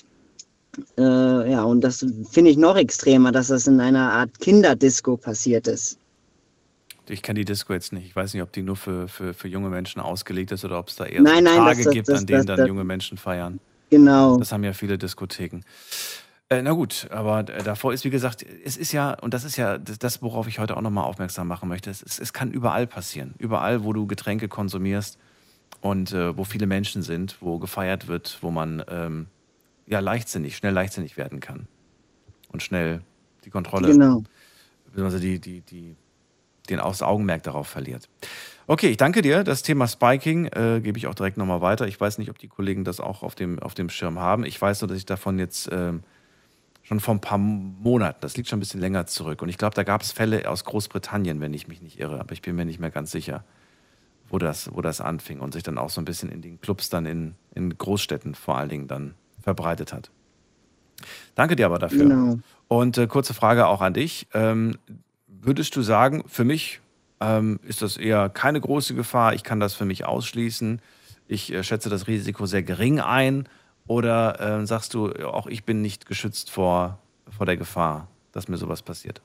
Und das finde ich noch extremer, dass das in einer Art Kinderdisco passiert ist. Ich kenne die Disco jetzt nicht. Ich weiß nicht, ob die nur für junge Menschen ausgelegt ist oder ob es da eher Tage gibt, an denen dann junge Menschen feiern. Genau. Das haben ja viele Diskotheken. Na gut, aber davor ist, wie gesagt, es ist ja, und das ist ja das, worauf ich heute auch nochmal aufmerksam machen möchte, es kann überall passieren. Überall, wo du Getränke konsumierst und wo viele Menschen sind, wo gefeiert wird, wo man schnell leichtsinnig werden kann. Und schnell die Kontrolle, beziehungsweise den Augenmerk darauf verliert. Okay, ich danke dir. Das Thema Spiking gebe ich auch direkt nochmal weiter. Ich weiß nicht, ob die Kollegen das auch auf dem Schirm haben. Ich weiß nur, dass ich davon jetzt schon vor ein paar Monaten, das liegt schon ein bisschen länger zurück. Und ich glaube, da gab es Fälle aus Großbritannien, wenn ich mich nicht irre. Aber ich bin mir nicht mehr ganz sicher, wo das anfing und sich dann auch so ein bisschen in den Clubs dann in Großstädten vor allen Dingen dann verbreitet hat. Danke dir aber dafür. Genau. Und kurze Frage auch an dich. Würdest du sagen, für mich ist das eher keine große Gefahr, ich kann das für mich ausschließen, ich schätze das Risiko sehr gering ein, oder sagst du, auch ich bin nicht geschützt vor der Gefahr, dass mir sowas passiert?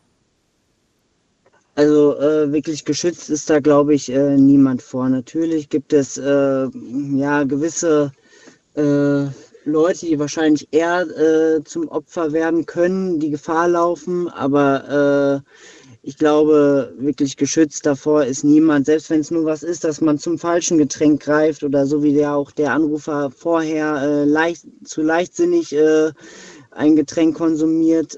Also wirklich geschützt ist da, glaube ich, niemand vor. Natürlich gibt es gewisse Leute, die wahrscheinlich eher zum Opfer werden können, die Gefahr laufen, aber ich glaube, wirklich geschützt davor ist niemand, selbst wenn es nur was ist, dass man zum falschen Getränk greift oder so wie der Anrufer vorher zu leichtsinnig ein Getränk konsumiert.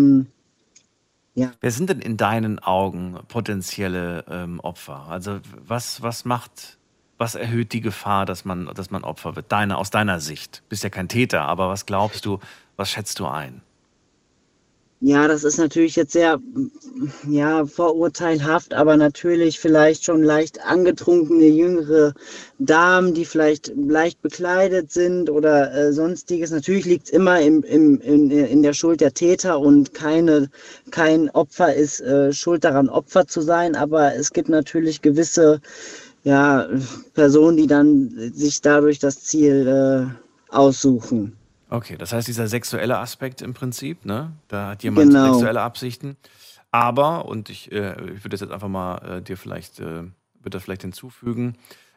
Wer sind denn in deinen Augen potenzielle Opfer? Also was erhöht die Gefahr, dass man Opfer wird? Aus deiner Sicht. Bist ja kein Täter, aber was glaubst du, was schätzt du ein? Ja, das ist natürlich jetzt sehr vorurteilhaft, aber natürlich vielleicht schon leicht angetrunkene jüngere Damen, die vielleicht leicht bekleidet sind oder sonstiges. Natürlich liegt es immer in der Schuld der Täter und kein Opfer ist schuld daran, Opfer zu sein, aber es gibt natürlich gewisse Personen, die dann sich dadurch das Ziel aussuchen. Okay, das heißt, dieser sexuelle Aspekt im Prinzip, ne? Da hat jemand sexuelle Absichten. Aber, und ich würde das jetzt einfach mal würde das vielleicht hinzufügen,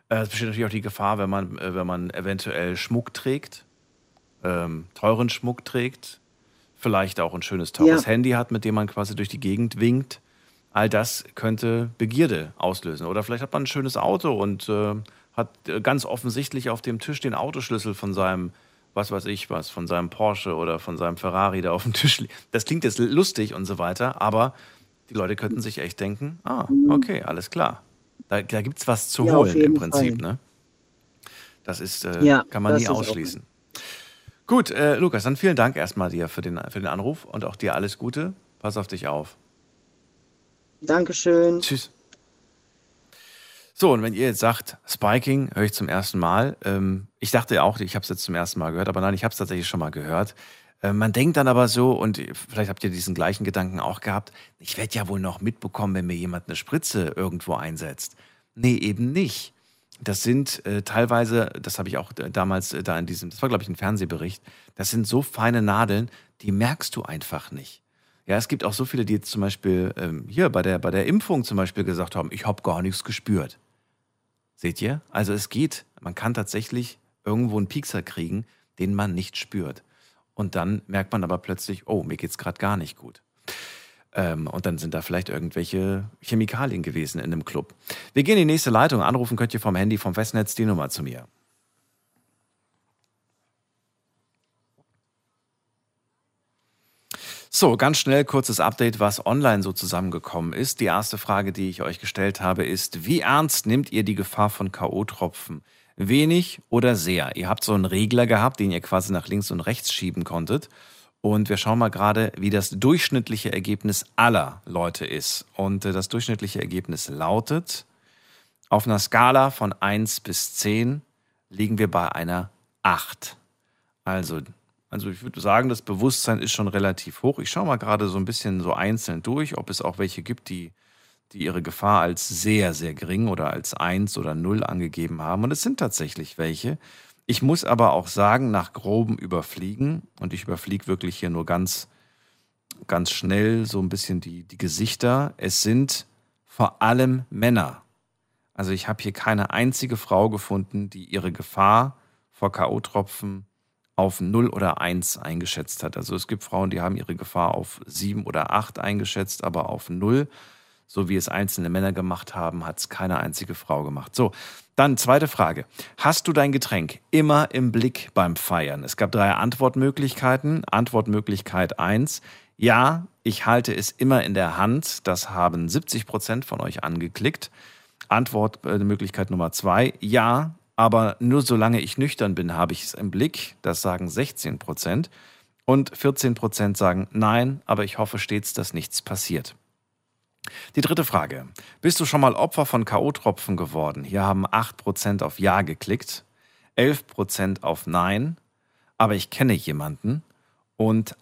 Es besteht natürlich auch die Gefahr, wenn man eventuell Schmuck trägt, teuren Schmuck trägt, vielleicht auch ein schönes, teures Handy hat, mit dem man quasi durch die Gegend winkt. All das könnte Begierde auslösen. Oder vielleicht hat man ein schönes Auto und hat ganz offensichtlich auf dem Tisch den Autoschlüssel von seinem, was weiß ich was, von seinem Porsche oder von seinem Ferrari da auf dem Tisch liegen. Das klingt jetzt lustig und so weiter, aber die Leute könnten sich echt denken, okay, alles klar. Da gibt es was zu holen im Prinzip. Ne? Das ist, kann man nie ausschließen. Gut, Lukas, dann vielen Dank erstmal dir für den Anruf und auch dir alles Gute. Pass auf dich auf. Dankeschön. Tschüss. So, und wenn ihr jetzt sagt, Spiking höre ich zum ersten Mal, ich dachte auch, ich habe es jetzt zum ersten Mal gehört, aber nein, ich habe es tatsächlich schon mal gehört. Man denkt dann aber so, und vielleicht habt ihr diesen gleichen Gedanken auch gehabt, ich werde ja wohl noch mitbekommen, wenn mir jemand eine Spritze irgendwo einsetzt. Nee, eben nicht. Das sind teilweise, das habe ich auch damals das war glaube ich ein Fernsehbericht, das sind so feine Nadeln, die merkst du einfach nicht. Ja, es gibt auch so viele, die jetzt zum Beispiel hier bei der Impfung zum Beispiel gesagt haben, ich habe gar nichts gespürt. Seht ihr? Also es geht, man kann tatsächlich irgendwo einen Piekser kriegen, den man nicht spürt. Und dann merkt man aber plötzlich, oh, mir geht's gerade gar nicht gut. Und dann sind da vielleicht irgendwelche Chemikalien gewesen in einem Club. Wir gehen in die nächste Leitung. Anrufen könnt ihr vom Handy, vom Festnetz die Nummer zu mir. So, ganz schnell kurzes Update, was online so zusammengekommen ist. Die erste Frage, die ich euch gestellt habe, ist, wie ernst nehmt ihr die Gefahr von K.O.-Tropfen? Wenig oder sehr? Ihr habt so einen Regler gehabt, den ihr quasi nach links und rechts schieben konntet. Und wir schauen mal gerade, wie das durchschnittliche Ergebnis aller Leute ist. Und das durchschnittliche Ergebnis lautet, auf einer Skala von 1 bis 10 liegen wir bei einer 8. Also ich würde sagen, das Bewusstsein ist schon relativ hoch. Ich schaue mal gerade so ein bisschen so einzeln durch, ob es auch welche gibt, die ihre Gefahr als sehr, sehr gering oder als 1 oder 0 angegeben haben. Und es sind tatsächlich welche. Ich muss aber auch sagen, nach grobem Überfliegen, und ich überfliege wirklich hier nur ganz, ganz schnell so ein bisschen die Gesichter, es sind vor allem Männer. Also ich habe hier keine einzige Frau gefunden, die ihre Gefahr vor K.O.-Tropfen auf 0 oder 1 eingeschätzt hat. Also es gibt Frauen, die haben ihre Gefahr auf 7 oder 8 eingeschätzt, aber auf 0. So wie es einzelne Männer gemacht haben, hat es keine einzige Frau gemacht. So, dann zweite Frage. Hast du dein Getränk immer im Blick beim Feiern? Es gab 3 Antwortmöglichkeiten. Antwortmöglichkeit 1. Ja, ich halte es immer in der Hand. Das haben 70% von euch angeklickt. Antwortmöglichkeit Nummer 2. Ja, aber nur solange ich nüchtern bin, habe ich es im Blick. Das sagen 16%. Und 14% sagen nein, aber ich hoffe stets, dass nichts passiert. Die dritte Frage. Bist du schon mal Opfer von K.O.-Tropfen geworden? Hier haben 8% auf Ja geklickt, 11% auf Nein, aber ich kenne jemanden, und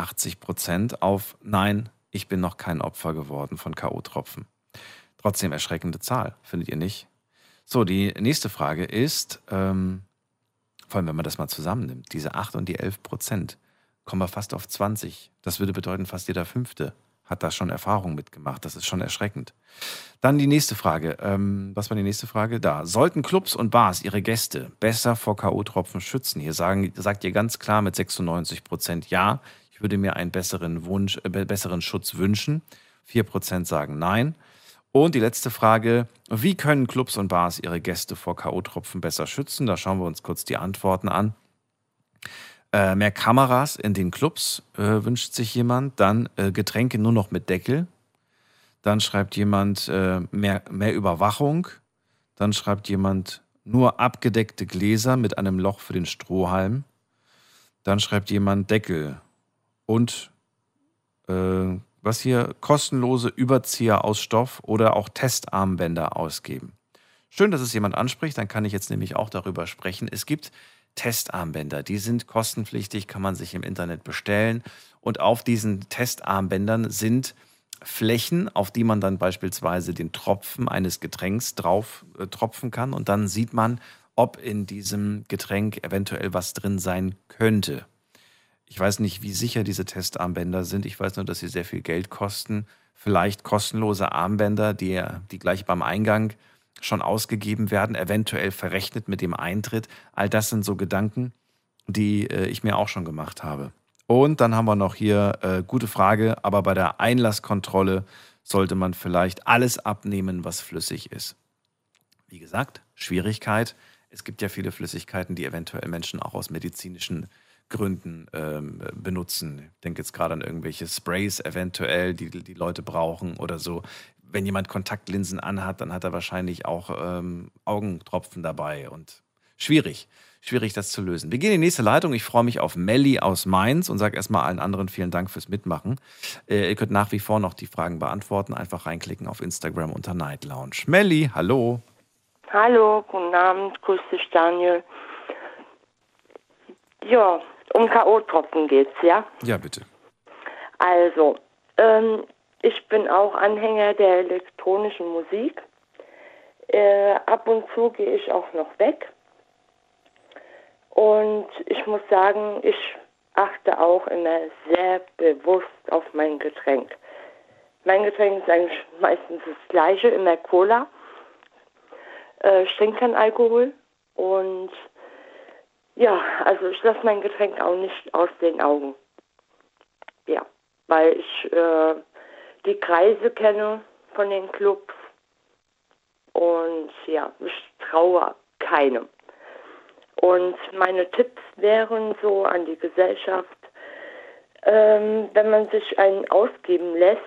81% auf Nein, ich bin noch kein Opfer geworden von K.O.-Tropfen. Trotzdem erschreckende Zahl, findet ihr nicht? So, die nächste Frage ist, vor allem wenn man das mal zusammennimmt, diese 8 und die 11%, kommen wir fast auf 20. Das würde bedeuten, fast jeder Fünfte hat da schon Erfahrung mitgemacht. Das ist schon erschreckend. Dann die nächste Frage. Was war die nächste Frage? Da. Sollten Clubs und Bars ihre Gäste besser vor K.O.-Tropfen schützen? Hier sagt ihr ganz klar mit 96% ja. Ich würde mir einen besseren Schutz wünschen. 4% sagen nein. Und die letzte Frage. Wie können Clubs und Bars ihre Gäste vor K.O.-Tropfen besser schützen? Da schauen wir uns kurz die Antworten an. Mehr Kameras in den Clubs wünscht sich jemand. Dann Getränke nur noch mit Deckel. Dann schreibt jemand mehr Überwachung. Dann schreibt jemand nur abgedeckte Gläser mit einem Loch für den Strohhalm. Dann schreibt jemand Deckel. Und was hier? Kostenlose Überzieher aus Stoff oder auch Testarmbänder ausgeben. Schön, dass es jemand anspricht. Dann kann ich jetzt nämlich auch darüber sprechen. Es gibt Testarmbänder, die sind kostenpflichtig, kann man sich im Internet bestellen. Und auf diesen Testarmbändern sind Flächen, auf die man dann beispielsweise den Tropfen eines Getränks drauf tropfen kann. Und dann sieht man, ob in diesem Getränk eventuell was drin sein könnte. Ich weiß nicht, wie sicher diese Testarmbänder sind. Ich weiß nur, dass sie sehr viel Geld kosten. Vielleicht kostenlose Armbänder, die gleich beim Eingang schon ausgegeben werden, eventuell verrechnet mit dem Eintritt. All das sind so Gedanken, die ich mir auch schon gemacht habe. Und dann haben wir noch hier, gute Frage, aber bei der Einlasskontrolle sollte man vielleicht alles abnehmen, was flüssig ist. Wie gesagt, Schwierigkeit. Es gibt ja viele Flüssigkeiten, die eventuell Menschen auch aus medizinischen Gründen benutzen. Ich denke jetzt gerade an irgendwelche Sprays eventuell, die Leute brauchen oder so. Wenn jemand Kontaktlinsen anhat, dann hat er wahrscheinlich auch Augentropfen dabei. Und schwierig das zu lösen. Wir gehen in die nächste Leitung. Ich freue mich auf Melli aus Mainz und sage erstmal allen anderen vielen Dank fürs Mitmachen. Ihr könnt nach wie vor noch die Fragen beantworten. Einfach reinklicken auf Instagram unter Night Lounge. Melli, hallo. Hallo, guten Abend, grüß dich Daniel. Ja, um K.O.-Tropfen geht's, ja? Ja, bitte. Also, ich bin auch Anhänger der elektronischen Musik. Ab und zu gehe ich auch noch weg. Und ich muss sagen, ich achte auch immer sehr bewusst auf mein Getränk. Mein Getränk ist eigentlich meistens das gleiche, immer Cola. Ich trinke keinen Alkohol und ja, also ich lasse mein Getränk auch nicht aus den Augen. Ja, weil ich die Kreise kenne von den Clubs und ja, ich traue keinem. Und meine Tipps wären so an die Gesellschaft, wenn man sich einen ausgeben lässt,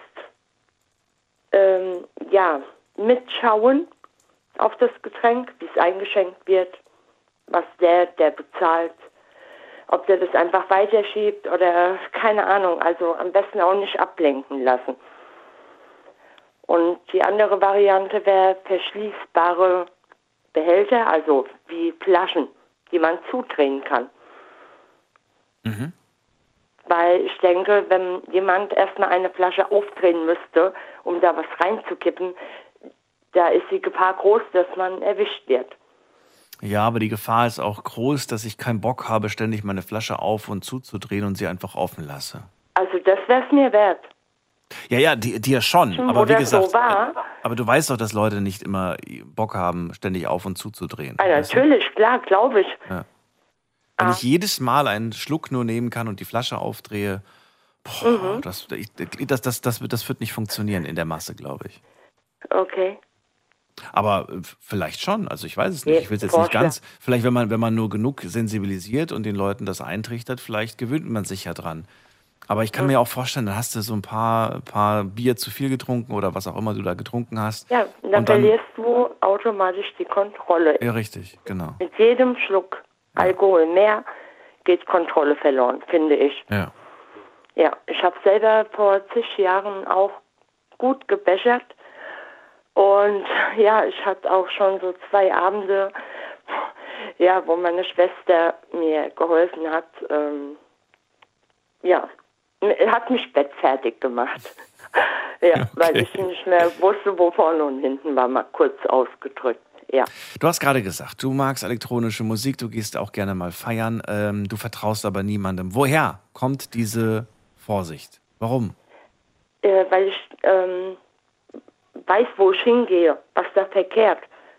ja, mitschauen auf das Getränk, wie es eingeschenkt wird, was der bezahlt, ob der das einfach weiterschiebt oder keine Ahnung, also am besten auch nicht ablenken lassen. Und die andere Variante wäre verschließbare Behälter, also wie Flaschen, die man zudrehen kann. Mhm. Weil ich denke, wenn jemand erstmal eine Flasche aufdrehen müsste, um da was reinzukippen, da ist die Gefahr groß, dass man erwischt wird. Ja, aber die Gefahr ist auch groß, dass ich keinen Bock habe, ständig meine Flasche auf- und zuzudrehen und sie einfach offen lasse. Also das wäre es mir wert. Ja, dir schon. Aber wie gesagt, so war, aber du weißt doch, dass Leute nicht immer Bock haben, ständig auf- und zuzudrehen. Natürlich, klar, glaube ich. Ja. Wenn ich jedes Mal einen Schluck nur nehmen kann und die Flasche aufdrehe, das wird nicht funktionieren in der Masse, glaube ich. Okay. Aber vielleicht schon, also ich weiß es nicht. Ich will es jetzt nicht ganz. Vielleicht, wenn man nur genug sensibilisiert und den Leuten das eintrichtert, vielleicht gewöhnt man sich ja dran. Aber ich kann mir auch vorstellen, dann hast du so ein paar Bier zu viel getrunken oder was auch immer du da getrunken hast. Ja, dann verlierst du automatisch die Kontrolle. Ja, richtig, genau. Mit jedem Schluck Alkohol mehr geht Kontrolle verloren, finde ich. Ja. Ja, ich habe selber vor zig Jahren auch gut gebechert. Und ja, ich hatte auch schon so 2 Abende, ja, wo meine Schwester mir geholfen hat. Ja, hat mich bettfertig gemacht. Ja, okay. Weil ich nicht mehr wusste, wo vorne und hinten war, mal kurz ausgedrückt. Ja. Du hast gerade gesagt, du magst elektronische Musik, du gehst auch gerne mal feiern, du vertraust aber niemandem. Woher kommt diese Vorsicht? Warum? Weil ich weiß, wo ich hingehe, was da verkehrt.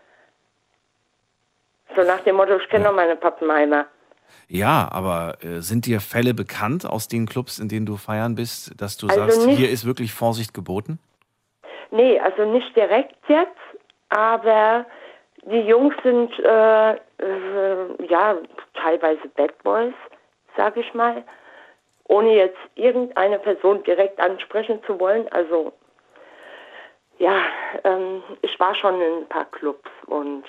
So nach dem Motto, ich kenne doch meine Pappenheimer. Ja, aber sind dir Fälle bekannt aus den Clubs, in denen du feiern bist, dass du sagst, hier ist wirklich Vorsicht geboten? Nee, also nicht direkt jetzt, aber die Jungs sind ja teilweise Bad Boys, sag ich mal, ohne jetzt irgendeine Person direkt ansprechen zu wollen. Also ja, ich war schon in ein paar Clubs und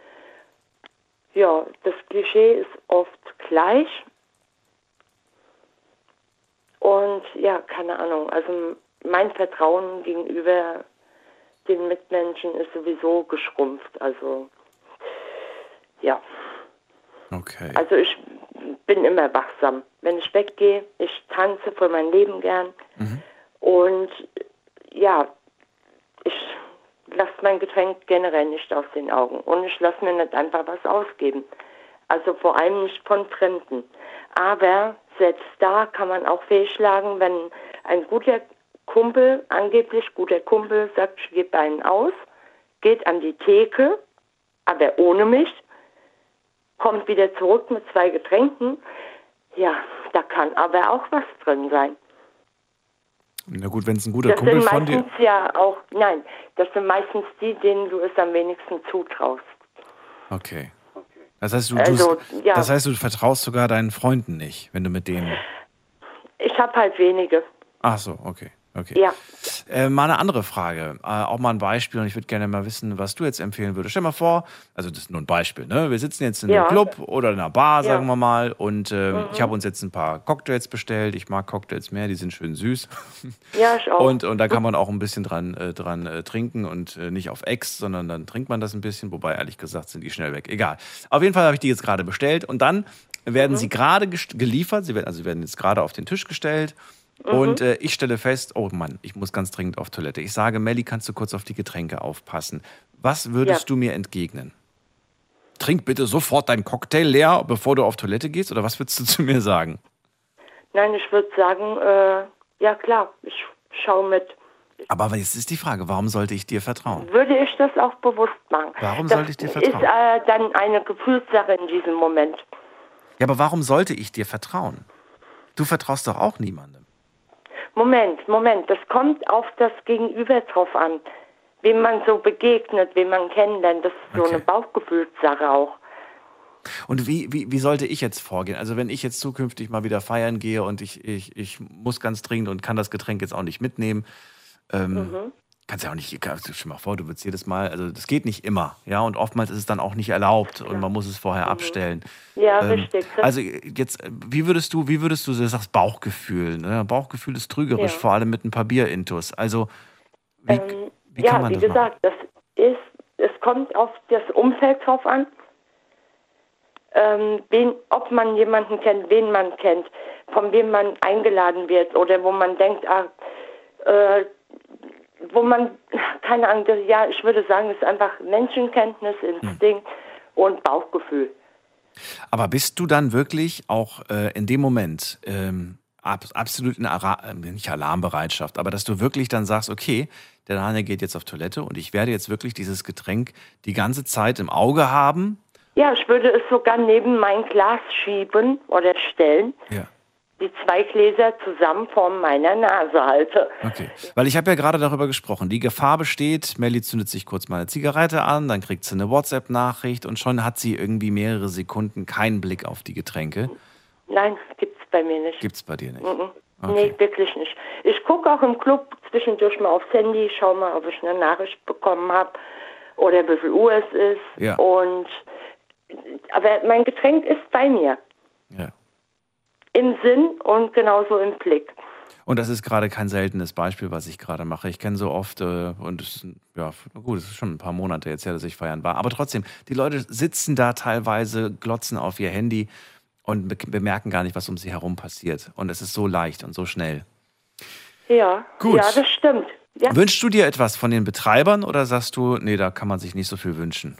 ja, das Klischee ist oft gleich. Und ja, keine Ahnung, also mein Vertrauen gegenüber den Mitmenschen ist sowieso geschrumpft. Also ja. Okay. Also ich bin immer wachsam. Wenn ich weggehe, ich tanze für mein Leben gern. Mhm. Und ja, ich lasse mein Getränk generell nicht aus den Augen. Und ich lasse mir nicht einfach was ausgeben. Also vor allem nicht von Fremden. Aber selbst da kann man auch fehlschlagen, wenn ein guter Kumpel, angeblich guter Kumpel, sagt, ich gebe einen aus, geht an die Theke, aber ohne mich, kommt wieder zurück mit 2 Getränken. Ja, da kann aber auch was drin sein. Na gut, wenn es ein guter Kumpel von dir... Das sind meistens die, denen du es am wenigsten zutraust. Okay. Das heißt, ja. du vertraust sogar deinen Freunden nicht, wenn du mit denen... Ich habe halt wenige. Ach so, okay. Ja. Mal eine andere Frage, auch mal ein Beispiel, und ich würde gerne mal wissen, was du jetzt empfehlen würdest. Stell mal vor, also das ist nur ein Beispiel, ne? Wir sitzen jetzt in einem Club oder in einer Bar, sagen wir mal, und ich habe uns jetzt ein paar Cocktails bestellt. Ich mag Cocktails mehr, die sind schön süß. Ja, ich auch. Und da kann man auch ein bisschen dran trinken und nicht auf Ex, sondern dann trinkt man das ein bisschen, wobei ehrlich gesagt sind die schnell weg. Egal. Auf jeden Fall habe ich die jetzt gerade bestellt und dann werden sie gerade geliefert, sie werden jetzt gerade auf den Tisch gestellt. Und ich stelle fest, oh Mann, ich muss ganz dringend auf Toilette. Ich sage, Melli, kannst du kurz auf die Getränke aufpassen? Was würdest du mir entgegnen? Trink bitte sofort deinen Cocktail leer, bevor du auf Toilette gehst? Oder was würdest du zu mir sagen? Nein, ich würde sagen, ja klar, ich schaue mit. Aber jetzt ist die Frage, warum sollte ich dir vertrauen? Würde ich das auch bewusst machen? Warum sollte ich dir vertrauen? Das ist dann eine Gefühlssache in diesem Moment. Ja, aber warum sollte ich dir vertrauen? Du vertraust doch auch niemandem. Moment, das kommt auf das Gegenüber drauf an, wem man so begegnet, wen man kennenlernt. Das ist so eine Bauchgefühlssache auch. Und wie sollte ich jetzt vorgehen? Also wenn ich jetzt zukünftig mal wieder feiern gehe und ich muss ganz dringend und kann das Getränk jetzt auch nicht mitnehmen, kannst ja auch nicht, stell dir mal vor, du würdest jedes Mal, also das geht nicht immer, ja, und oftmals ist es dann auch nicht erlaubt und man muss es vorher abstellen. Ja, richtig. Also jetzt, wie würdest du, du sagst Bauchgefühl, ne? Bauchgefühl ist trügerisch, vor allem mit ein paar Bierintus. Also wie kann man das machen? Es kommt auf das Umfeld drauf an, ob man jemanden kennt, wen man kennt, von wem man eingeladen wird oder wo man denkt, wo man, keine Ahnung, ich würde sagen, es ist einfach Menschenkenntnis, Instinkt und Bauchgefühl. Aber bist du dann wirklich auch in dem Moment absolut in nicht Alarmbereitschaft, aber dass du wirklich dann sagst, okay, der Daniel geht jetzt auf Toilette und ich werde jetzt wirklich dieses Getränk die ganze Zeit im Auge haben? Ja, ich würde es sogar neben mein Glas schieben oder stellen. Ja. Die 2 Gläser zusammen vor meiner Nase halte. Okay, weil ich habe ja gerade darüber gesprochen. Die Gefahr besteht, Melli zündet sich kurz mal eine Zigarette an, dann kriegt sie eine WhatsApp-Nachricht und schon hat sie irgendwie mehrere Sekunden keinen Blick auf die Getränke. Nein, gibt's bei mir nicht. Gibt's bei dir nicht? Okay. Okay. Nee, wirklich nicht. Ich gucke auch im Club zwischendurch mal aufs Handy, schau mal, ob ich eine Nachricht bekommen habe oder wie viel Uhr es ist. Ja. Aber mein Getränk ist bei mir. Ja. Im Sinn und genauso im Blick. Und das ist gerade kein seltenes Beispiel, was ich gerade mache. Ich kenne so oft, und es ist schon ein paar Monate jetzt her, dass ich feiern war. Aber trotzdem, die Leute sitzen da teilweise, glotzen auf ihr Handy und bemerken gar nicht, was um sie herum passiert. Und es ist so leicht und so schnell. Ja, gut. Ja, das stimmt. Ja. Wünschst du dir etwas von den Betreibern oder sagst du, nee, da kann man sich nicht so viel wünschen?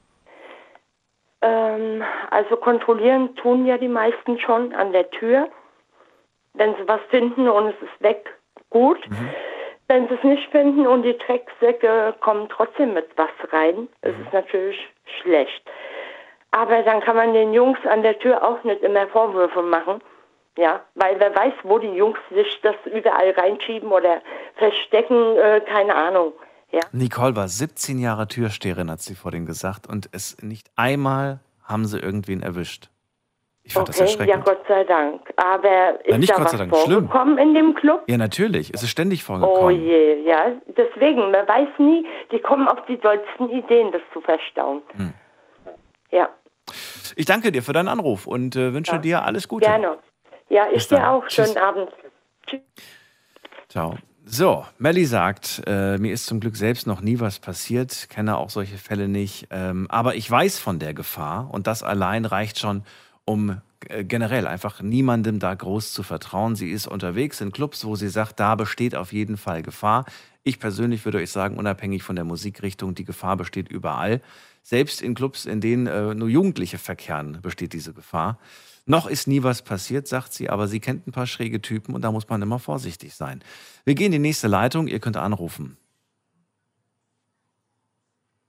Also kontrollieren tun ja die meisten schon an der Tür. Wenn sie was finden und es ist weg, gut. Wenn sie es nicht finden und die Drecksäcke kommen trotzdem mit was rein, ist es natürlich schlecht. Aber dann kann man den Jungs an der Tür auch nicht immer Vorwürfe machen. Ja, weil wer weiß, wo die Jungs sich das überall reinschieben oder verstecken, keine Ahnung. Ja. Nicole war 17 Jahre Türsteherin, hat sie vorhin gesagt, und es nicht einmal haben sie irgendwen erwischt. Ich fand das erschreckend. Ja, Gott sei Dank. Aber ist nicht da Gott was sei Dank, vorgekommen in dem Club? Ja, natürlich. Es ist ständig vorgekommen. Oh je, ja. Deswegen, man weiß nie, die kommen auf die dollsten Ideen, das zu verstauen. Ja. Ich danke dir für deinen Anruf und wünsche dir alles Gute. Gerne. Ja, ich dir auch. Schönen Abend. Tschüss. Ciao. So, Melli sagt, mir ist zum Glück selbst noch nie was passiert, kenne auch solche Fälle nicht, aber ich weiß von der Gefahr und das allein reicht schon, um generell einfach niemandem da groß zu vertrauen. Sie ist unterwegs in Clubs, wo sie sagt, da besteht auf jeden Fall Gefahr. Ich persönlich würde euch sagen, unabhängig von der Musikrichtung, die Gefahr besteht überall. Selbst in Clubs, in denen nur Jugendliche verkehren, besteht diese Gefahr. Noch ist nie was passiert, sagt sie, aber sie kennt ein paar schräge Typen und da muss man immer vorsichtig sein. Wir gehen in die nächste Leitung, ihr könnt anrufen.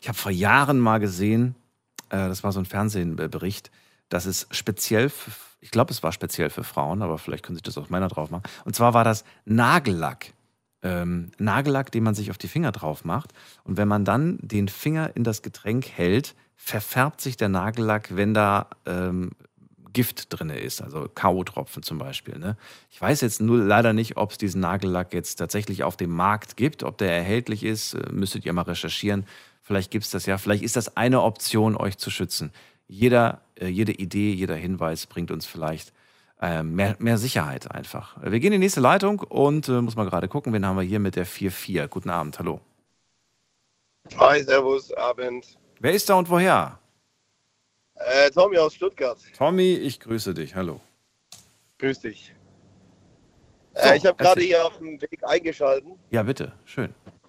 Ich habe vor Jahren mal gesehen, das war so ein Fernsehbericht, dass es speziell, ich glaube, es war speziell für Frauen, aber vielleicht können sich das auch Männer drauf machen. Und zwar war das Nagellack. Nagellack, den man sich auf die Finger drauf macht. Und wenn man dann den Finger in das Getränk hält, verfärbt sich der Nagellack, wenn da Gift drin ist, also K.O.-Tropfen zum Beispiel. Ne? Ich weiß jetzt nur leider nicht, ob es diesen Nagellack jetzt tatsächlich auf dem Markt gibt, ob der erhältlich ist, müsstet ihr mal recherchieren. Vielleicht gibt es das ja, vielleicht ist das eine Option, euch zu schützen. Jede Idee, jeder Hinweis bringt uns vielleicht mehr Sicherheit einfach. Wir gehen in die nächste Leitung und muss mal gerade gucken, wen haben wir hier mit der 4-4. Guten Abend, hallo. Hi, servus, Abend. Wer ist da und woher? Tommy aus Stuttgart. Tommy, ich grüße dich, hallo. Grüß dich. So, ich habe gerade hier auf dem Weg eingeschalten. Ja, bitte, schön.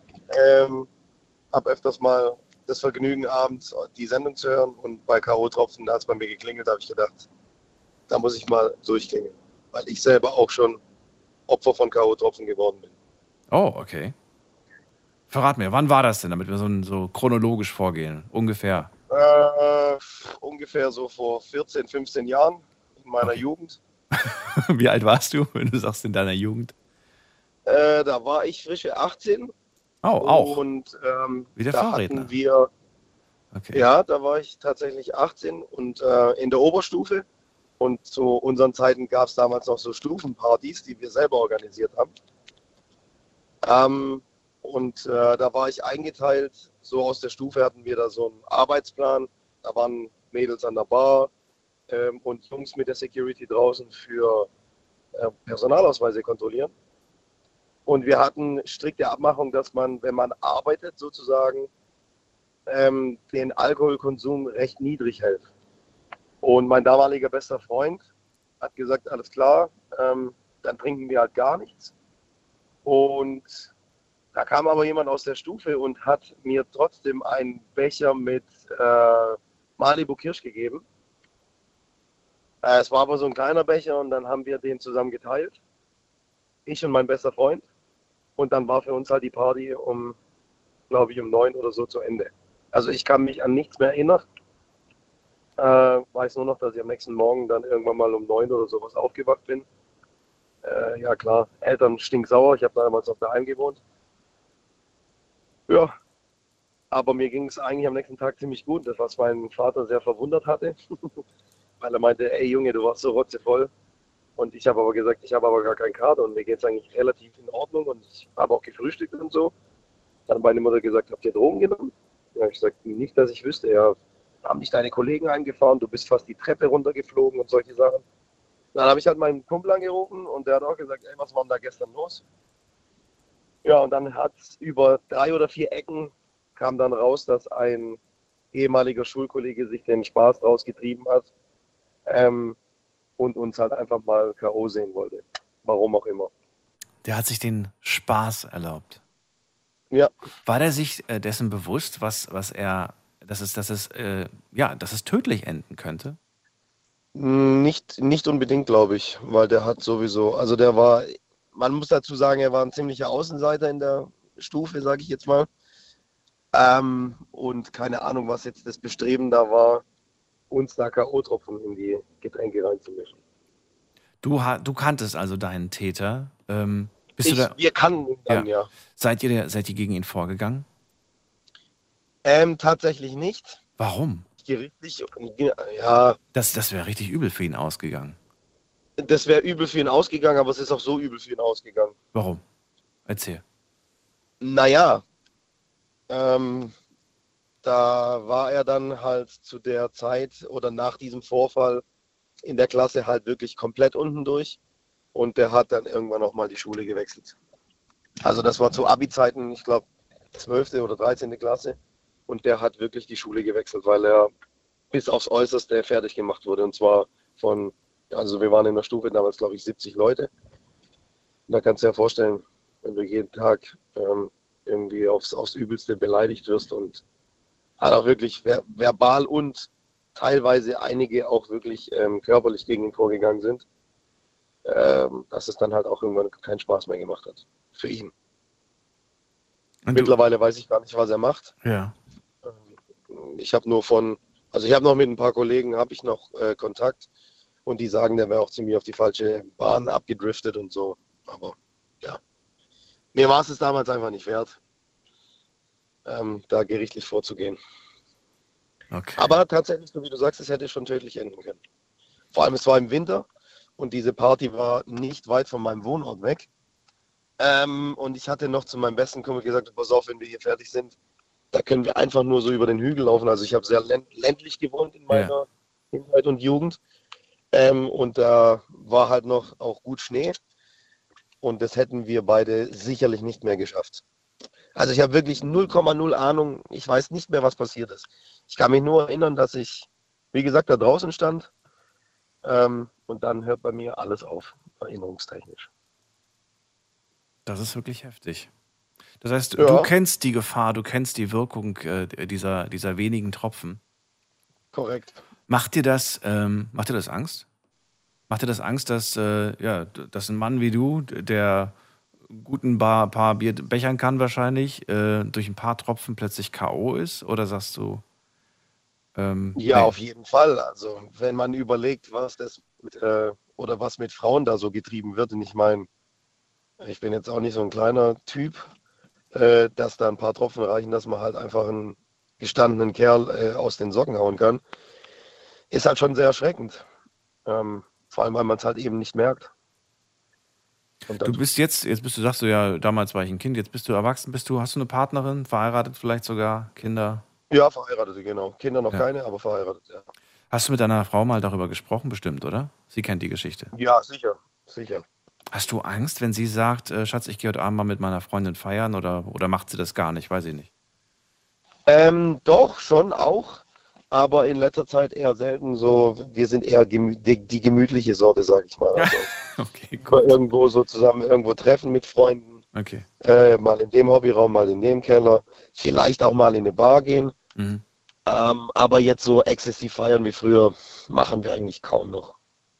Habe öfters mal das Vergnügen, abends die Sendung zu hören und bei K.O.-Tropfen, da hat es bei mir geklingelt, habe ich gedacht, da muss ich mal durchgehen, weil ich selber auch schon Opfer von K.O.-Tropfen geworden bin. Oh, okay. Verrat mir, wann war das denn, damit wir so chronologisch vorgehen? Ungefähr? Ungefähr so vor 14, 15 Jahren in meiner Jugend. Wie alt warst du, wenn du sagst in deiner Jugend? Da war ich frische 18. Oh, auch? Und wie der da Fahrredner? hatten wir, okay. Ja, da war ich tatsächlich 18 und in der Oberstufe. Und zu unseren Zeiten gab es damals noch so Stufenpartys, die wir selber organisiert haben. Da war ich eingeteilt. So aus der Stufe hatten wir da so einen Arbeitsplan. Da waren Mädels an der Bar und Jungs mit der Security draußen für Personalausweise kontrollieren. Und wir hatten strikte Abmachung, dass man, wenn man arbeitet sozusagen, den Alkoholkonsum recht niedrig hält. Und mein damaliger bester Freund hat gesagt, alles klar, dann trinken wir halt gar nichts. Und da kam aber jemand aus der Stufe und hat mir trotzdem einen Becher mit Malibu Kirsch gegeben. Es war aber so ein kleiner Becher und dann haben wir den zusammen geteilt. Ich und mein bester Freund. Und dann war für uns halt die Party glaube ich, um 9 oder so zu Ende. Also ich kann mich an nichts mehr erinnern. Weiß nur noch, dass ich am nächsten Morgen dann irgendwann mal um 9 oder sowas aufgewacht bin. Ja klar, Eltern stinksauer. Ich habe damals noch daheim gewohnt. Ja, aber mir ging es eigentlich am nächsten Tag ziemlich gut, das was meinen Vater sehr verwundert hatte, weil er meinte, ey Junge, du warst so rotzevoll. Und ich habe aber gesagt, ich habe aber gar keinen Kater und mir geht es eigentlich relativ in Ordnung und ich habe auch gefrühstückt und so. Dann hat meine Mutter gesagt, habt ihr Drogen genommen? Dann habe ich gesagt, nicht, dass ich wüsste. Ja, haben dich deine Kollegen eingefahren, du bist fast die Treppe runtergeflogen und solche Sachen. Dann habe ich halt meinen Kumpel angerufen und der hat auch gesagt, ey, was war denn da gestern los? Ja, und dann hat es über 3 oder 4 Ecken kam dann raus, dass ein ehemaliger Schulkollege sich den Spaß draus getrieben hat und uns halt einfach mal K.O. sehen wollte. Warum auch immer. Der hat sich den Spaß erlaubt. Ja. War der sich dessen bewusst, dass es tödlich enden könnte? Nicht unbedingt, glaube ich, weil der hat sowieso, also der war, man muss dazu sagen, er war ein ziemlicher Außenseiter in der Stufe, sage ich jetzt mal. Und keine Ahnung, was jetzt das Bestreben da war, uns da K.O.-Tropfen in die Getränke reinzumischen. Du kanntest also deinen Täter. Wir kannten ihn dann, ja. Seid ihr gegen ihn vorgegangen? Tatsächlich nicht. Warum? Gerichtlich, ja. Das wäre richtig übel für ihn ausgegangen. Das wäre übel für ihn ausgegangen, aber es ist auch so übel für ihn ausgegangen. Warum? Erzähl. Naja, da war er dann halt zu der Zeit oder nach diesem Vorfall in der Klasse halt wirklich komplett unten durch und der hat dann irgendwann auch mal die Schule gewechselt. Also das war zu Abi-Zeiten, ich glaube 12. oder 13. Klasse und der hat wirklich die Schule gewechselt, weil er bis aufs Äußerste fertig gemacht wurde und zwar also wir waren in der Stufe damals glaube ich 70 Leute. Und da kannst du dir ja vorstellen, wenn du jeden Tag irgendwie aufs Übelste beleidigt wirst und halt auch wirklich verbal und teilweise einige auch wirklich körperlich gegen ihn vorgegangen sind, dass es dann halt auch irgendwann keinen Spaß mehr gemacht hat. Für ihn. Und mittlerweile weiß ich gar nicht, was er macht. Ja. Ich habe noch mit ein paar Kollegen habe ich noch Kontakt und die sagen, der wäre auch ziemlich auf die falsche Bahn abgedriftet und so. Aber ja, mir war es damals einfach nicht wert, da gerichtlich vorzugehen. Okay. Aber tatsächlich, so wie du sagst, es hätte schon tödlich enden können. Vor allem, es war im Winter und diese Party war nicht weit von meinem Wohnort weg. Und ich hatte noch zu meinem besten Kumpel gesagt, pass auf, wenn wir hier fertig sind, da können wir einfach nur so über den Hügel laufen. Also ich habe sehr ländlich gewohnt in meiner Kindheit und Jugend. Und da war halt noch auch gut Schnee. Und das hätten wir beide sicherlich nicht mehr geschafft. Also ich habe wirklich 0,0 Ahnung. Ich weiß nicht mehr, was passiert ist. Ich kann mich nur erinnern, dass ich, wie gesagt, da draußen stand. Und dann hört bei mir alles auf, erinnerungstechnisch. Das ist wirklich heftig. Das heißt, du kennst die Gefahr, du kennst die Wirkung dieser wenigen Tropfen. Korrekt. Macht dir das Angst? Macht dir das Angst, dass ein Mann wie du, der guten paar Bier bechern kann wahrscheinlich, durch ein paar Tropfen plötzlich K.O. ist? Oder sagst du... Ja, auf jeden Fall. Also wenn man überlegt, was mit Frauen da so getrieben wird, und ich meine, ich bin jetzt auch nicht so ein kleiner Typ, dass da ein paar Tropfen reichen, dass man halt einfach einen gestandenen Kerl aus den Socken hauen kann, ist halt schon sehr erschreckend. Vor allem, weil man es halt eben nicht merkt. Du bist jetzt sagst du ja, damals war ich ein Kind, jetzt bist du erwachsen, hast du eine Partnerin, verheiratet vielleicht sogar, Kinder? Ja, verheiratet, genau. Kinder noch keine, aber verheiratet, ja. Hast du mit deiner Frau mal darüber gesprochen, bestimmt, oder? Sie kennt die Geschichte. Ja, sicher. Hast du Angst, wenn sie sagt, Schatz, ich gehe heute Abend mal mit meiner Freundin feiern, oder macht sie das gar nicht? Weiß ich nicht. Doch, schon auch, aber in letzter Zeit eher selten so. Wir sind eher die gemütliche Sorte, sag ich mal. Also, okay, gut. Irgendwo so zusammen irgendwo treffen mit Freunden. Okay. Mal in dem Hobbyraum, mal in dem Keller. Vielleicht auch mal in eine Bar gehen. Mhm. Aber jetzt so exzessiv feiern wie früher machen wir eigentlich kaum noch.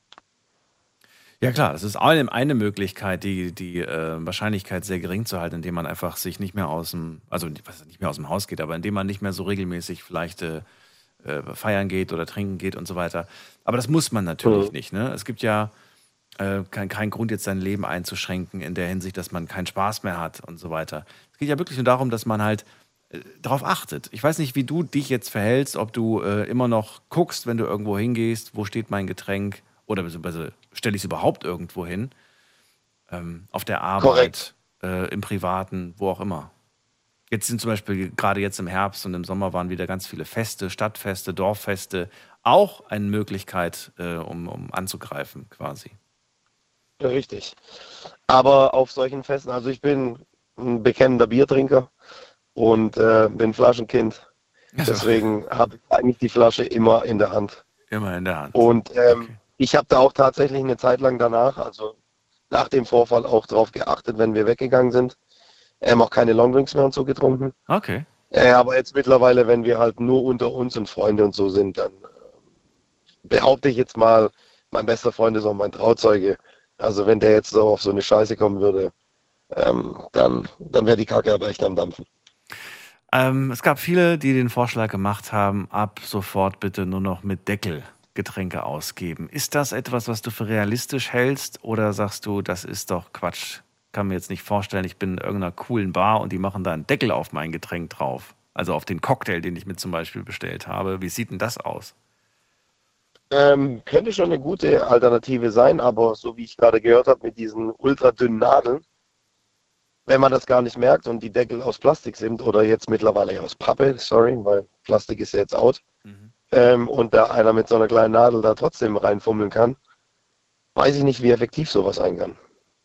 Ja klar, das ist auch eine Möglichkeit, die Wahrscheinlichkeit sehr gering zu halten, indem man einfach sich nicht mehr nicht mehr aus dem Haus geht, aber indem man nicht mehr so regelmäßig vielleicht feiern geht oder trinken geht und so weiter. Aber das muss man natürlich nicht. Ne? Es gibt ja keinen Grund, jetzt sein Leben einzuschränken in der Hinsicht, dass man keinen Spaß mehr hat und so weiter. Es geht ja wirklich nur darum, dass man halt darauf achtet. Ich weiß nicht, wie du dich jetzt verhältst, ob du immer noch guckst, wenn du irgendwo hingehst, wo steht mein Getränk, oder beziehungsweise stelle ich es überhaupt irgendwo hin, auf der Arbeit, im Privaten, wo auch immer. Jetzt sind zum Beispiel, gerade jetzt im Herbst und im Sommer waren wieder ganz viele Feste, Stadtfeste, Dorffeste, auch eine Möglichkeit, um anzugreifen quasi. Ja, richtig. Aber auf solchen Festen, also ich bin ein bekennender Biertrinker und bin Flaschenkind. Deswegen habe ich eigentlich die Flasche immer in der Hand. Immer in der Hand. Und ich habe da auch tatsächlich eine Zeit lang danach, also nach dem Vorfall, auch drauf geachtet, wenn wir weggegangen sind. Auch keine Longdrinks mehr und so getrunken. Okay. Aber jetzt mittlerweile, wenn wir halt nur unter uns und Freunde und so sind, dann behaupte ich jetzt mal, mein bester Freund ist auch mein Trauzeuge. Also wenn der jetzt so auf so eine Scheiße kommen würde, dann wäre die Kacke aber echt am Dampfen. Es gab viele, die den Vorschlag gemacht haben, ab sofort bitte nur noch mit Deckel Getränke ausgeben. Ist das etwas, was du für realistisch hältst, oder sagst du, das ist doch Quatsch? Kann mir jetzt nicht vorstellen, ich bin in irgendeiner coolen Bar und die machen da einen Deckel auf mein Getränk drauf. Also auf den Cocktail, den ich mir zum Beispiel bestellt habe. Wie sieht denn das aus? Könnte schon eine gute Alternative sein, aber so wie ich gerade gehört habe, mit diesen ultradünnen Nadeln, wenn man das gar nicht merkt und die Deckel aus Plastik sind oder jetzt mittlerweile aus Pappe, weil Plastik ist ja jetzt out, und da einer mit so einer kleinen Nadel da trotzdem reinfummeln kann, weiß ich nicht, wie effektiv sowas sein kann.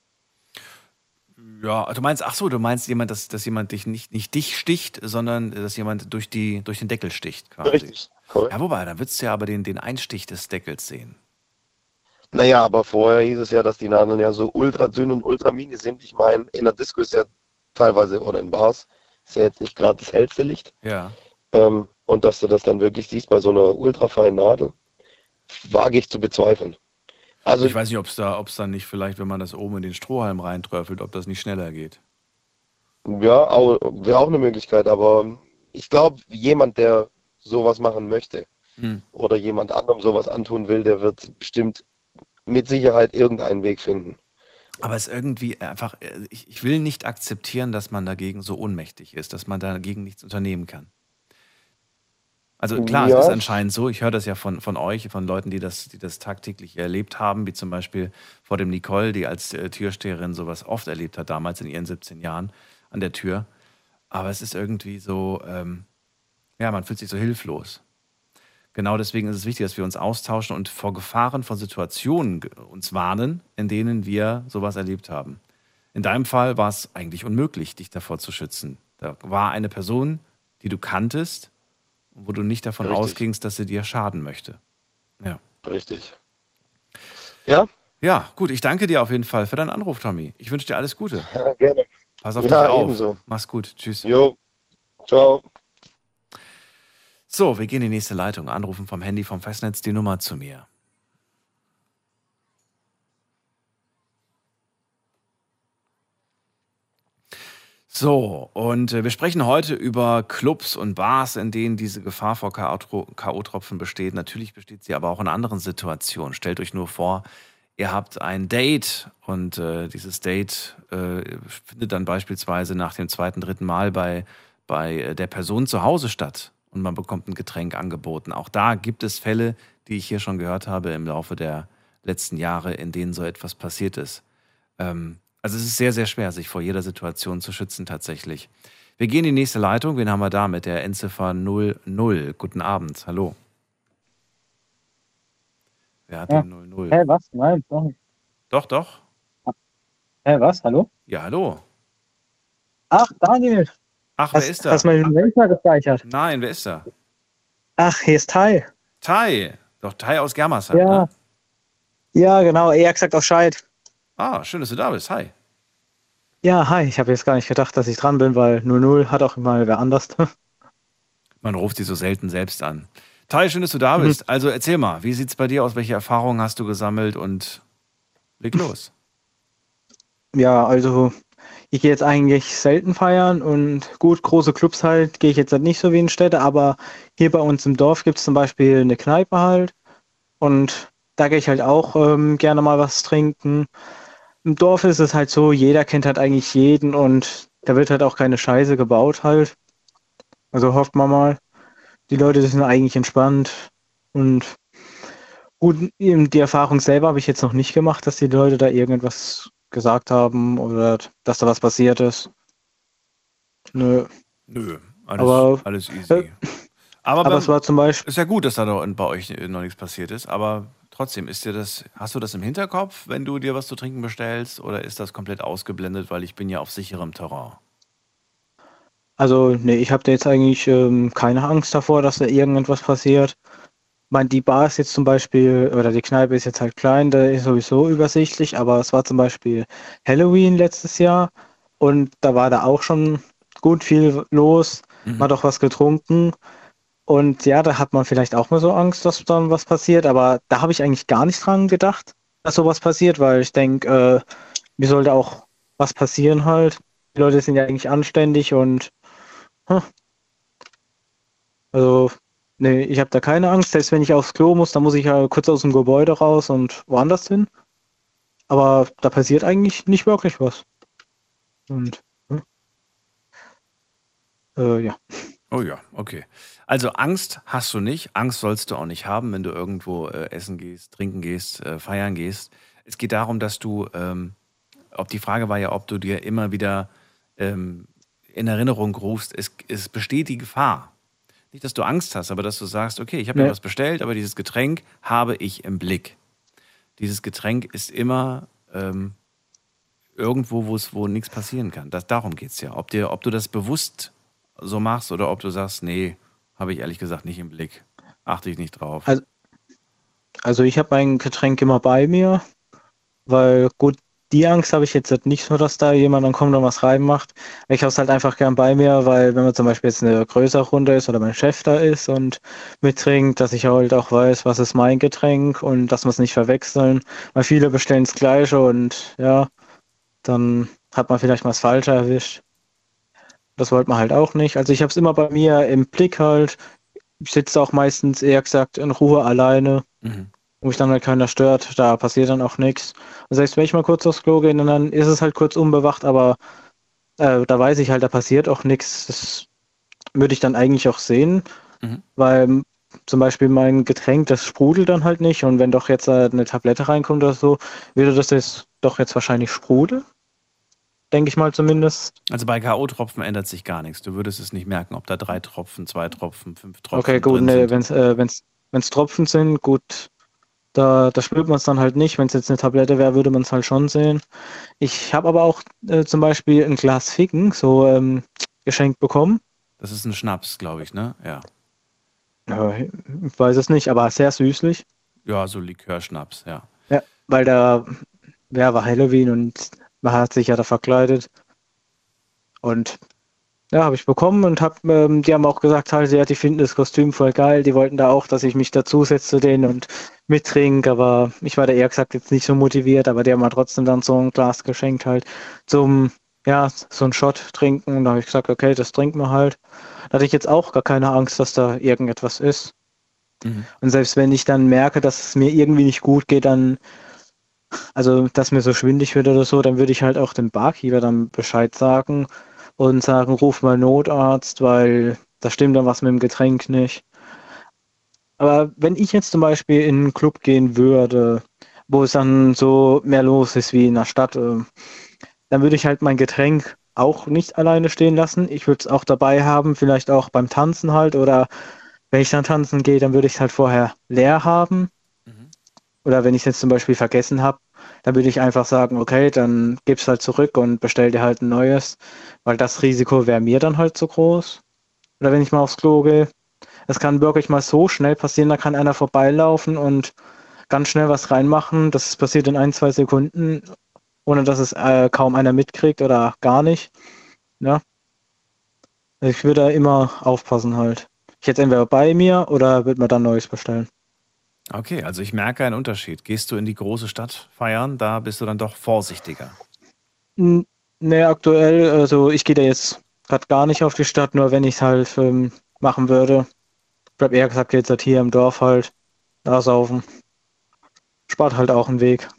Ja, du meinst jemand, dass jemand nicht dich sticht, sondern dass jemand durch den Deckel sticht quasi. Richtig, korrekt. Ja, wobei, da würdest du ja aber den Einstich des Deckels sehen. Naja, aber vorher hieß es ja, dass die Nadeln ja so ultra dünn und ultra mini sind. Ich meine, in der Disco ist ja teilweise, oder in Bars, ist ja jetzt nicht gerade das hellste Licht. Ja. Und dass du das dann wirklich siehst bei so einer ultrafeinen Nadel, wage ich zu bezweifeln. Also ich weiß nicht, ob es dann nicht vielleicht, wenn man das oben in den Strohhalm reintröpfelt, ob das nicht schneller geht. Ja, wäre auch eine Möglichkeit, aber ich glaube, jemand, der sowas machen möchte oder jemand anderem sowas antun will, der wird bestimmt mit Sicherheit irgendeinen Weg finden. Aber es ist irgendwie einfach, ich will nicht akzeptieren, dass man dagegen so ohnmächtig ist, dass man dagegen nichts unternehmen kann. Also klar, Ja. es ist anscheinend so, ich höre das ja von euch, von Leuten, die das tagtäglich erlebt haben, wie zum Beispiel vor dem Nicole, die als Türsteherin sowas oft erlebt hat, damals in ihren 17 Jahren an der Tür. Aber es ist irgendwie so, man fühlt sich so hilflos. Genau deswegen ist es wichtig, dass wir uns austauschen und vor Gefahren von Situationen uns warnen, in denen wir sowas erlebt haben. In deinem Fall war es eigentlich unmöglich, dich davor zu schützen. Da war eine Person, die du kanntest, wo du nicht davon Richtig. ausgingst, dass sie dir schaden möchte. Ja. Richtig. Ja? Ja, gut, ich danke dir auf jeden Fall für deinen Anruf, Tommy. Ich wünsche dir alles Gute. Ja, gerne. Pass auf dich Ja, auf. ebenso. Mach's gut. Tschüss. Jo. Ciao. So, wir gehen in die nächste Leitung. Anrufen vom Handy, vom Festnetz, die Nummer zu mir. So, und wir sprechen heute über Clubs und Bars, in denen diese Gefahr vor K.O.-Tropfen besteht. Natürlich besteht sie aber auch in anderen Situationen. Stellt euch nur vor, ihr habt ein Date und dieses Date findet dann beispielsweise nach dem zweiten, dritten Mal bei der Person zu Hause statt und man bekommt ein Getränk angeboten. Auch da gibt es Fälle, die ich hier schon gehört habe im Laufe der letzten Jahre, in denen so etwas passiert ist. Also es ist sehr, sehr schwer, sich vor jeder Situation zu schützen tatsächlich. Wir gehen in die nächste Leitung. Wen haben wir da mit der Endziffer 00? Guten Abend, hallo. Wer hat Ja. den 00? Hä, was? Nein, doch nicht. Doch. Hä, was? Hallo? Ja, hallo. Ach, Daniel. Ach, wer ist da? Hast du meinen Rechner gespeichert? Nein, wer ist da? Ach, hier ist Tai. Tai. Doch, Tai aus Germersheim. Ja. Ne? Ja, genau. Eher gesagt auf Scheid. Ah, schön, dass du da bist. Hi. Ja, hi. Ich habe jetzt gar nicht gedacht, dass ich dran bin, weil 00 hat auch immer wer anders. Man ruft sie so selten selbst an. Tai, schön, dass du da bist. Also erzähl mal, wie sieht's bei dir aus? Welche Erfahrungen hast du gesammelt? Und leg los. Ja, also ich gehe jetzt eigentlich selten feiern und gut, große Clubs halt, gehe ich jetzt halt nicht so wie in Städte, aber hier bei uns im Dorf gibt es zum Beispiel eine Kneipe halt und da gehe ich halt auch gerne mal was trinken. Im Dorf ist es halt so, jeder kennt halt eigentlich jeden und da wird halt auch keine Scheiße gebaut halt. Also hofft man mal. Die Leute sind eigentlich entspannt und gut, die Erfahrung selber habe ich jetzt noch nicht gemacht, dass die Leute da irgendwas gesagt haben oder dass da was passiert ist. Nö. Nö, alles easy. Aber es war zum Beispiel. Ist ja gut, dass da bei euch noch nichts passiert ist, aber trotzdem, hast du das im Hinterkopf, wenn du dir was zu trinken bestellst, oder ist das komplett ausgeblendet, weil ich bin ja auf sicherem Terrain? Also, nee, ich habe da jetzt eigentlich keine Angst davor, dass da irgendetwas passiert. Ich meine, die Bar ist jetzt zum Beispiel, oder die Kneipe ist jetzt halt klein, da ist sowieso übersichtlich, aber es war zum Beispiel Halloween letztes Jahr und da war da auch schon gut viel los, man hat auch was getrunken und ja, da hat man vielleicht auch mal so Angst, dass dann was passiert, aber da habe ich eigentlich gar nicht dran gedacht, dass sowas passiert, weil ich denke, mir sollte auch was passieren halt. Die Leute sind ja eigentlich anständig und also nee, ich habe da keine Angst. Selbst wenn ich aufs Klo muss, dann muss ich ja kurz aus dem Gebäude raus und woanders hin. Aber da passiert eigentlich nicht wirklich was. Und ja. Oh ja, okay. Also Angst hast du nicht. Angst sollst du auch nicht haben, wenn du irgendwo essen gehst, trinken gehst, feiern gehst. Es geht darum, dass du, die Frage war ja, ob du dir immer wieder in Erinnerung rufst, es besteht die Gefahr. Nicht, dass du Angst hast, aber dass du sagst, okay, ich habe mir was bestellt, aber dieses Getränk habe ich im Blick. Dieses Getränk ist immer irgendwo, wo nichts passieren kann. Darum geht es ja. Ob du das bewusst so machst oder ob du sagst, nee, habe ich ehrlich gesagt nicht im Blick. Achte ich nicht drauf. Also ich habe mein Getränk immer bei mir, weil gut, die Angst habe ich jetzt halt nicht so, dass da jemand dann kommt und was reinmacht. Ich habe es halt einfach gern bei mir, weil wenn man zum Beispiel jetzt eine größere Runde ist oder mein Chef da ist und mittrinkt, dass ich halt auch weiß, was ist mein Getränk und dass wir es nicht verwechseln. Weil viele bestellen das Gleiche und ja, dann hat man vielleicht mal das Falsche erwischt. Das wollte man halt auch nicht. Also ich habe es immer bei mir im Blick halt. ich sitze auch meistens eher gesagt in Ruhe alleine, wo mich dann halt keiner stört. Da passiert dann auch nichts. Und selbst wenn ich mal kurz aufs Klo gehe, dann ist es halt kurz unbewacht, aber da weiß ich halt, da passiert auch nichts. Das würde ich dann eigentlich auch sehen, weil zum Beispiel mein Getränk, das sprudelt dann halt nicht. Und wenn doch jetzt eine Tablette reinkommt oder so, würde das jetzt doch jetzt wahrscheinlich sprudeln. Denke ich mal zumindest. Also bei K.O.-Tropfen ändert sich gar nichts. Du würdest es nicht merken, ob da 3 Tropfen, 2 Tropfen, 5 Tropfen Okay, gut, drin ne, sind. wenn's Tropfen sind, gut, da spürt man es dann halt nicht. Wenn es jetzt eine Tablette wäre, würde man es halt schon sehen. Ich habe aber auch zum Beispiel ein Glas Ficken so geschenkt bekommen. Das ist ein Schnaps, glaube ich, ne? Ja. Ja, ich weiß es nicht, aber sehr süßlich. Ja, so Likörschnaps, ja. Ja, weil war Halloween und man hat sich ja da verkleidet. Und ja, habe ich bekommen und die haben auch gesagt, halt, ja, die finden das Kostüm voll geil. Die wollten da auch, dass ich mich dazusetze zu denen und mittrinke, aber ich war da eher gesagt jetzt nicht so motiviert, aber die haben halt trotzdem dann so ein Glas geschenkt halt zum, ja, so ein Shot trinken. Und da habe ich gesagt, okay, das trinkt man halt. Da hatte ich jetzt auch gar keine Angst, dass da irgendetwas ist. Und selbst wenn ich dann merke, dass es mir irgendwie nicht gut geht, dann, also dass mir so schwindig wird oder so, dann würde ich halt auch dem Barkeeper dann Bescheid sagen und sagen, ruf mal Notarzt, weil da stimmt dann was mit dem Getränk nicht. Aber wenn ich jetzt zum Beispiel in einen Club gehen würde, wo es dann so mehr los ist wie in der Stadt, dann würde ich halt mein Getränk auch nicht alleine stehen lassen. Ich würde es auch dabei haben, vielleicht auch beim Tanzen halt, oder wenn ich dann tanzen gehe, dann würde ich es halt vorher leer haben. Oder wenn ich es jetzt zum Beispiel vergessen habe, dann würde ich einfach sagen, okay, dann gib's halt zurück und bestell dir halt ein neues, weil das Risiko wäre mir dann halt zu groß. Oder wenn ich mal aufs Klo gehe, es kann wirklich mal so schnell passieren, da kann einer vorbeilaufen und ganz schnell was reinmachen. Das passiert in 1, 2 Sekunden, ohne dass es kaum einer mitkriegt oder gar nicht. Ja. Ich würde da immer aufpassen halt. Ich hätte entweder bei mir oder würde mir dann Neues bestellen. Okay, also ich merke einen Unterschied. Gehst du in die große Stadt feiern, da bist du dann doch vorsichtiger. Ne, aktuell, also ich gehe da jetzt gerade gar nicht auf die Stadt, nur wenn ich es halt machen würde. Ich habe eher gesagt, jetzt halt hier im Dorf halt, da saufen. Spart halt auch einen Weg.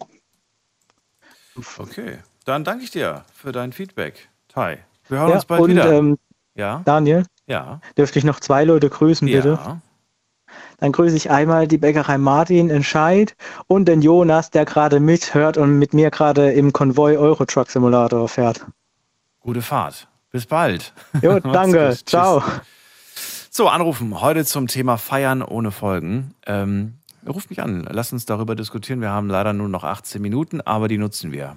Okay, dann danke ich dir für dein Feedback, Tai. Wir hören uns bald und, wieder. Ja? Daniel? Ja. Dürfte ich noch 2 Leute grüßen, bitte? Ja. Dann grüße ich einmal die Bäckerei Martin in Scheid und den Jonas, der gerade mithört und mit mir gerade im Konvoi Euro Truck Simulator fährt. Gute Fahrt. Bis bald. Jo, danke. Gut. Ciao. So, anrufen. Heute zum Thema Feiern ohne Folgen. Ruft mich an. Lass uns darüber diskutieren. Wir haben leider nur noch 18 Minuten, aber die nutzen wir.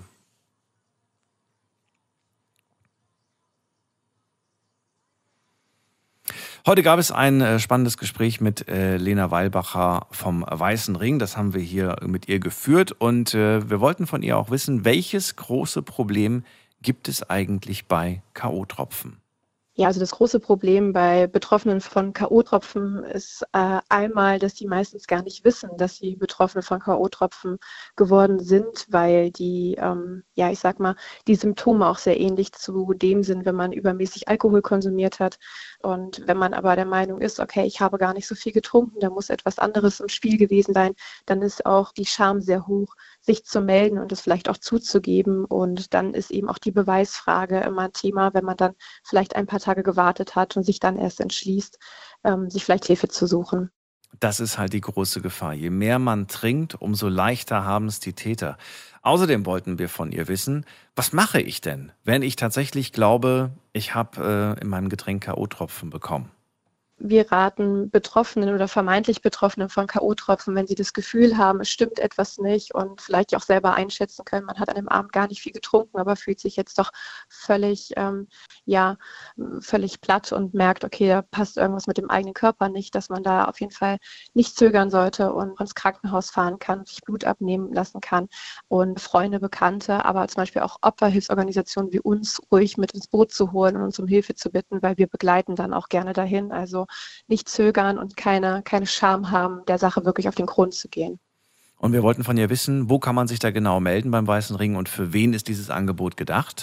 Heute gab es ein spannendes Gespräch mit Lena Weilbacher vom Weißen Ring. Das haben wir hier mit ihr geführt und wir wollten von ihr auch wissen, welches große Problem gibt es eigentlich bei K.O.-Tropfen? Ja, also das große Problem bei Betroffenen von K.O.-Tropfen ist einmal, dass die meistens gar nicht wissen, dass sie Betroffene von K.O.-Tropfen geworden sind, weil die, ich sag mal, die Symptome auch sehr ähnlich zu dem sind, wenn man übermäßig Alkohol konsumiert hat. Und wenn man aber der Meinung ist, okay, ich habe gar nicht so viel getrunken, da muss etwas anderes im Spiel gewesen sein, dann ist auch die Scham sehr hoch, sich zu melden und es vielleicht auch zuzugeben. Und dann ist eben auch die Beweisfrage immer ein Thema, wenn man dann vielleicht ein paar Tage gewartet hat und sich dann erst entschließt, sich vielleicht Hilfe zu suchen. Das ist halt die große Gefahr. Je mehr man trinkt, umso leichter haben es die Täter. Außerdem wollten wir von ihr wissen, was mache ich denn, wenn ich tatsächlich glaube, ich habe in meinem Getränk K.O.-Tropfen bekommen? Wir raten Betroffenen oder vermeintlich Betroffenen von K.O.-Tropfen, wenn sie das Gefühl haben, es stimmt etwas nicht und vielleicht auch selber einschätzen können, man hat an dem Abend gar nicht viel getrunken, aber fühlt sich jetzt doch völlig platt und merkt, okay, da passt irgendwas mit dem eigenen Körper nicht, dass man da auf jeden Fall nicht zögern sollte und ins Krankenhaus fahren kann, sich Blut abnehmen lassen kann und Freunde, Bekannte, aber zum Beispiel auch Opferhilfsorganisationen wie uns ruhig mit ins Boot zu holen und uns um Hilfe zu bitten, weil wir begleiten dann auch gerne dahin. Also nicht zögern und keine Scham haben, der Sache wirklich auf den Grund zu gehen. Und wir wollten von ihr wissen, wo kann man sich da genau melden beim Weißen Ring und für wen ist dieses Angebot gedacht?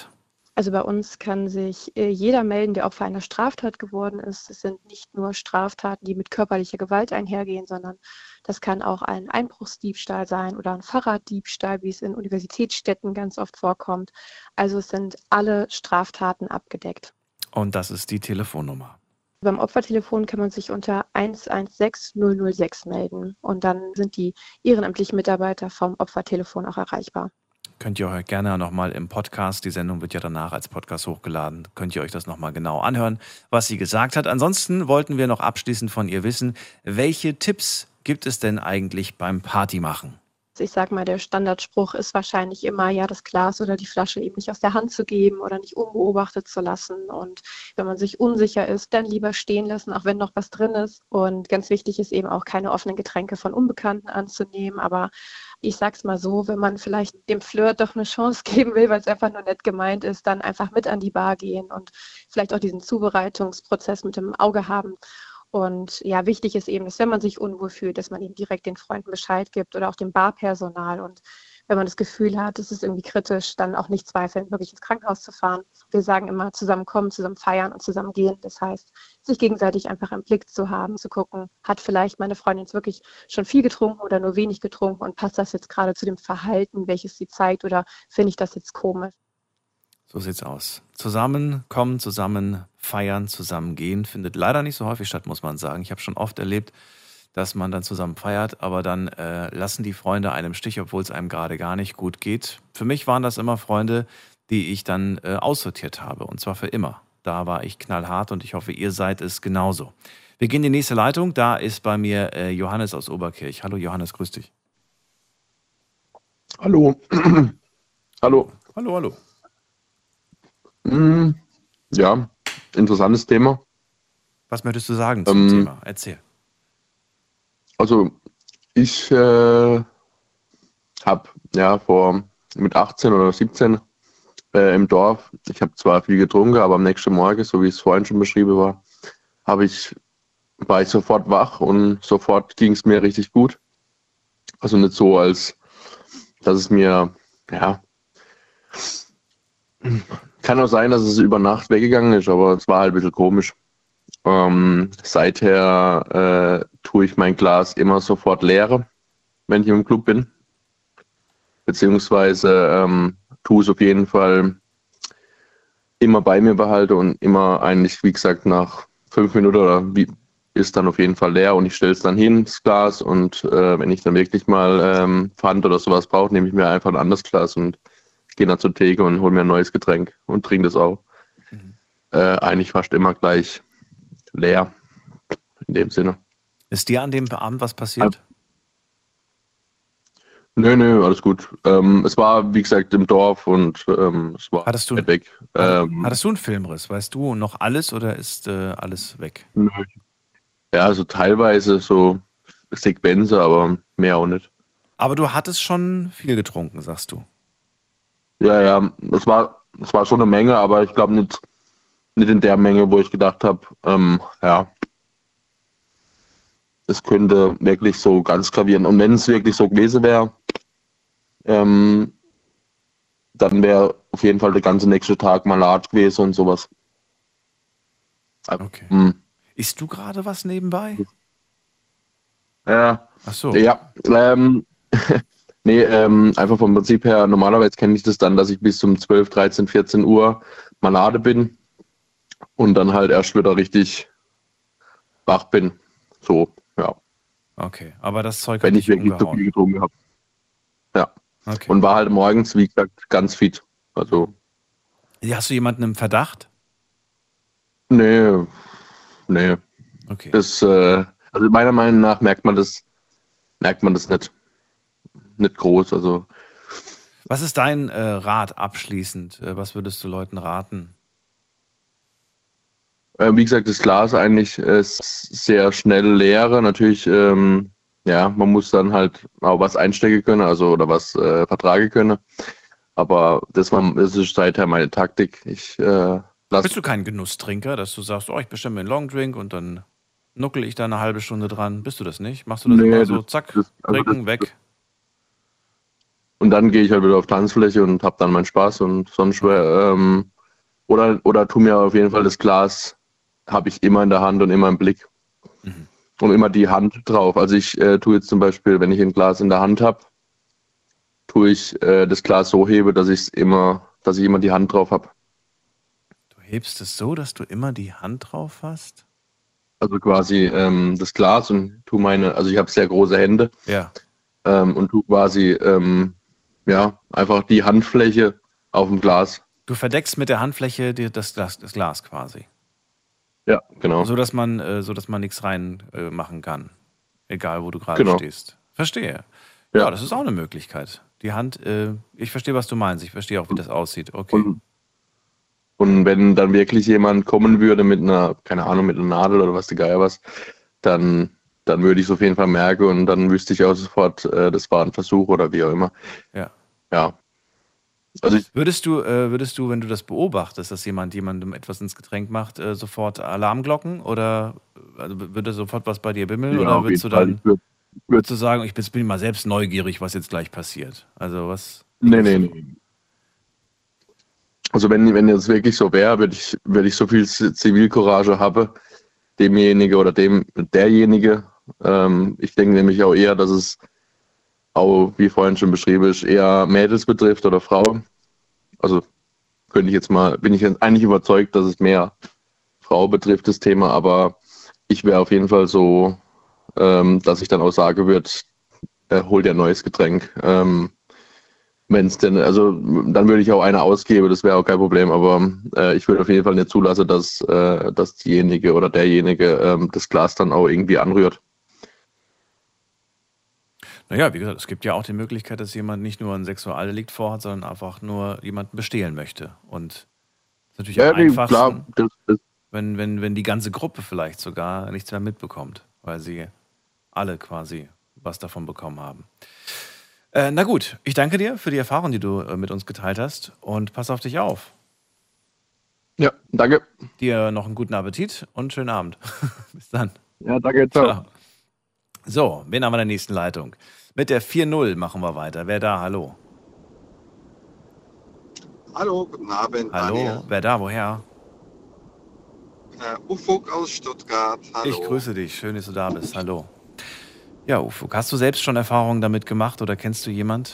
Also bei uns kann sich jeder melden, der Opfer einer Straftat geworden ist. Es sind nicht nur Straftaten, die mit körperlicher Gewalt einhergehen, sondern das kann auch ein Einbruchsdiebstahl sein oder ein Fahrraddiebstahl, wie es in Universitätsstädten ganz oft vorkommt. Also es sind alle Straftaten abgedeckt. Und das ist die Telefonnummer. Beim Opfertelefon kann man sich unter 116 006 melden und dann sind die ehrenamtlichen Mitarbeiter vom Opfertelefon auch erreichbar. Könnt ihr euch gerne nochmal im Podcast, die Sendung wird ja danach als Podcast hochgeladen, könnt ihr euch das nochmal genau anhören, was sie gesagt hat. Ansonsten wollten wir noch abschließend von ihr wissen, welche Tipps gibt es denn eigentlich beim Partymachen? Ich sag mal, der Standardspruch ist wahrscheinlich immer, ja, das Glas oder die Flasche eben nicht aus der Hand zu geben oder nicht unbeobachtet zu lassen. Und wenn man sich unsicher ist, dann lieber stehen lassen, auch wenn noch was drin ist. Und ganz wichtig ist eben auch, keine offenen Getränke von Unbekannten anzunehmen. Aber ich sag's mal so, wenn man vielleicht dem Flirt doch eine Chance geben will, weil es einfach nur nett gemeint ist, dann einfach mit an die Bar gehen und vielleicht auch diesen Zubereitungsprozess mit im Auge haben. Und ja, wichtig ist eben, dass wenn man sich unwohl fühlt, dass man eben direkt den Freunden Bescheid gibt oder auch dem Barpersonal. Und wenn man das Gefühl hat, es ist irgendwie kritisch, dann auch nicht zweifeln, wirklich ins Krankenhaus zu fahren. Wir sagen immer, zusammenkommen, zusammen feiern und zusammen gehen. Das heißt, sich gegenseitig einfach im Blick zu haben, zu gucken, hat vielleicht meine Freundin jetzt wirklich schon viel getrunken oder nur wenig getrunken und passt das jetzt gerade zu dem Verhalten, welches sie zeigt, oder finde ich das jetzt komisch? So sieht's aus. Zusammenkommen, zusammen feiern, zusammen gehen, findet leider nicht so häufig statt, muss man sagen. Ich habe schon oft erlebt, dass man dann zusammen feiert, aber dann lassen die Freunde einem im Stich, obwohl es einem gerade gar nicht gut geht. Für mich waren das immer Freunde, die ich dann aussortiert habe, und zwar für immer. Da war ich knallhart und ich hoffe, ihr seid es genauso. Wir gehen in die nächste Leitung. Da ist bei mir Johannes aus Oberkirch. Hallo Johannes, grüß dich. Hallo. Hallo. Hallo, hallo. Ja, interessantes Thema. Was möchtest du sagen zum Thema? Erzähl. Also ich habe mit 18 oder 17 im Dorf, ich habe zwar viel getrunken, aber am nächsten Morgen, so wie es vorhin schon beschrieben war, war ich sofort wach und sofort ging es mir richtig gut. Also nicht so, als dass es mir, kann auch sein, dass es über Nacht weggegangen ist, aber es war halt ein bisschen komisch. Seither tue ich mein Glas immer sofort leeren, wenn ich im Club bin. Beziehungsweise tue es auf jeden Fall immer bei mir behalte und immer eigentlich, wie gesagt, nach 5 Minuten ist dann auf jeden Fall leer und ich stelle es dann hin, das Glas, und wenn ich dann wirklich mal Pfand oder sowas brauche, nehme ich mir einfach ein anderes Glas und gehe dann zur Theke und hole mir ein neues Getränk und trinke das auch. Eigentlich fast immer gleich leer, in dem Sinne. Ist dir an dem Abend was passiert? Nö, alles gut. Es war, wie gesagt, im Dorf und es war weit weg. Hattest du einen Filmriss? Weißt du noch alles oder ist alles weg? Nö. Ja, also teilweise so Sequenzen, aber mehr auch nicht. Aber du hattest schon viel getrunken, sagst du? Ja, das war schon eine Menge, aber ich glaube nicht in der Menge, wo ich gedacht habe, es könnte wirklich so ganz gravierend. Und wenn es wirklich so gewesen wäre, dann wäre auf jeden Fall der ganze nächste Tag Malat gewesen und sowas. Okay. Isst du gerade was nebenbei? Ja. Ach so. Ja. Nee, einfach vom Prinzip her, normalerweise kenne ich das dann, dass ich bis um 12, 13, 14 Uhr Malade bin und dann halt erst wieder richtig wach bin. So, ja. Okay, aber das Zeug wenn hat ich dich wirklich umgehauen. so viel getrunken habe. Ja. Okay. Und war halt morgens, wie gesagt, ganz fit. Also. Hast du jemanden im Verdacht? Nee. Okay. Das, also meiner Meinung nach merkt man das nicht. Nicht groß, also. Was ist dein Rat abschließend? Was würdest du Leuten raten? Wie gesagt, das Glas eigentlich sehr schnell leere. Natürlich, man muss dann halt auch was einstecken können, also oder was vertragen können. Aber das ist seither meine Taktik. Bist du kein Genusstrinker, dass du sagst, ich bestelle mir einen Longdrink und dann nuckel ich da eine halbe Stunde dran? Bist du das nicht? Machst du das immer so, zack, trinken, weg? Und dann gehe ich halt wieder auf Tanzfläche und hab dann meinen Spaß und sonst Oder tu mir auf jeden Fall das Glas, habe ich immer in der Hand und immer im Blick. Und immer die Hand drauf. Also ich tue jetzt zum Beispiel, wenn ich ein Glas in der Hand habe, tue ich das Glas so hebe, dass ich immer die Hand drauf habe. Du hebst es so, dass du immer die Hand drauf hast? Also quasi das Glas und tu also ich habe sehr große Hände. Ja. Und tu quasi einfach die Handfläche auf dem Glas. Du verdeckst mit der Handfläche das Glas quasi. Ja, genau. So dass man nichts rein machen kann. Egal, wo du gerade stehst. Verstehe. Ja, das ist auch eine Möglichkeit. Die Hand, ich verstehe, was du meinst. Ich verstehe auch, wie das aussieht. Okay. Und wenn dann wirklich jemand kommen würde mit einer Nadel oder was der Geier was, dann würde ich es auf jeden Fall merken und dann wüsste ich auch sofort, das war ein Versuch oder wie auch immer. Ja. Ja. Also würdest du, wenn du das beobachtest, dass jemandem etwas ins Getränk macht, sofort Alarmglocken oder würde sofort was bei dir bimmeln oder würdest du dann würdest du sagen, ich bin mal selbst neugierig, was jetzt gleich passiert? Also was? Nee. Also wenn jetzt wirklich so wäre, würde ich so viel Zivilcourage haben, demjenige oder derjenige. Ich denke nämlich auch eher, dass es auch, wie vorhin schon beschrieben ist, eher Mädels betrifft oder Frauen. Also bin ich jetzt eigentlich überzeugt, dass es mehr Frau betrifft, das Thema, aber ich wäre auf jeden Fall so, dass ich dann auch sagen würde, hol dir ein neues Getränk. Wenn es denn, also dann würde ich auch eine ausgeben, das wäre auch kein Problem, aber ich würde auf jeden Fall nicht zulassen, dass diejenige oder derjenige das Glas dann auch irgendwie anrührt. Naja, wie gesagt, es gibt ja auch die Möglichkeit, dass jemand nicht nur ein Sexualdelikt vorhat, sondern einfach nur jemanden bestehlen möchte. Und das ist natürlich am einfachsten, wenn die ganze Gruppe vielleicht sogar nichts mehr mitbekommt, weil sie alle quasi was davon bekommen haben. Na gut, ich danke dir für die Erfahrung, die du mit uns geteilt hast und pass auf dich auf. Ja, danke. Dir noch einen guten Appetit und schönen Abend. Bis dann. Ja, danke, ciao. So, wen haben wir in der nächsten Leitung? Mit der 4-0 machen wir weiter. Wer da? Hallo. Hallo, guten Abend. Hallo, Daniel. wer da? Woher? Ufuk aus Stuttgart. Hallo. Ich grüße dich. Schön, dass du da bist. Hallo. Ja, Ufuk, hast du selbst schon Erfahrungen damit gemacht oder kennst du jemand?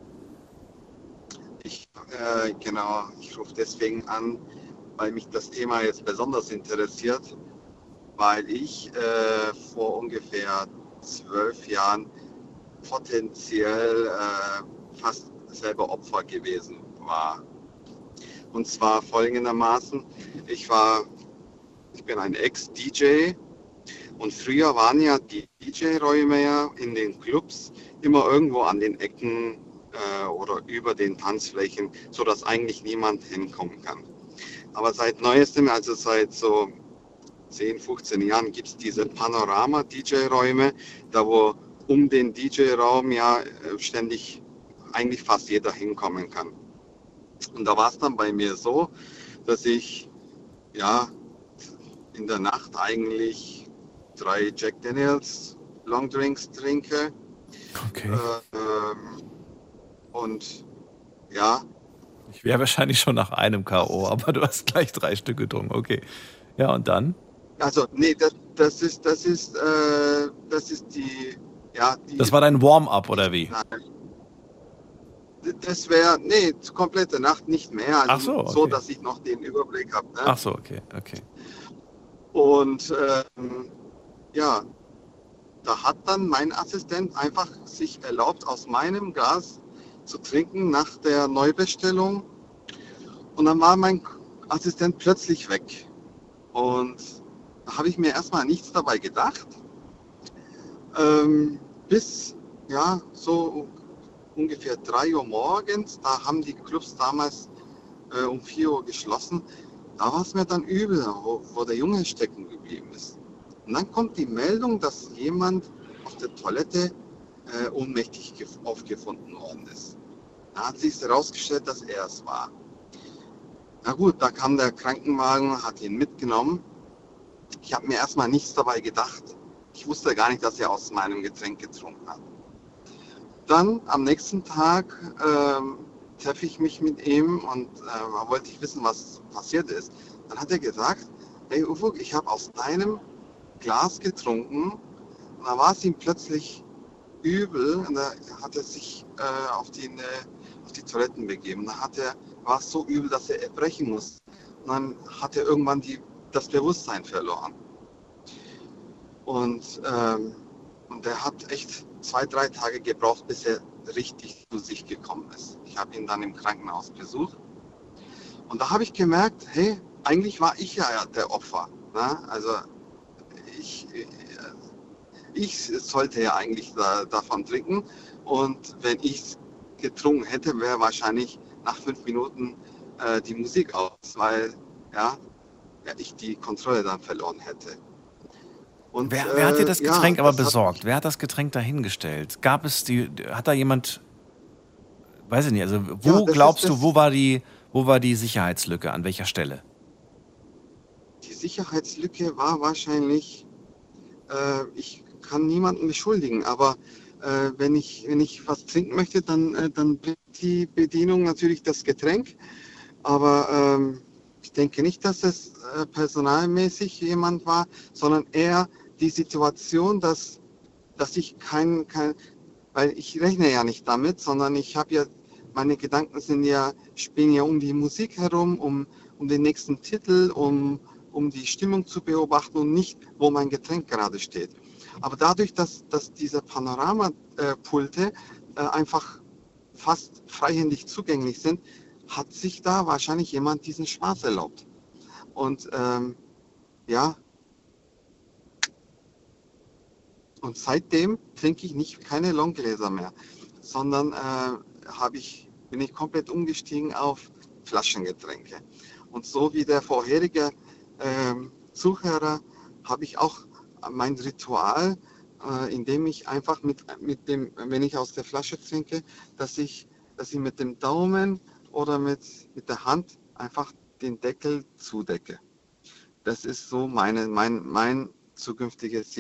Genau, ich rufe deswegen an, weil mich das Thema jetzt besonders interessiert, weil ich vor ungefähr 12 Jahren potenziell fast selber Opfer gewesen war. Und zwar folgendermaßen, ich bin ein Ex-DJ und früher waren ja die DJ-Räume ja in den Clubs immer irgendwo an den Ecken oder über den Tanzflächen, sodass eigentlich niemand hinkommen kann. Aber seit neuestem, also seit so 10, 15 Jahren gibt es diese Panorama-DJ-Räume, da wo um den DJ-Raum ja ständig eigentlich fast jeder hinkommen kann. Und da war es dann bei mir so, dass ich ja in der Nacht eigentlich 3 Jack Daniels Long Drinks trinke. Okay. Und ja. Ich wäre wahrscheinlich schon nach einem K.O., aber du hast gleich 3 Stück getrunken. Okay. Ja, und dann? Also, nee, das ist die, ja. Das war dein Warm-up, oder wie? Nein. Das wäre, nee, komplette Nacht nicht mehr. Also ach so, okay. So, dass ich noch den Überblick habe. Ne? Ach so, okay. Und ja, da hat dann mein Assistent einfach sich erlaubt, aus meinem Glas zu trinken nach der Neubestellung. Und dann war mein Assistent plötzlich weg. Und da habe ich mir erstmal nichts dabei gedacht. Bis, ja, so ungefähr 3 Uhr morgens, da haben die Clubs damals um 4 Uhr geschlossen. Da war es mir dann übel, wo der Junge stecken geblieben ist. Und dann kommt die Meldung, dass jemand auf der Toilette ohnmächtig aufgefunden worden ist. Da hat sich herausgestellt, dass er es war. Na gut, da kam der Krankenwagen, hat ihn mitgenommen. Ich habe mir erstmal nichts dabei gedacht. Ich wusste gar nicht, dass er aus meinem Getränk getrunken hat. Dann am nächsten Tag treffe ich mich mit ihm und wollte ich wissen, was passiert ist. Dann hat er gesagt, hey Ufuk, ich habe aus deinem Glas getrunken. Und da war es ihm plötzlich übel und da hat er sich auf die Toiletten begeben. Da war es so übel, dass er erbrechen musste. Und dann hat er irgendwann das Bewusstsein verloren. Und er hat echt 2-3 Tage gebraucht, bis er richtig zu sich gekommen ist. Ich habe ihn dann im Krankenhaus besucht. Und da habe ich gemerkt, hey, eigentlich war ich ja der Opfer. Ne? Also ich sollte ja eigentlich davon trinken. Und wenn ich es getrunken hätte, wäre wahrscheinlich nach 5 Minuten die Musik aus, weil ich die Kontrolle dann verloren hätte. Und, wer hat dir das Getränk aber das besorgt? Wer hat das Getränk dahingestellt? Hat da jemand, weiß ich nicht, also wo glaubst du, wo war die Sicherheitslücke, an welcher Stelle? Die Sicherheitslücke war wahrscheinlich, ich kann niemanden beschuldigen, aber wenn ich was trinken möchte, dann bringt die Bedienung natürlich das Getränk. Aber ich denke nicht, dass es personalmäßig jemand war, sondern eher die Situation, dass ich weil ich rechne ja nicht damit, sondern meine Gedanken spielen ja um die Musik herum, um den nächsten Titel, um die Stimmung zu beobachten und nicht, wo mein Getränk gerade steht. Aber dadurch, dass diese Panoramapulte einfach fast freihändig zugänglich sind, hat sich da wahrscheinlich jemand diesen Spaß erlaubt. Und und seitdem trinke ich keine Longgläser mehr, sondern bin ich komplett umgestiegen auf Flaschengetränke. Und so wie der vorherige Zuhörer habe ich auch mein Ritual, in dem ich einfach wenn ich aus der Flasche trinke, dass ich mit dem Daumen oder mit der Hand einfach den Deckel zudecke. Das ist so mein zukünftiges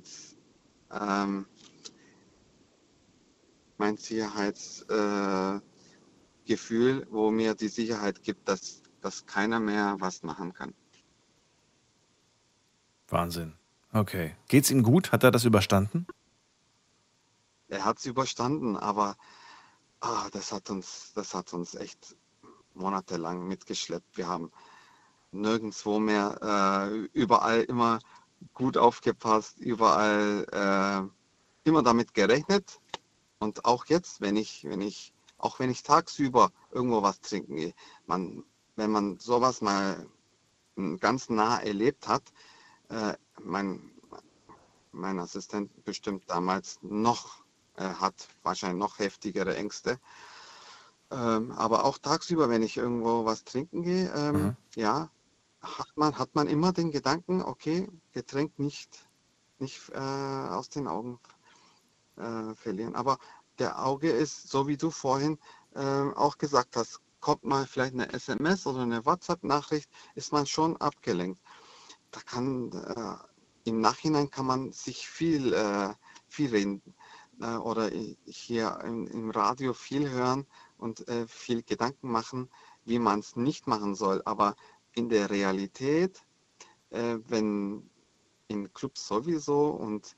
Sicherheitsgefühl, wo mir die Sicherheit gibt, dass keiner mehr was machen kann. Wahnsinn. Okay. Geht's ihm gut? Hat er das überstanden? Er hat es überstanden, aber das hat uns echt monatelang mitgeschleppt. Wir haben nirgendwo mehr, überall immer gut aufgepasst, überall immer damit gerechnet. Und auch jetzt, wenn ich tagsüber irgendwo was trinken gehe, wenn man sowas mal ganz nah erlebt hat, mein Assistent bestimmt damals hat wahrscheinlich noch heftigere Ängste. Aber auch tagsüber, wenn ich irgendwo was trinken gehe, hat man immer den Gedanken, okay, Getränk nicht aus den Augen verlieren. Aber der Auge ist, so wie du vorhin auch gesagt hast, kommt mal vielleicht eine SMS oder eine WhatsApp-Nachricht, ist man schon abgelenkt. Im Nachhinein kann man sich viel reden oder hier im Radio viel hören und viel Gedanken machen, wie man es nicht machen soll. Aber in der Realität, wenn in Clubs sowieso und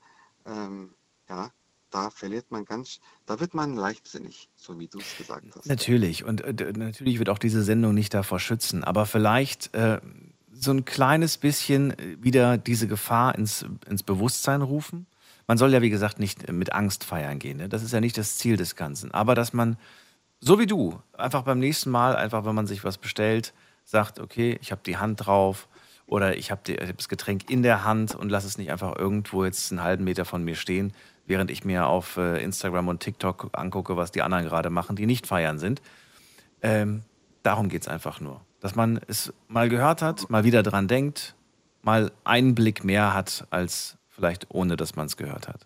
da wird man leichtsinnig, so wie du es gesagt hast. Natürlich. Und natürlich wird auch diese Sendung nicht davor schützen. Aber vielleicht so ein kleines bisschen wieder diese Gefahr ins Bewusstsein rufen. Man soll ja, wie gesagt, nicht mit Angst feiern gehen. Ne? Das ist ja nicht das Ziel des Ganzen. Aber dass man, so wie du, einfach beim nächsten Mal, einfach wenn man sich was bestellt, sagt, okay, ich habe die Hand drauf oder ich habe das Getränk in der Hand und lass es nicht einfach irgendwo jetzt einen halben Meter von mir stehen, während ich mir auf Instagram und TikTok angucke, was die anderen gerade machen, die nicht feiern sind. Darum geht es einfach nur. Dass man es mal gehört hat, mal wieder dran denkt, mal einen Blick mehr hat, als vielleicht ohne, dass man es gehört hat.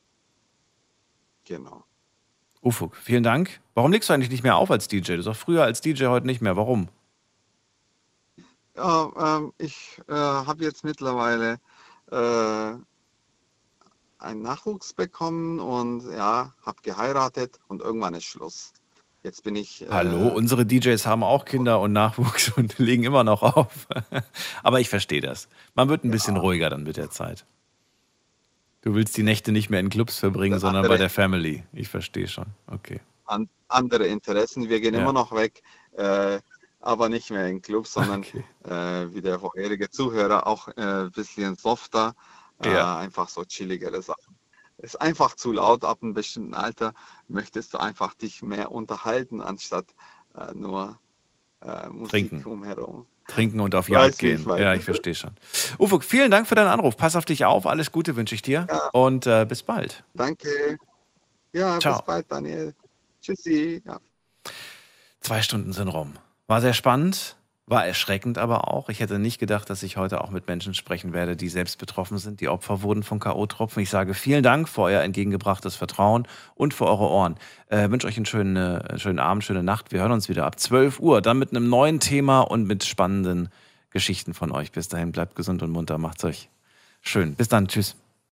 Genau. Ufuk, vielen Dank. Warum legst du eigentlich nicht mehr auf als DJ? Du sagst früher als DJ, heute nicht mehr. Warum? Ja, ich habe jetzt mittlerweile einen Nachwuchs bekommen und habe geheiratet und irgendwann ist Schluss. Jetzt bin ich... Hallo, unsere DJs haben auch Kinder und Nachwuchs und legen immer noch auf. Aber ich verstehe das. Man wird ein bisschen ruhiger dann mit der Zeit. Du willst die Nächte nicht mehr in Clubs verbringen, sondern bei der Family. Ich verstehe schon. Okay. Andere Interessen. Wir gehen immer noch weg, aber nicht mehr in Clubs, sondern wie der vorherige Zuhörer auch ein bisschen softer, einfach so chilligere Sachen. Ist einfach zu laut. Ab einem bestimmten Alter möchtest du einfach dich mehr unterhalten, anstatt nur Musik drumherum. Trinken und auf Jagd gehen. Ja, ich verstehe schon. Ufuk, vielen Dank für deinen Anruf. Pass auf dich auf. Alles Gute wünsche ich dir. Und bis bald. Danke. Ja, ciao. Bis bald, Daniel. Tschüssi. Ja. 2 Stunden sind rum. War sehr spannend. War erschreckend aber auch. Ich hätte nicht gedacht, dass ich heute auch mit Menschen sprechen werde, die selbst betroffen sind, die Opfer wurden von K.O.-Tropfen. Ich sage vielen Dank für euer entgegengebrachtes Vertrauen und für eure Ohren. Wünsche euch einen schönen Abend, schöne Nacht. Wir hören uns wieder ab 12 Uhr, dann mit einem neuen Thema und mit spannenden Geschichten von euch. Bis dahin, bleibt gesund und munter, macht's euch schön. Bis dann, tschüss.